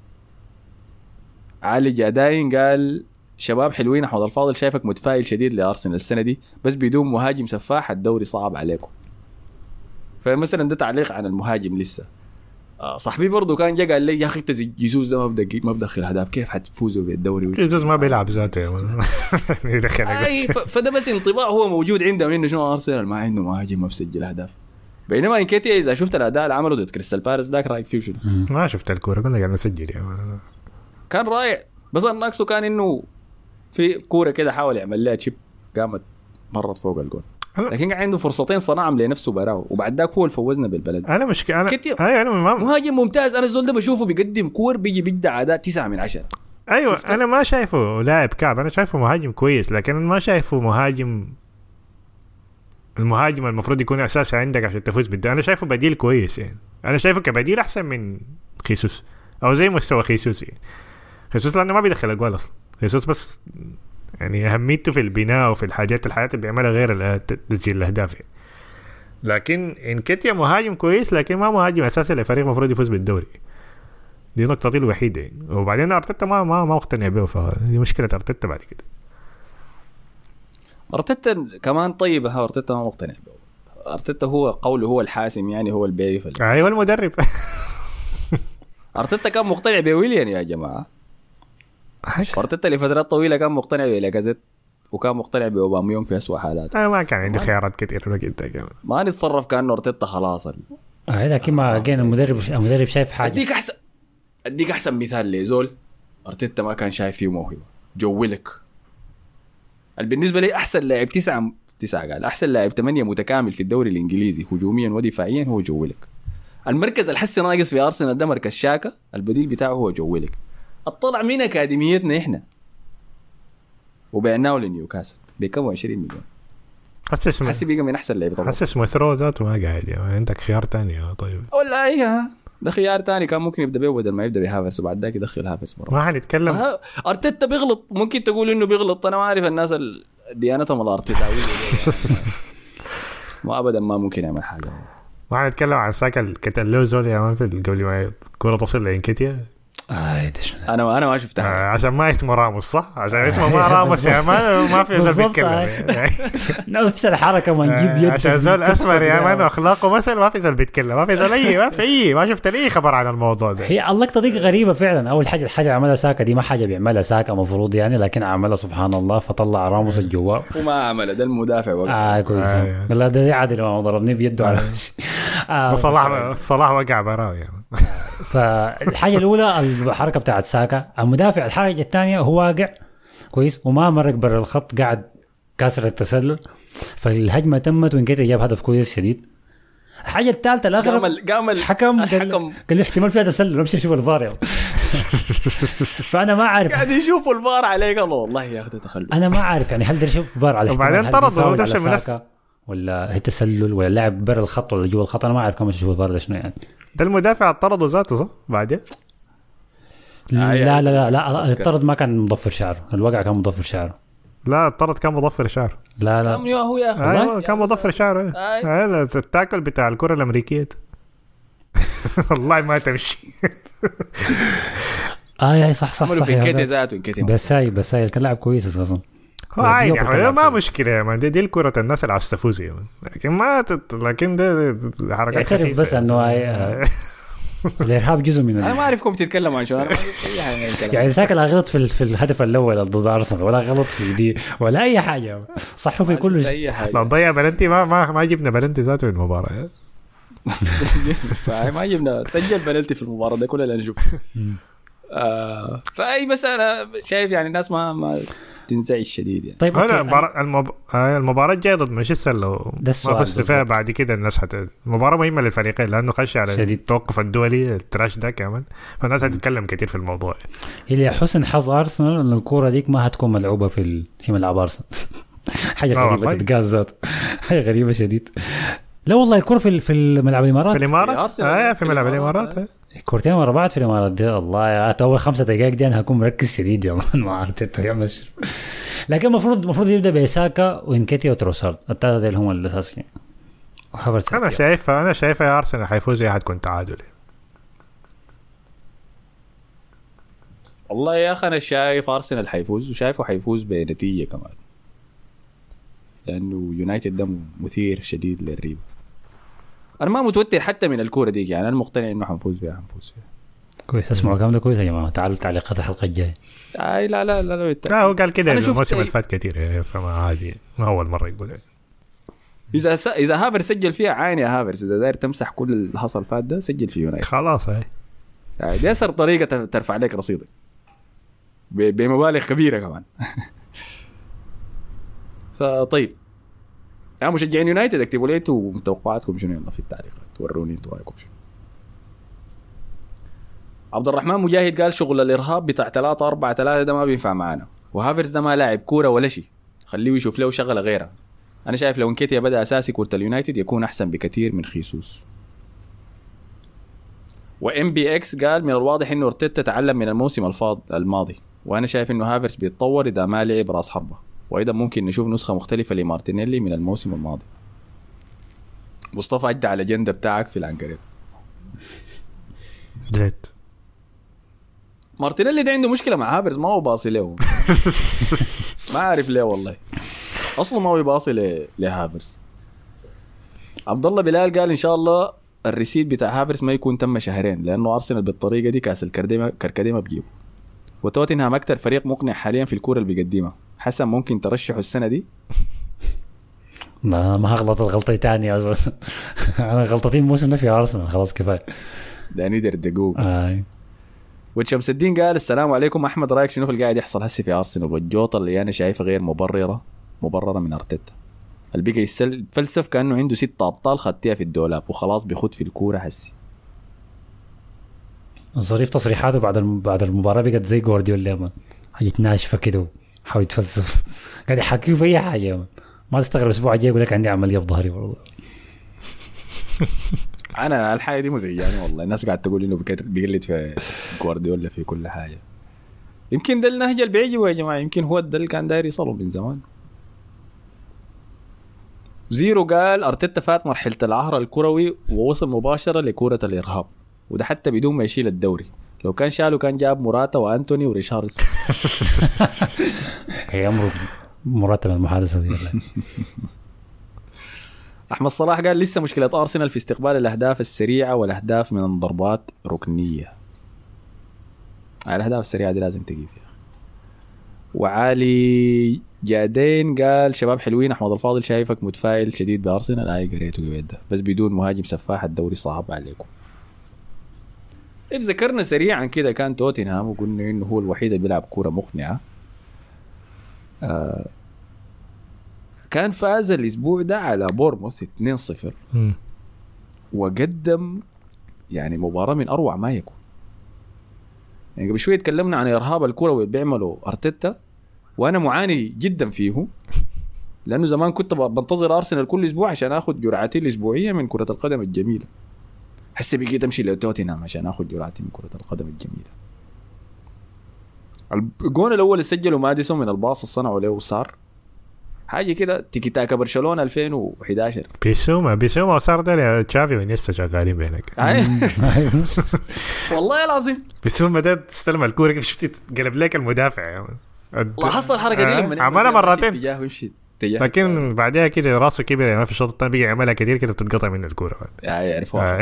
علي جاداين قال شباب حلوين، احمد الفاضل شايفك متفائل شديد لارسنال السنه دي، بس بدون مهاجم سفاح الدوري صعب عليكم. فمثلا ده تعليق عن المهاجم لسه. صاحبي برضو كان جا قال لي يا اخي جيسوس ده ما بدخل هدف، كيف حتفوزوا بالدوري؟ جيسوس ما بيلعب ذاته يدخل. فده بس انطباع هو موجود عندهم انه شنو ارسنال ما عنده مهاجم ما بسجل اهداف. بينما انكيتيا اذا شفت الاداء اللي عمله ضد كريستال بالاس ذاك رايك فيه شنو؟ ما شفت الكوره، كنا قاعد نسجل كان رائع، بس الناقصه كان انه في كوره كده حاول يعمل لها تشيب قامت مرت فوق الجول، لكن عنده فرصتين صنعهم لنفسه براه، وبعد ذاك هو اللي فوزنا بالبلد. انا مشكله انا مهاجم ممتاز، انا الزول ده بشوفه بيقدم كور بيدي عادات 9 من 10. ايوه شفته؟ انا ما شايفه لاعب كعب، انا شايفه مهاجم كويس، لكن ما شايفه مهاجم المهاجم المفروض يكون اساسي عندك عشان تفوز بالدوري. انا شايفه بديل كويس، يعني انا شايفه كبديل احسن من خيسوس او زي مستوى خيسوس. يعني خيسوس لانه ما بيدخل اجوال اصلا، خيسوس بس يعني اهميته في البناء وفي الحاجات الحياة اللي بيعملها غير تسجيل الاهداف يعني. لكن انكيتيا مهاجم كويس، لكن ما مهاجم اساسي لفريق المفروض يفوز بالدوري، دي نقطتي الوحيده يعني. وبعدين ارتيتا ما مقتنع به، فدي مشكله ارتيتا بعد كده. ارتيتا كمان طيب، ارتيتا ما مقتنع به. ارتيتا هو قوله هو الحاسم، يعني هو البيعرف. ايوه المدرب. ارتيتا كان مقتنع بويليان يا جماعه. ارتيتا لفترات طويله كان مقتنع بلاكازيت وكان مقتنع باوباميونغ في اسوء حالاته. انا ما كان عندي خيارات كثير وقت كمان، ما نتصرف كانه ارتيتا خلاص. لكن ما كان المدرب شايف حاجه. اديك احسن مثال لزول ارتيتا ما كان شايف فيه موهبه، جو ويلك. بالنسبه لي احسن لاعب 9 قال احسن لاعب 8 متكامل في الدوري الانجليزي هجوميا ودفاعيا هو جو ويلك. المركز الحسي ناقص في ارسنال ده مركز شاكا، البديل بتاعه هو جو ويلك. اطلع من اكاديميتنا احنا وبعناه لنيوكاسل بكم 20 مليون. حسي بيقى من احسن لاعب طبعا. حسس مثرو ذاته ما قاعد يعني. عندك خيار تاني طيب ولا ايه؟ ده خيار تاني كان ممكن يبدا بيه بدل ما يبدا بهافرس، وبعد ذاك يدخل هافرس مره. ما حنتكلم. ارتيتا بيغلط، ممكن تقول انه بيغلط، انا ما اعرف الناس ديانتهم الارتيتاويه ما ابدا ما ممكن يعمل حاجه. ما حنتكلم عن ساكا كتالوزو يا مان في قبل ما الكره تصل لانكيتيا. انا ما شفتها عشان ما اسمه راموس، صح؟ عشان اسمه ما راموس يا مان، ما في زول بيتكلم نفس الحركه ما نجيب يد عشان زول اسمر يا مان واخلاقه مثلا ما في زول بيتكلم، ما في زول ما شفت لي خبر عن الموضوع ده. هي اللقطه دي غريبه فعلا. اول حاجه الحاجه عملها ساكا دي ما حاجه بيعملها ساكا مفروض يعني، لكن عملها سبحان الله فطلع راموس الجواب وما عمل ده المدافع كويس. لا ده عادل ما ضربني بيده على صلاح وقع براه يعني. فالحاجه الاولى الحركه بتاعت ساكا. المدافع الحاجه الثانيه هو واقع كويس وما مرق برا الخط، قاعد كاسر التسلل، فالهجمه تمت وانكيتي جاب هدف كويس شديد. الحاجه الثالثه الاغرب قام الحكم قال لي احتمال فيها تسلل، امشي شوف الفار. فانا ما عارف قاعد يشوفوا الفار عليه، قالوا والله يا اخي تخلف. انا ما عارف يعني هل ده شوف فار على وبعدين طردوا دش من نفسه ولا هي تسلل ولا لاعب برا الخط ولا جوا الخط. انا ما اعرف كم اشوف الفار ده شنو يعني. ده المدافع طرده ذاته صح بعدين؟ لا لا لا لا الطرد ما كان مضفر شعره، الوقع كان مضفر شعره. لا الطرد كان مضفر شعره. لا لا كم هو يا اخي ايوه كان مضفر شعره. ايوه التاكل بتاع الكره الامريكيه والله ما تمشي. صح صح عملوا في كيتي ذاته كيتي بساي كان لاعب كويس اساسا. يعني ما مشكله يا مان، دي الكره الناس اللي عاوز تفوز يا مان، لكن ما لكن ده حركات خسيسه بس انه الارهاب جزء من انا ما اعرفكم تتكلموا عن شو. يعني ساكا لا غلط في الهدف الاول ضد ارسنال ولا غلط في دي ولا اي حاجه، صحوا في كل شيء. لا ضيع بلنتي، ما جبنا بلنتي ذاته في المباراه. صحيح ما جبنا، سجل بلنتي في المباراه ده كلها اللي نشوف. فاي بس انا شايف يعني الناس ما تنزعج شديد يعني. طيب المباراة الجاية ضد مانشستر لو ما فزت فيها بعد كده الناس المباراة مهمة للفريقين لأنه خش على التوقف الدولي التراش ده كمان، فالناس هتتكلم كتير في الموضوع. اللي حسن حظ أرسنال إن الكورة ديك ما هتكون ملعوبة في ملعب أرسنال. حاجة غريبة تتقال ذات، حاجة غريبة شديد. لا والله الكورة في الملعب الإمارات. في الإمارات في ملعب الإمارات. كورتين ورا بعض في الامارات دي. الله يا اول 5 دقائق دي انا هكون مركز شديد يا مان ما عرفت يعمل. لكن المفروض يبدا بساكا وانكيتي وتروسارد، الثلاثه دول هم الاساسيين. انا شايفه يا ارسنال حيفوز، يا حتكون تعادل. والله يا اخي انا شايف ارسنال حيفوز، وشايفه حيفوز بنتيجه كمان، لانه يونايتد ده مثير شديد للريبه. انا ما متوتر حتى من الكوره دي يعني، انا مقتنع انه حنفوز فيها. كويس. اسمعوا الكلام ده كويس يا جماعه. تعالوا تعليقات الحلقه الجايه. لا هو قال كده الموسم اللي فات كتير، فما عادي ما اول مره يقول. اذا هافر سجل فيها عين يا هافر، اذا داير تمسح كل اللي حصل فات ده سجل في يونايتد خلاص. هاي دي اسهل طريقه ترفع عليك رصيدك بمبالغ كبيره كمان. فطيب يا مشجعين يونايتد اكتبوا لي انتوا توقعاتكم شنو يلا في التعليقات، وروني انتوا رايكم شنو. عبد الرحمن مجاهد قال شغل الارهاب بتاع 3-4-3 ده ما بينفع معانا، وهافرز ده ما لاعب كوره ولا شيء، خليه يشوف له شغله غيرها. انا شايف لو انكيتيا بدا اساسي كره اليونايتد يكون احسن بكثير من خيسوس. وام بي اكس قال من الواضح انه ارتيتا تعلم من الموسم الماضي، وانا شايف انه هافرز بيتطور اذا ما لعب راس حربه، وايضا ممكن نشوف نسخه مختلفه لمارتينيلي من الموسم الماضي. مصطفى عدى على الاجنده بتاعك في العنكريب. جد مارتينيلي ده عنده مشكله مع هافرز، ما هو باصي له. ما عارف ليه والله، اصلا ما هو باصي لهافرز. عبد الله بلال قال ان شاء الله الريسيت بتاع هافرز ما يكون تم شهرين، لانه ارسنال بالطريقه دي كاس الكركديه بجيبه. وتوتنهام اكثر فريق مقنع حاليا في الكوره اللي بيقدمها. حسن ممكن ترشحه السنه دي؟ ما هغلط الغلطه تاني يا زلمه. انا غلطتين موسم في ارسنال خلاص كفايه. ده ندر دقوق. وشمس الدين قال السلام عليكم احمد، رايك شنو في اللي قاعد يحصل هسه في ارسنال والجوطه اللي انا شايفها غير مبرره من ارتيتا؟ البيجي فلسف كانه عنده 6 ابطال خدتها في الدولاب وخلاص بيخد في الكوره هسه. ظريف تصريحاته بعد المباراه بقت زي جوارديولا، حاجه ناشفه كده حاول يتفلسف، قاعد يحكيه في اي حاجه. ما تستغرب الاسبوع الجاي يقول لك عندي عمليه في ظهري والله. انا الحاجه دي مزعجاني والله، الناس قاعد تقول انه بيقلد في جوارديولا في كل حاجه. يمكن ده النهج اللي بيعجبه يا جماعه، يمكن هو ده اللي كان داير يصله من زمان. زيرو قال ارتيتا فات مرحله العهر الكروي ووصل مباشره لكره الارهاب، وده حتى بدون ما يشيل الدوري. لو كان شاله كان جاب موراتا وانتوني وريشارلز. هي امر مرتب المحادثه دي والله. احمد صلاح قال لسه مشكله ارسنال في استقبال الاهداف السريعه والاهداف من ضربات ركنيه. الاهداف السريعه دي لازم تجي فيها. وعالي جادين قال شباب حلوين، احمد الفاضل شايفك متفائل شديد بارسنال. قريته قبل ده، بس بدون مهاجم سفاح الدوري صعب عليكم. طيب ذكرنا سريعا كده كان توتنهام وقلنا انه هو الوحيد اللي بيلعب كوره مقنعه. كان فاز الاسبوع ده على بورموث 2-0 وقدم يعني مباراه من اروع ما يكون. يعني قبل شويه تكلمنا عن ارهاب الكوره واللي بيعمله ارتيتا وانا معاني جدا فيه لانه زمان كنت بنتظر ارسنال كل اسبوع عشان اخذ جرعتي الاسبوعيه من كره القدم الجميله. هسه بقيت امشي لتوتنهام عشان اخذ جرعتي من كره القدم الجميله. الجون الاول اللي سجله ماديسون من الباص صنعه له وصار حاجه كده تيكي تاكا برشلونه 2011. بيسوما وصار ده تشافي ونيستا شغالين بينك. والله العظيم بيسوما ده استلم الكوره كيف شفت قلب لك المدافع. لاحظت الحركه دي لما عملها مرتين تجاهه يمشي لكن بعدها كده راسه كبر يعني في الشوط الثاني بيجي يعملها كثير كده بتتقطع من الكوره. يعرفوها.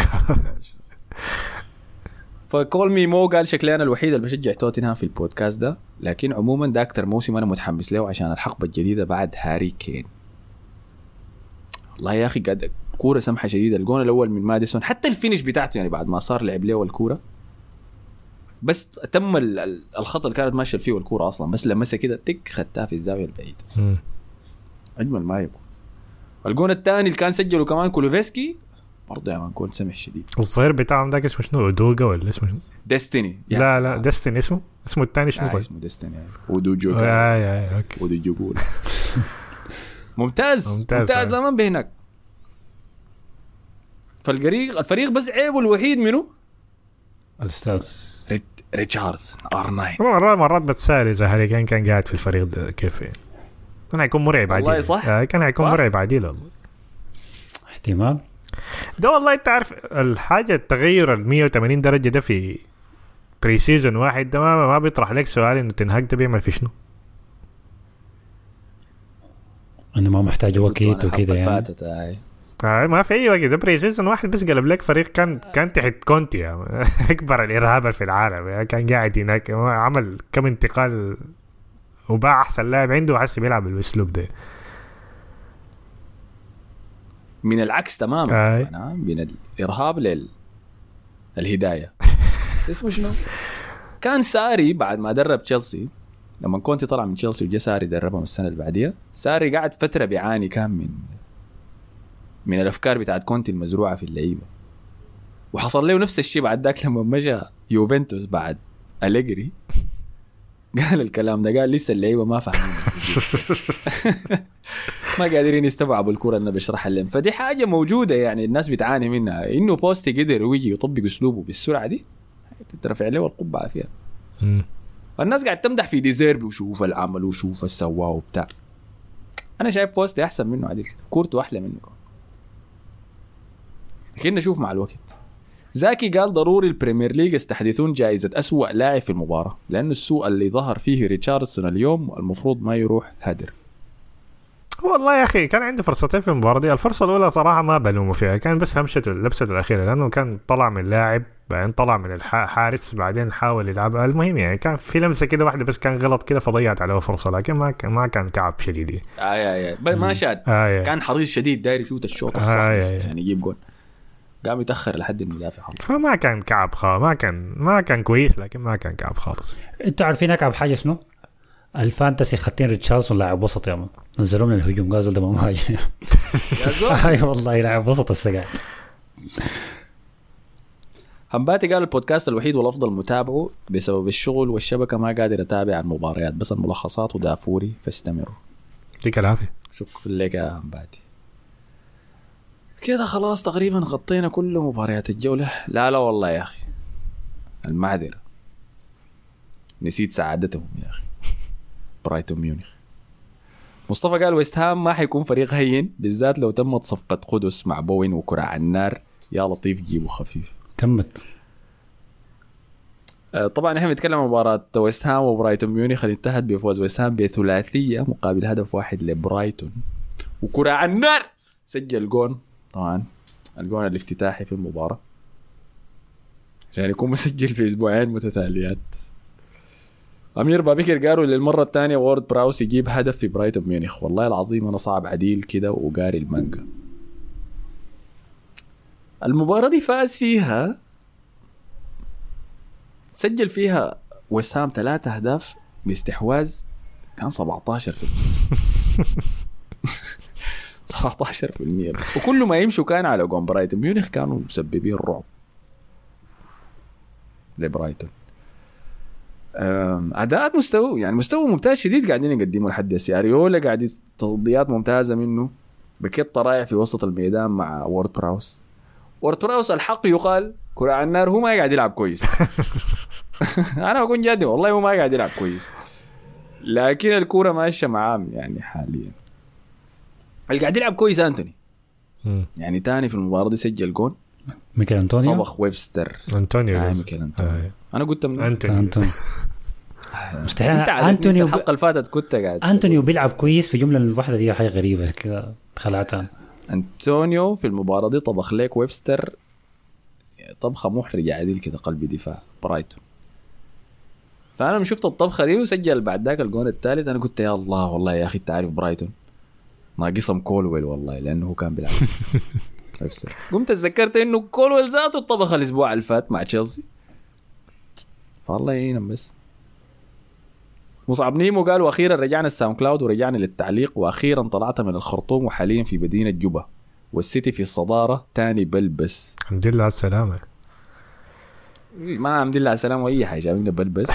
فكول مي مو قال شكلي انا الوحيد اللي بشجع توتنهام في البودكاست ده، لكن عموما ده اكتر موسم انا متحمس له عشان الحقبه الجديده بعد هاري كين. والله يا اخي قد كوره سمحه شديده. الجون الاول من ماديسون حتى الفينش بتاعته يعني بعد ما صار لعب له الكوره بس تم الخط اللي كانت ماشيه فيه الكوره اصلا بس لمسها كده تك خدتها في الزاويه البعيده. اجمل ما يكون. الجون الثاني اللي كان سجله كمان كولوفسكي برضه يعني كون سمح شديد. الظهير بتاعهم ده اسمه شنو دوغا ولا اسمه شنو؟ ديستيني. لا ديستيني اسمه الثاني شنو؟ طيب اسمه ديستيني ودوجو. اوكي ودوجو. ممتاز لما بهناك. الفريق بس عيبه الوحيد منه الاستاذ ريتشاردز R9. مرات بتسأل اذا هاري كان قاعد في الفريق ده كيف يعني. كان هيكون مرعب عديل. والله صح. كان هيكون مرعب عديل والله. احتمال ده والله انت عارف الحاجه التغير 180 درجه ده في بري سيزون واحد ده ما بيطرح لك سؤال انه تنهاك ده بيعمل في شنو. انه ما محتاج وقت وكده يعني. ما في اي وقت. ده بري سيزون واحد بس قلب لك فريق كان تحت كونتي يعني. اكبر الارهاب في العالم يعني. كان قاعد هناك عمل كم انتقال وباع احسن لاعب عنده وحس بيلعب بالاسلوب ده من العكس تماما. من الارهاب للهدايه. اسمه شنو؟ كان ساري بعد ما درب تشيلسي لما كونتي طلع من تشيلسي وجا ساري دربهم السنه اللي بعديها. ساري قاعد فتره بيعاني كان من الافكار بتاعت كونتي المزروعه في اللعيبه وحصل له نفس الشيء بعد ذاك لما مشى يوفنتوس بعد أليجري. قال الكلام ده قال لسه اللعيبه ما فاهمين ما قادرين يستوعبوا الكره اللي بشرحها لهم. فدي حاجه موجوده يعني الناس بتعاني منها. انه بوستي قدر ويجي يطبق اسلوبه بالسرعه دي تترفع له القبعه فيها. الناس قاعد تمدح في ديزيربي وشوف العمل وشوف السواه وبتاع. انا شايف بوستي احسن منه عديل كده. كورته احلى منه لكن نشوف مع الوقت. زاكي قال ضروري البريمير ليج يستحدثون جائزة أسوأ لاعب في المباراة لأنه السوء اللي ظهر فيه ريتشاردسون اليوم المفروض ما يروح هدر. والله يا أخي كان عنده فرصتين في المباراة دي. الفرصة الأولى صراحة ما بلومه فيها. كان بس همشته لبسته الأخيرة لأنه كان طلع من لاعب بعدين طلع من الحارس بعدين حاول يلعبها. المهم يعني كان في لمسة كده واحدة بس كان غلط كده فضيعت عليه فرصة لكن ما كان كعب شديد. ما شاد. كان حريص شديد داير يفوت الشوط الصح عشان يجيب جول. قام يتأخر لحد المدافع فما كان كعب ما كان كويس لكن ما كان كعب خالص. انتوا عارفين اكعب حاجه شنو؟ الفانتسي خدين ريتشاردسون لاعب وسط يا مان. نزلوه من الهجوم قازل ده مهاجم. اي والله لاعب وسط السقاط. همباتي قال البودكاست الوحيد والافضل متابعه بسبب الشغل والشبكه ما قادر اتابع المباريات بس الملخصات ودافوري فاستمروا. يعطيك العافيه. شكرا لك يا همباتي. كده خلاص تقريبا غطينا كل مباريات الجولة. لا والله يا أخي المعذرة نسيت سعادتهم يا أخي. برايتون ميونخ. مصطفى قال ويست هام ما حيكون فريق هين بالذات لو تمت صفقة قدس مع بوين وكرة النار. يا لطيف جيبه خفيف. تمت. طبعا احنا بنتكلم عن مباراة ويست هام وبرايتون ميونخ اللي انتهت بفوز ويست هام بثلاثية مقابل هدف واحد لبرايتون وكرة النار سجل جون. طبعا الجون الافتتاحي في المباراة عشان يكون مسجل في أسبوعين متتاليات. أمير بابكر قالوا للمرة الثانية وورد براوس يجيب هدف في برايتون ميونخ. والله العظيم أنا صعب عديل كده وقاري المانجا. المباراة دي فاز فيها سجل فيها ويست هام 3 أهداف باستحواذ كان 17%. 17% بس. وكل ما يمشوا كان على جون برايتون. ميونخ كانوا مسببين الرعب لبرايتون. أداءات مستوى يعني مستوى ممتاز شديد قاعدين يقدموا لحد هسه. أريولا قاعد تصديات ممتازة منه. بكيت طرايع في وسط الميدان مع وورد براوس. وورد براوس الحق يقال كرة على النار هو ما قاعد يلعب كويس. أنا أكون جادي والله هو ما قاعد يلعب كويس. لكن الكرة ماشية معاه يعني حاليا. اللي قاعد يلعب كويس أنتوني. يعني تاني في المباراة دي سجل جون. ميكيل أنطونيو طبخ ويبستر. أنطونيو ميكيل أنطونيو. أنا قلت من أنطونيو مستحيل. أنطونيو الحلقة اللي فاتت كنت قاعد أنطونيو بيلعب كويس في جملة الواحدة دي حاجة غريبة كده خلعتها. أنطونيو في المباراة دي طبخ ليك ويبستر طبخة محرجة عديل كده قلب دفاع برايتون. فأنا شفت الطبخة دي وسجل بعد ذاك الجون الثالث. أنا قلت يا الله والله يا أخي تعرف برايتون ناقصهم كولويل والله لأنه هو كان بيلعب. قمت تذكرت إنه كولويل ذاته الطبخ الأسبوع اللي فات مع تشيلسي. فالله يعينهم بس. مصعب نيمو قال وأخيرا رجعنا الساوند كلاود ورجعنا للتعليق وأخيرا طلعت من الخرطوم وحاليا في مدينة جوبا والسيتي في الصدارة تاني بلبس. الحمد لله على السلامة. ما الحمد لله على السلامة وأي حاجة جايبين بلبس.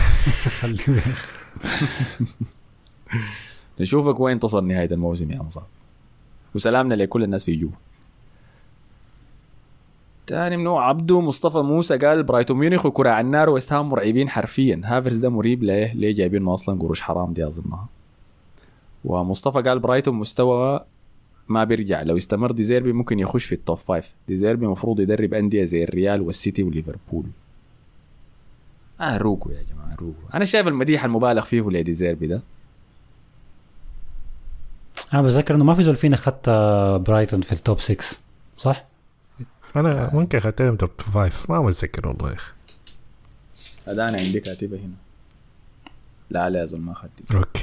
نشوفك وين تصل نهاية الموسم يا مصعب. وسلامنا لكل الناس في جوبا. تاني منو عبدو مصطفى موسى قال برايتون ميونخ وكرة على النار ويست هام مرعبين حرفيا. هافرز ده مريب ليه جايبينه اصلا قروش حرام دي اظنها. ومصطفى قال برايتون مستوى ما بيرجع لو استمر ديزيربي ممكن يخش في التوب 5. ديزيربي مفروض يدرب أندية زي الريال والسيتي وليفربول. روكو يا جماعة روكو. أنا شايف المديح المبالغ فيه لديزيربي ده. أنا بذكر إنه ما في زول فينا خط برايتون في التوب 6 صح؟ أنا ممكن أختهم توب 5 ما متذكر والله يا أخي. هذا أنا عندي كاتبة هنا. لا زول ما خدتي. أوكي.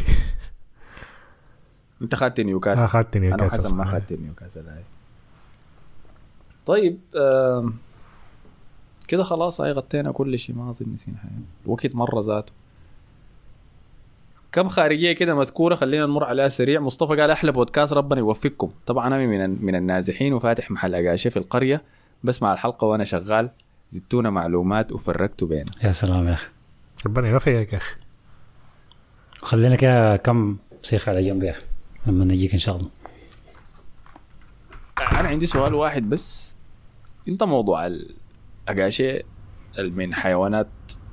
أنت خدت نيوكاسل. أخذت نيوكاسل. أنا حسن ما خدت نيوكاسل هاي. طيب كده خلاص هاي غطينا كل شيء ما أظن نسينا حاجة. الوقت مرة ذاته. كم خارجية كده مذكورة خلينا نمر عليها سريع. مصطفى قال أحلى بودكاست ربنا يوفقكم. طبعا أنا من النازحين وفاتح محل أقاشة في القرية بسمع الحلقة وأنا شغال زدتونا معلومات وفرقتوا بينا. يا سلام يا أخي ربنا يوفقك يا أخي. خلينا كده كم سيخ على جنب يا أخي لما نجيك إن شاء الله. أنا عندي سؤال واحد بس. أنت موضوع الأقاشة من حيوانات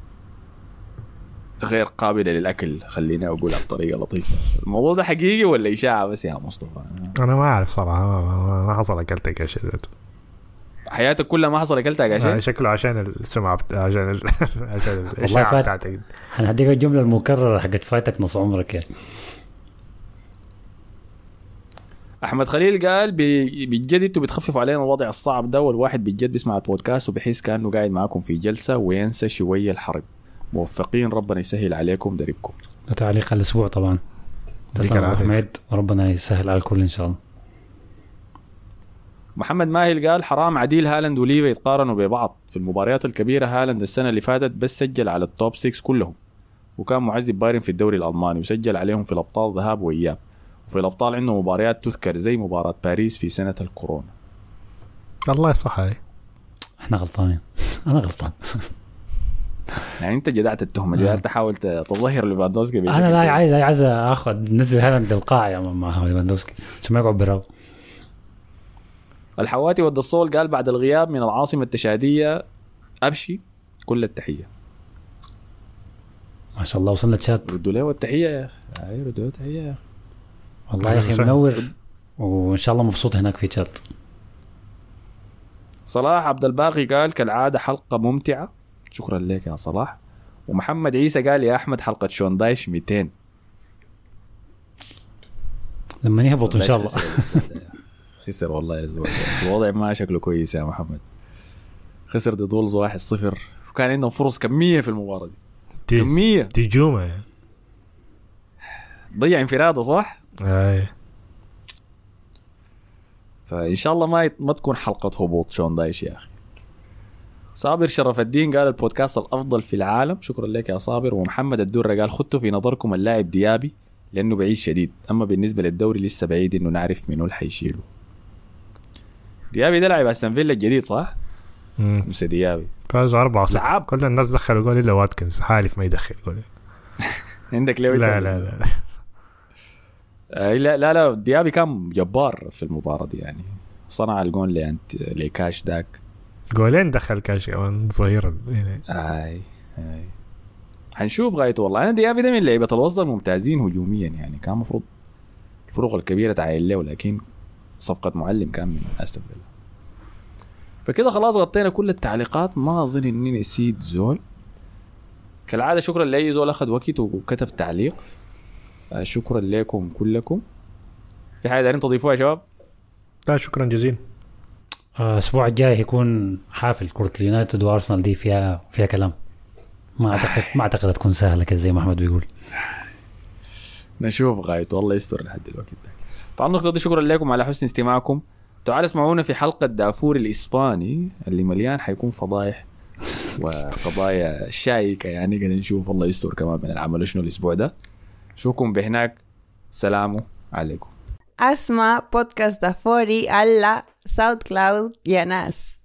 غير قابلة للأكل خلينا أقولها بطريقة لطيفة. الموضوع ده حقيقي ولا إشاعة بس يا مصطفى؟ أنا ما أعرف صراحة ما حصل أكلت أقاشة ذاته. حياتك كلها ما حصل أكلت أقاشة؟ شكله عشان السمعة عشان الإشاعة بتاعتك. أنا هديك الجملة المكررة حقت فايتك نص عمرك يعني. أحمد خليل قال بجد انتوا بتخففوا علينا الوضع الصعب ده والواحد بجد بيسمع البودكاست وبحس كأنه قاعد معاكم في جلسة وينسى شوية الحرب. موفقين ربنا يسهل عليكم دربكم. تعليق على الأسبوع طبعا. تسلم أحمد وربنا يسهل على الكل إن شاء الله. محمد ماهل قال حرام عديل هالاند وليفا يتقارنوا ببعض في المباريات الكبيرة. هالاند السنة اللي فاتت بس سجل على التوب 6 كلهم وكان معذب بايرن في الدوري الألماني وسجل عليهم في الأبطال ذهاب وإياب وفي الأبطال عنده مباريات تذكر زي مباراة باريس في سنة الكورونا. الله يصح عليه. احنا غلطانين. أنا غلطان. يعني أنت جدعت التهمة دي تحاول تظهر ليفاندوفسكي. أنا لا عايز أخذ نزل هالاند للقاع يا مع ليفاندوفسكي عشان ما يقعد براو. الحواتي ود الصول قال بعد الغياب من العاصمة التشادية أبشي كل التحية. ما شاء الله وصلنا تشاد. ردوا له التحية يا أخي. ردوا له التحية يا أخي. والله يا أخي منور وإن شاء الله مبسوط هناك في تشاد. صلاح عبد الباقي قال كالعادة حلقة ممتعة. شكرا لك يا صلاح. ومحمد عيسى قال يا أحمد حلقة شوندايش 200 لما يهبط إن شاء الله. خسر والله يا زول. الوضع ما شكله كويس يا محمد. خسر ضد وولز 1-0 وكان عندهم فرص كمية في المباراة دي. كمية تجومة ضيع انفرادة صح؟ أي. فإن شاء الله ما تكون حلقة هبوط شون دايش يا أخي. صابر شرف الدين قال البودكاست الافضل في العالم، شكرا لك يا صابر. ومحمد الدورة قال خدتوا في نظركم اللاعب ديابي لانه بعيد شديد، اما بالنسبه للدوري لسه بعيد انه نعرف منو اللي حيشيله. ديابي ده لاعب استون فيلا الجديد صح؟ موسى ديابي فاز 4-0. لعب كل الناس دخلوا جول الا واتكنز حالف ما يدخل جول. عندك ليه؟ لا لا لا لا لا ديابي كان جبار في المباراة دي يعني، صنع الجون لكاش داك، جولين دخل كاش كمان ظهير يعني. اي حنشوف غايته والله. انا ديابي ده من لعيبة الوسط الممتازين هجوميا يعني، كان مفروض الفروق الكبيرة تعاين له، ولكن صفقة معلم كان من استون فيلا. فكده خلاص غطينا كل التعليقات، ما اظن اني نسيت زول. كالعادة شكرا لأي زول اخذ وقت وكتب تعليق، شكرا لكم كلكم. في حاجة دارين تضيفوها يا شباب؟ لا شكرا جزيلا. الاسبوع الجاي هيكون حافل كرة اليونايتد وارسنال، دي فيها كلام. ما اعتقد تكون سهلة كده زي ما احمد بيقول. نشوف غايته والله يستر لحد الوقت ده. طبعا النقطة دي شكرا لكم على حسن استماعكم. تعالوا اسمعونا في حلقة دافور الإسباني اللي مليان حيكون فضايح وقضايا شائكة يعني، قد نشوف الله يستر كمان بنعمل شنو الأسبوع ده. شوفكم بهناك، سلام عليكم. اسمع بودكاست دافوري على ساوند كلاود يا ناس.